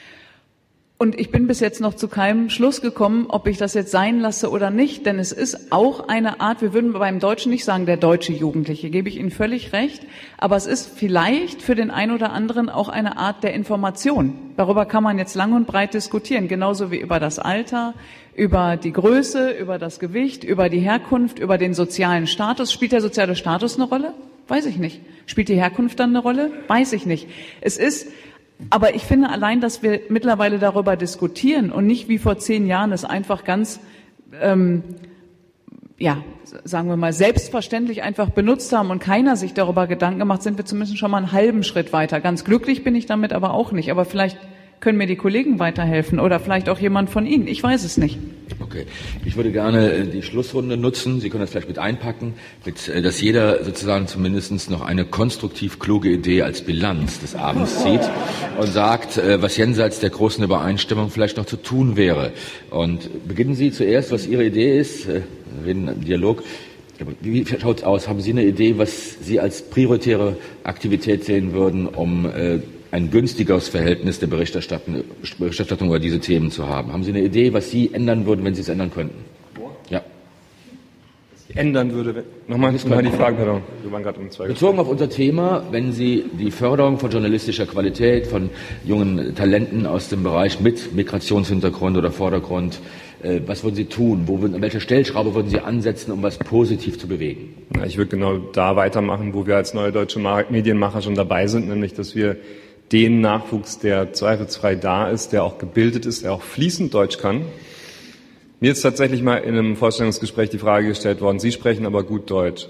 Und ich bin bis jetzt noch zu keinem Schluss gekommen, ob ich das jetzt sein lasse oder nicht, denn es ist auch eine Art, wir würden beim Deutschen nicht sagen, der deutsche Jugendliche, gebe ich Ihnen völlig recht, aber es ist vielleicht für den einen oder anderen auch eine Art der Information. Darüber kann man jetzt lang und breit diskutieren, genauso wie über das Alter, über die Größe, über das Gewicht, über die Herkunft, über den sozialen Status. Spielt der soziale Status eine Rolle? Weiß ich nicht. Spielt die Herkunft dann eine Rolle? Weiß ich nicht. Es ist Aber ich finde allein, dass wir mittlerweile darüber diskutieren und nicht wie vor zehn Jahren es einfach ganz, ähm, ja, sagen wir mal, selbstverständlich einfach benutzt haben und keiner sich darüber Gedanken gemacht, sind wir zumindest schon mal einen halben Schritt weiter. Ganz glücklich bin ich damit aber auch nicht. Aber vielleicht können mir die Kollegen weiterhelfen oder vielleicht auch jemand von Ihnen. Ich weiß es nicht. Okay. Ich würde gerne die Schlussrunde nutzen. Sie können das vielleicht mit einpacken, mit, dass jeder sozusagen zumindest noch eine konstruktiv kluge Idee als Bilanz des Abends zieht und sagt, was jenseits der großen Übereinstimmung vielleicht noch zu tun wäre. Und beginnen Sie zuerst, was Ihre Idee ist. Wir reden im Dialog. Wie schaut es aus? Haben Sie eine Idee, was Sie als prioritäre Aktivität sehen würden, um ein günstigeres Verhältnis der Berichterstattung, Berichterstattung über diese Themen zu haben? Haben Sie eine Idee, was Sie ändern würden, wenn Sie es ändern könnten? Ja. Was ich ändern würde, nochmal, nochmal die Frage, pardon. Wir waren gerade um zwei. Bezogen auf unser Thema, wenn Sie die Förderung von journalistischer Qualität, von jungen Talenten aus dem Bereich mit Migrationshintergrund oder Vordergrund, äh, was würden Sie tun? Wo würden, an welcher Stellschraube würden Sie ansetzen, um was positiv zu bewegen? Ja, ich würde genau da weitermachen, wo wir als Neue Deutsche Medienmacher schon dabei sind, nämlich, dass wir den Nachwuchs, der zweifelsfrei da ist, der auch gebildet ist, der auch fließend Deutsch kann. Mir ist tatsächlich mal in einem Vorstellungsgespräch die Frage gestellt worden, Sie sprechen aber gut Deutsch.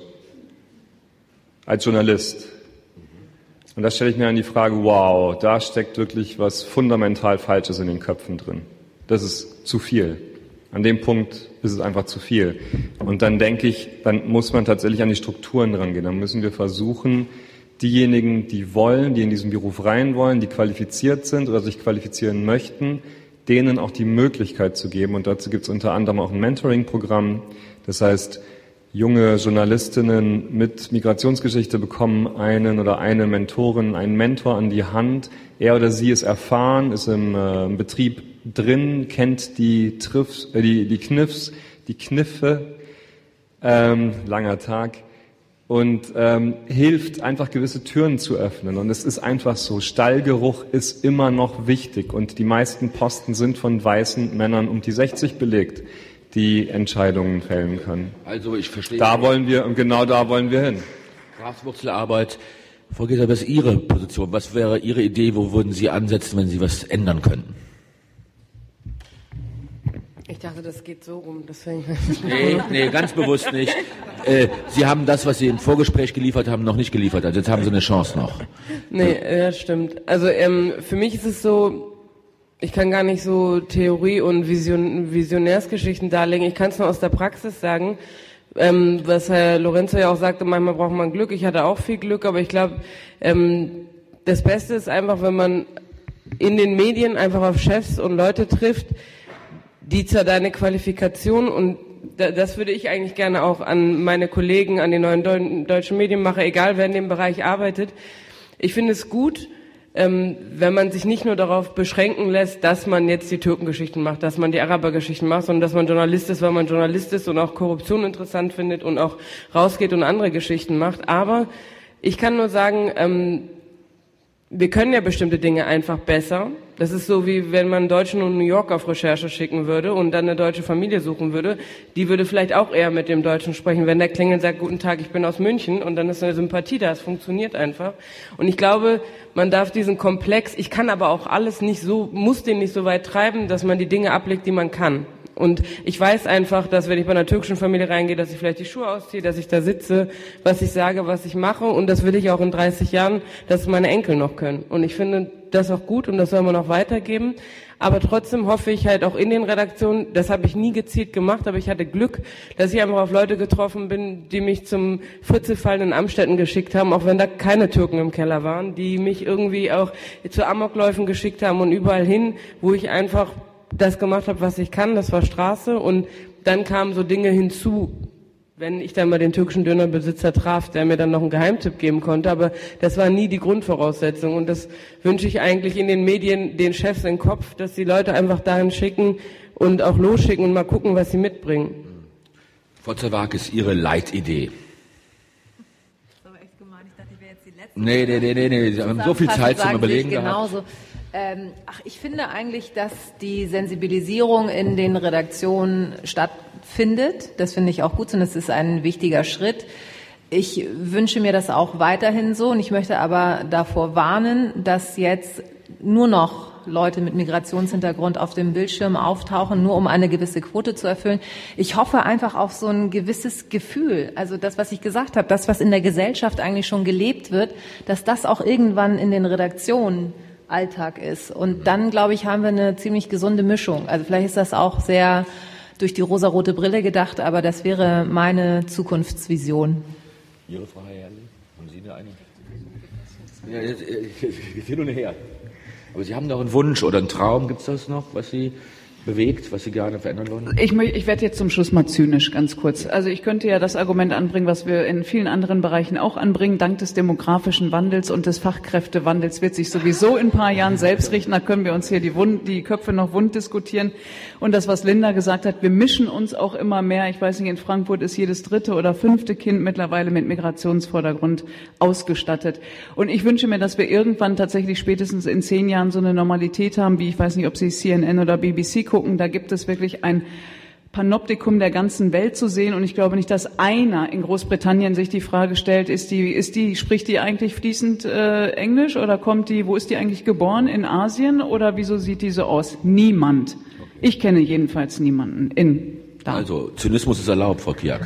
Als Journalist. Und da stelle ich mir dann die Frage, wow, da steckt wirklich was fundamental Falsches in den Köpfen drin. Das ist zu viel. An dem Punkt ist es einfach zu viel. Und dann denke ich, dann muss man tatsächlich an die Strukturen rangehen. Dann müssen wir versuchen, diejenigen, die wollen, die in diesen Beruf rein wollen, die qualifiziert sind oder sich qualifizieren möchten, denen auch die Möglichkeit zu geben. Und dazu gibt es unter anderem auch ein Mentoring-Programm. Das heißt, junge Journalistinnen mit Migrationsgeschichte bekommen einen oder eine Mentorin, einen Mentor an die Hand. Er oder sie ist erfahren, ist im, äh, im Betrieb drin, kennt die Triffs, äh, die, die Kniffs, die Kniffe, ähm, langer Tag. Und ähm, hilft einfach gewisse Türen zu öffnen. Und es ist einfach so, Stallgeruch ist immer noch wichtig. Und die meisten Posten sind von weißen Männern um die sechzig belegt, die Entscheidungen fällen können. Also ich verstehe. Da wollen wir, und genau da wollen wir hin. Graswurzelarbeit. Frau Geser, was ist Ihre Position? Was wäre Ihre Idee? Wo würden Sie ansetzen, wenn Sie was ändern könnten? Ich dachte, das geht so rum, deswegen. Nee, nee, ganz bewusst nicht. Äh, Sie haben das, was Sie im Vorgespräch geliefert haben, noch nicht geliefert. Also jetzt haben Sie eine Chance noch. Nee, ja, stimmt. Also ähm, für mich ist es so, ich kann gar nicht so Theorie- und Vision, Visionärsgeschichten darlegen. Ich kann es nur aus der Praxis sagen. Ähm, was Herr Lorenzo ja auch sagte, manchmal braucht man Glück. Ich hatte auch viel Glück, aber ich glaube, ähm, das Beste ist einfach, wenn man in den Medien einfach auf Chefs und Leute trifft, die zwar deine Qualifikation, und das würde ich eigentlich gerne auch an meine Kollegen, an die neuen deutschen Medienmacher, egal wer in dem Bereich arbeitet. Ich finde es gut, ähm, wenn man sich nicht nur darauf beschränken lässt, dass man jetzt die Türkengeschichten macht, dass man die Arabergeschichten macht, sondern dass man Journalist ist, weil man Journalist ist und auch Korruption interessant findet und auch rausgeht und andere Geschichten macht. Aber ich kann nur sagen, ähm, wir können ja bestimmte Dinge einfach besser. Das ist so, wie wenn man einen Deutschen in New York auf Recherche schicken würde und dann eine deutsche Familie suchen würde. Die würde vielleicht auch eher mit dem Deutschen sprechen, wenn der klingelt, sagt, guten Tag, ich bin aus München, und dann ist eine Sympathie da. Es funktioniert einfach. Und ich glaube, man darf diesen Komplex, ich kann aber auch alles nicht so, muss den nicht so weit treiben, dass man die Dinge ablegt, die man kann. Und ich weiß einfach, dass wenn ich bei einer türkischen Familie reingehe, dass ich vielleicht die Schuhe ausziehe, dass ich da sitze, was ich sage, was ich mache, und das will ich auch in dreißig Jahren, dass meine Enkel noch können. Und ich finde das auch gut und das soll man auch weitergeben. Aber trotzdem hoffe ich halt auch in den Redaktionen, das habe ich nie gezielt gemacht, aber ich hatte Glück, dass ich einfach auf Leute getroffen bin, die mich zum Fritzelfallen in Amstetten geschickt haben, auch wenn da keine Türken im Keller waren, die mich irgendwie auch zu Amokläufen geschickt haben und überall hin, wo ich einfach das gemacht habe, was ich kann, das war Straße, und dann kamen so Dinge hinzu, wenn ich dann mal den türkischen Dönerbesitzer traf, der mir dann noch einen Geheimtipp geben konnte, aber das war nie die Grundvoraussetzung, und das wünsche ich eigentlich in den Medien den Chefs in den Kopf, dass die Leute einfach dahin schicken und auch losschicken und mal gucken, was sie mitbringen. Frau Zerwak, ist Ihre Leitidee? Das war echt gemein, ich dachte, ich wäre jetzt die Letzte. Nee, nee, nee, nee, nee. Sie haben so viel Zeit zum Überlegen genauso. gehabt. Ähm, ach, ich finde eigentlich, dass die Sensibilisierung in den Redaktionen stattfindet. Das finde ich auch gut, und das ist ein wichtiger Schritt. Ich wünsche mir das auch weiterhin so, und ich möchte aber davor warnen, dass jetzt nur noch Leute mit Migrationshintergrund auf dem Bildschirm auftauchen, nur um eine gewisse Quote zu erfüllen. Ich hoffe einfach auf so ein gewisses Gefühl, also das, was ich gesagt habe, das, was in der Gesellschaft eigentlich schon gelebt wird, dass das auch irgendwann in den Redaktionen Alltag ist. Und dann, glaube ich, haben wir eine ziemlich gesunde Mischung. Also vielleicht ist das auch sehr durch die rosarote Brille gedacht, aber das wäre meine Zukunftsvision. Ihre Frau, Herr Herrlich? Haben Sie eine? Ja, jetzt, jetzt hin und her. Aber Sie haben doch einen Wunsch oder einen Traum, gibt es das noch, was Sie bewegt, was Sie gerne verändern wollen? Ich, ich werde jetzt zum Schluss mal zynisch, ganz kurz. Also ich könnte ja das Argument anbringen, was wir in vielen anderen Bereichen auch anbringen. Dank des demografischen Wandels und des Fachkräftewandels wird sich sowieso in ein paar Jahren selbst richten. Da können wir uns hier die, Wund, die Köpfe noch wund diskutieren. Und das, was Linda gesagt hat, wir mischen uns auch immer mehr. Ich weiß nicht, in Frankfurt ist jedes dritte oder fünfte Kind mittlerweile mit Migrationsvordergrund ausgestattet. Und ich wünsche mir, dass wir irgendwann tatsächlich spätestens in zehn Jahren so eine Normalität haben, wie ich weiß nicht, ob Sie C N N oder B B C gucken, da gibt es wirklich ein Panoptikum der ganzen Welt zu sehen, und ich glaube nicht, dass einer in Großbritannien sich die Frage stellt, ist die, ist die, spricht die eigentlich fließend äh, Englisch, oder kommt die, wo ist die eigentlich geboren, in Asien, oder wieso sieht die so aus? Niemand. Ich kenne jedenfalls niemanden in da. Also Zynismus ist erlaubt, Frau Kiak.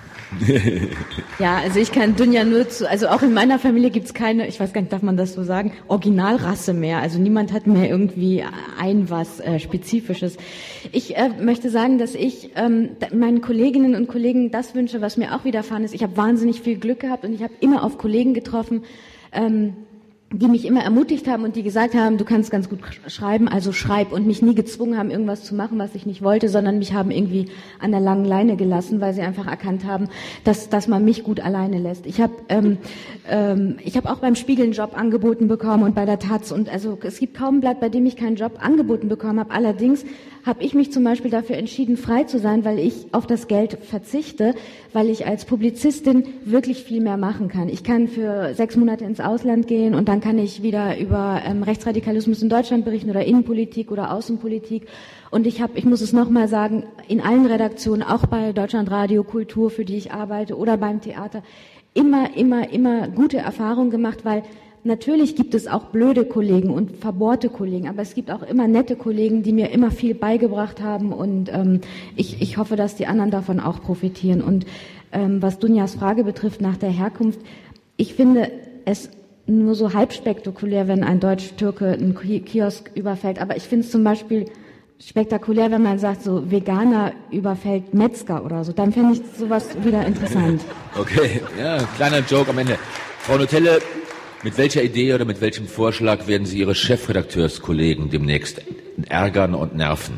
Ja, also ich kann Dunja nur zu, also auch in meiner Familie gibt's keine, ich weiß gar nicht, darf man das so sagen, Originalrasse mehr. Also niemand hat mehr irgendwie ein was äh, Spezifisches. Ich äh, möchte sagen, dass ich ähm, meinen Kolleginnen und Kollegen das wünsche, was mir auch widerfahren ist. Ich habe wahnsinnig viel Glück gehabt, und ich habe immer auf Kollegen getroffen, ähm, die mich immer ermutigt haben und die gesagt haben, du kannst ganz gut schreiben, also schreib, und mich nie gezwungen haben, irgendwas zu machen, was ich nicht wollte, sondern mich haben irgendwie an der langen Leine gelassen, weil sie einfach erkannt haben, dass dass man mich gut alleine lässt. Ich habe ähm, ähm, ich habe auch beim Spiegel einen Job angeboten bekommen und bei der Taz, und also es gibt kaum ein Blatt, bei dem ich keinen Job angeboten bekommen habe. Allerdings habe ich mich zum Beispiel dafür entschieden, frei zu sein, weil ich auf das Geld verzichte, weil ich als Publizistin wirklich viel mehr machen kann. Ich kann für sechs Monate ins Ausland gehen, und dann kann ich wieder über ähm, Rechtsradikalismus in Deutschland berichten oder Innenpolitik oder Außenpolitik. Und ich habe, ich muss es nochmal sagen, in allen Redaktionen, auch bei Deutschlandradio Kultur, für die ich arbeite, oder beim Theater, immer, immer, immer gute Erfahrungen gemacht, weil natürlich gibt es auch blöde Kollegen und verbohrte Kollegen, aber es gibt auch immer nette Kollegen, die mir immer viel beigebracht haben, und ähm, ich, ich hoffe, dass die anderen davon auch profitieren. Und ähm, was Dunjas Frage betrifft nach der Herkunft, ich finde es nur so halb spektakulär, wenn ein Deutsch-Türke einen Kiosk überfällt, aber ich finde es zum Beispiel spektakulär, wenn man sagt, so Veganer überfällt Metzger oder so, dann fände ich sowas wieder interessant. Okay, ja, kleiner Joke am Ende. Frau Nutelle, mit welcher Idee oder mit welchem Vorschlag werden Sie Ihre Chefredakteurskollegen demnächst ärgern und nerven?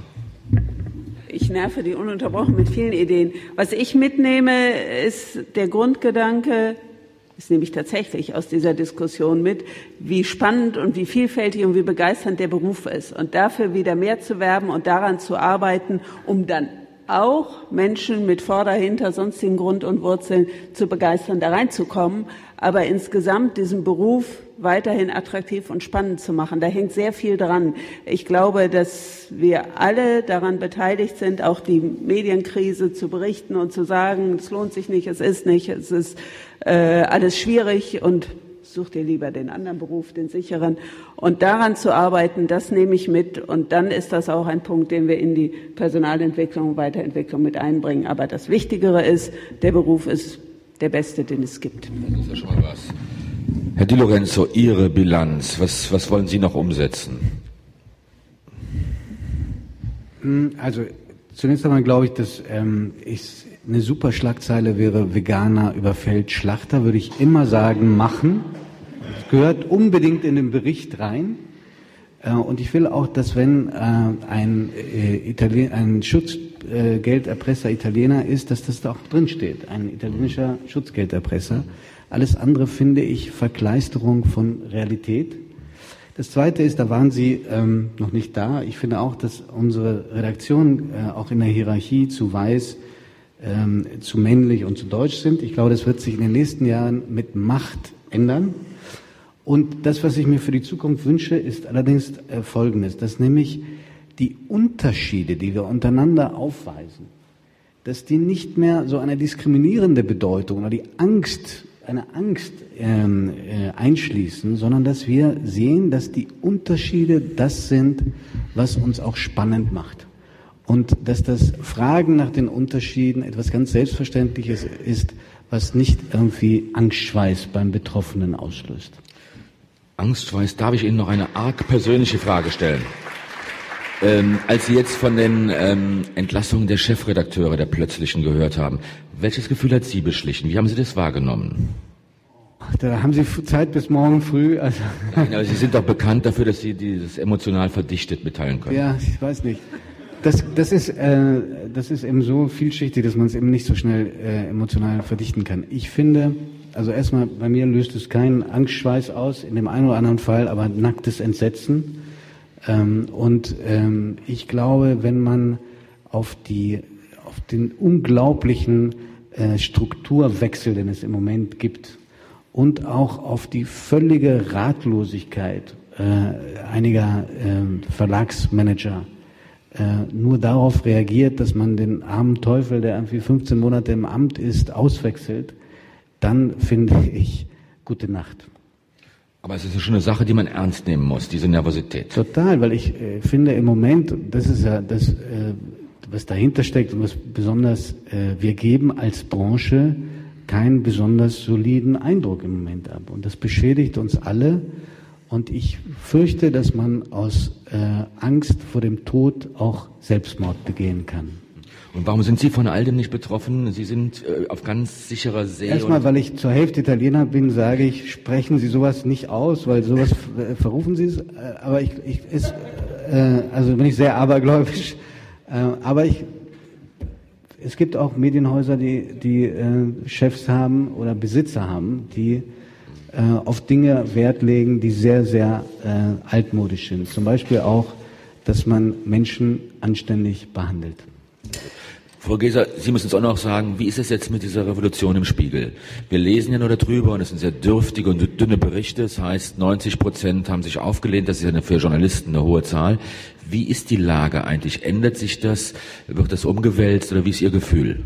Ich nerve die ununterbrochen mit vielen Ideen. Was ich mitnehme, ist der Grundgedanke, das nehme ich tatsächlich aus dieser Diskussion mit, wie spannend und wie vielfältig und wie begeisternd der Beruf ist. Und dafür wieder mehr zu werben und daran zu arbeiten, um dann auch Menschen mit Vorder-, Hinter-, sonstigen Grund und Wurzeln zu begeistern, da reinzukommen, aber insgesamt diesen Beruf weiterhin attraktiv und spannend zu machen. Da hängt sehr viel dran. Ich glaube, dass wir alle daran beteiligt sind, auch die Medienkrise zu berichten und zu sagen, es lohnt sich nicht, es ist nicht, es ist äh, alles schwierig, und such dir lieber den anderen Beruf, den sicheren. Und daran zu arbeiten, das nehme ich mit. Und dann ist das auch ein Punkt, den wir in die Personalentwicklung und Weiterentwicklung mit einbringen. Aber das Wichtigere ist, der Beruf ist der beste, den es gibt. Das ist ja schon mal was. Herr Di Lorenzo, Ihre Bilanz, was, was wollen Sie noch umsetzen? Also zunächst einmal glaube ich, dass ähm, ich, eine super Schlagzeile wäre, Veganer überfällt Schlachter, würde ich immer sagen, machen. Das gehört unbedingt in den Bericht rein. Äh, und ich will auch, dass wenn äh, ein, äh, Italien, ein Schutzgelderpresser äh, Italiener ist, dass das da auch drin steht. Ein italienischer Schutzgelderpresser. Alles andere finde ich Verkleisterung von Realität. Das Zweite ist, da waren Sie ähm, noch nicht da. Ich finde auch, dass unsere Redaktion äh, auch in der Hierarchie zu weiß, ähm, zu männlich und zu deutsch sind. Ich glaube, das wird sich in den nächsten Jahren mit Macht ändern. Und das, was ich mir für die Zukunft wünsche, ist allerdings äh, Folgendes, dass nämlich die Unterschiede, die wir untereinander aufweisen, dass die nicht mehr so eine diskriminierende Bedeutung oder die Angst eine Angst ähm, äh, einschließen, sondern dass wir sehen, dass die Unterschiede das sind, was uns auch spannend macht. Und dass das Fragen nach den Unterschieden etwas ganz Selbstverständliches ist, was nicht irgendwie Angstschweiß beim Betroffenen auslöst. Angstschweiß, darf ich Ihnen noch eine arg persönliche Frage stellen? Ähm, als Sie jetzt von den ähm, Entlassungen der Chefredakteure der Plötzlichen gehört haben, welches Gefühl hat Sie beschlichen? Wie haben Sie das wahrgenommen? Da haben Sie Zeit bis morgen früh. Also Nein, aber Sie sind doch bekannt dafür, dass Sie dieses emotional verdichtet mitteilen können. Ja, ich weiß nicht. Das, das ist, äh, das ist eben so vielschichtig, dass man es eben nicht so schnell äh, emotional verdichten kann. Ich finde, also erstmal bei mir löst es keinen Angstschweiß aus, in dem einen oder anderen Fall, aber nacktes Entsetzen. Ähm, und ähm, ich glaube, wenn man auf die, auf den unglaublichen äh, Strukturwechsel, den es im Moment gibt, und auch auf die völlige Ratlosigkeit äh, einiger äh, Verlagsmanager äh, nur darauf reagiert, dass man den armen Teufel, der irgendwie fünfzehn Monate im Amt ist, auswechselt, dann finde ich gute Nacht. Aber es ist ja schon eine Sache, die man ernst nehmen muss, diese Nervosität. Total, weil ich äh, finde im Moment, das ist ja das, äh, was dahinter steckt und was besonders äh, wir geben als Branche keinen besonders soliden Eindruck im Moment ab. Und das beschädigt uns alle. Und ich fürchte, dass man aus äh, Angst vor dem Tod auch Selbstmord begehen kann. Und warum sind Sie von all dem nicht betroffen? Sie sind äh, auf ganz sicherer See. Erstmal, weil ich zur Hälfte Italiener bin, sage ich, sprechen Sie sowas nicht aus, weil sowas äh, verrufen Sie es. Äh, aber ich, ich ist, äh, also bin ich sehr abergläubisch. Äh, aber ich Es gibt auch Medienhäuser, die, die äh, Chefs haben oder Besitzer haben, die äh, auf Dinge Wert legen, die sehr, sehr äh, altmodisch sind. Zum Beispiel auch, dass man Menschen anständig behandelt. Frau Geser, Sie müssen uns auch noch sagen, wie ist es jetzt mit dieser Revolution im Spiegel? Wir lesen ja nur darüber und es sind sehr dürftige und dünne Berichte. Das heißt, neunzig Prozent haben sich aufgelehnt. Das ist ja für Journalisten eine hohe Zahl. Wie ist die Lage eigentlich? Ändert sich das? Wird das umgewälzt oder wie ist Ihr Gefühl?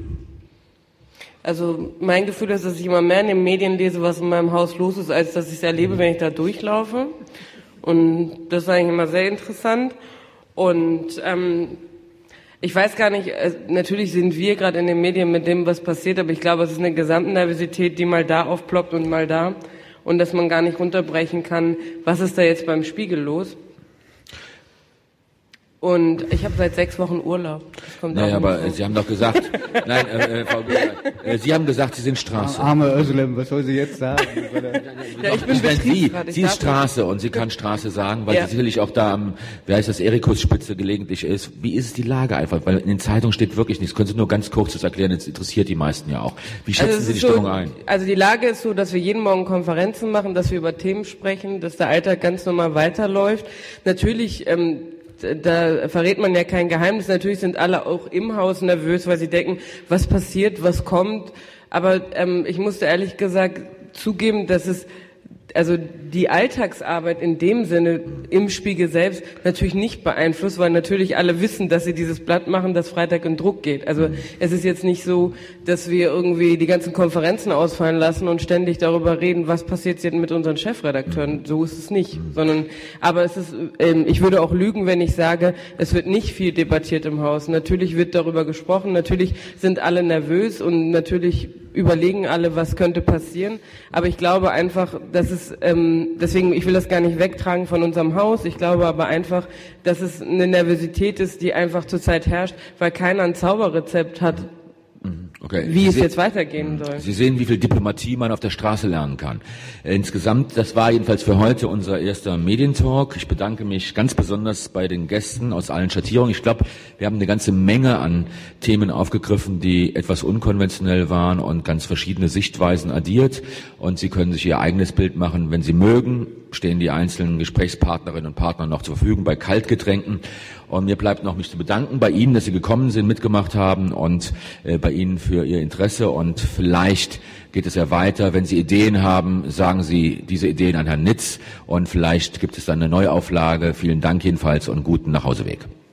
Also mein Gefühl ist, dass ich immer mehr in den Medien lese, was in meinem Haus los ist, als dass ich es erlebe, wenn ich da durchlaufe. Und das ist eigentlich immer sehr interessant. Und ähm, ich weiß gar nicht, äh, natürlich sind wir gerade in den Medien mit dem, was passiert, aber ich glaube, es ist eine Gesamtnervosität, die mal da aufploppt und mal da. Und dass man gar nicht runterbrechen kann, was ist da jetzt beim Spiegel los? Und ich habe seit sechs Wochen Urlaub. Das kommt naja, aber so. Sie haben doch gesagt, nein, äh, Frau Geser, äh, Sie haben gesagt, Sie sind Straße. Arme Özlem, was soll sie jetzt sagen? Ja, ich bin ich meine, Sie, Sie Sie ist Straße und Sie kann Straße sagen, weil ja. Sie sicherlich auch da am, wie heißt das, Erikusspitze gelegentlich ist. Wie ist es die Lage einfach? Weil in den Zeitungen steht wirklich nichts. Können Sie nur ganz kurz das erklären? Das interessiert die meisten ja auch. Wie schätzen also Sie die so, Stimmung ein? Also die Lage ist so, dass wir jeden Morgen Konferenzen machen, dass wir über Themen sprechen, dass der Alltag ganz normal weiterläuft. Natürlich, ähm, da verrät man ja kein Geheimnis. Natürlich sind alle auch im Haus nervös, weil sie denken, was passiert, was kommt. Aber ähm, ich musste ehrlich gesagt zugeben, dass es also die Alltagsarbeit in dem Sinne im Spiegel selbst natürlich nicht beeinflusst, weil natürlich alle wissen, dass sie dieses Blatt machen, das Freitag in Druck geht. Also es ist jetzt nicht so, dass wir irgendwie die ganzen Konferenzen ausfallen lassen und ständig darüber reden, was passiert jetzt mit unseren Chefredakteuren. So ist es nicht. Sondern, aber es ist, ähm, ich würde auch lügen, wenn ich sage, es wird nicht viel debattiert im Haus. Natürlich wird darüber gesprochen, natürlich sind alle nervös und natürlich überlegen alle, was könnte passieren. Aber ich glaube einfach, dass es, ähm, deswegen, ich will das gar nicht wegtragen von unserem Haus. Ich glaube aber einfach, dass es eine Nervosität ist, die einfach zurzeit herrscht, weil keiner ein Zauberrezept hat, Okay. wie Sie es se- jetzt weitergehen soll. Sie sehen, wie viel Diplomatie man auf der Straße lernen kann. Äh, Insgesamt, das war jedenfalls für heute unser erster Medientalk. Ich bedanke mich ganz besonders bei den Gästen aus allen Schattierungen. Ich glaube, wir haben eine ganze Menge an Themen aufgegriffen, die etwas unkonventionell waren und ganz verschiedene Sichtweisen addiert. Und Sie können sich Ihr eigenes Bild machen, wenn Sie mögen. Stehen die einzelnen Gesprächspartnerinnen und Partner noch zur Verfügung bei Kaltgetränken. Und mir bleibt noch mich zu bedanken bei Ihnen, dass Sie gekommen sind, mitgemacht haben und äh, bei Ihnen für Ihr Interesse. Und vielleicht geht es ja weiter. Wenn Sie Ideen haben, sagen Sie diese Ideen an Herrn Nitz und vielleicht gibt es dann eine Neuauflage. Vielen Dank jedenfalls und guten Nachhauseweg.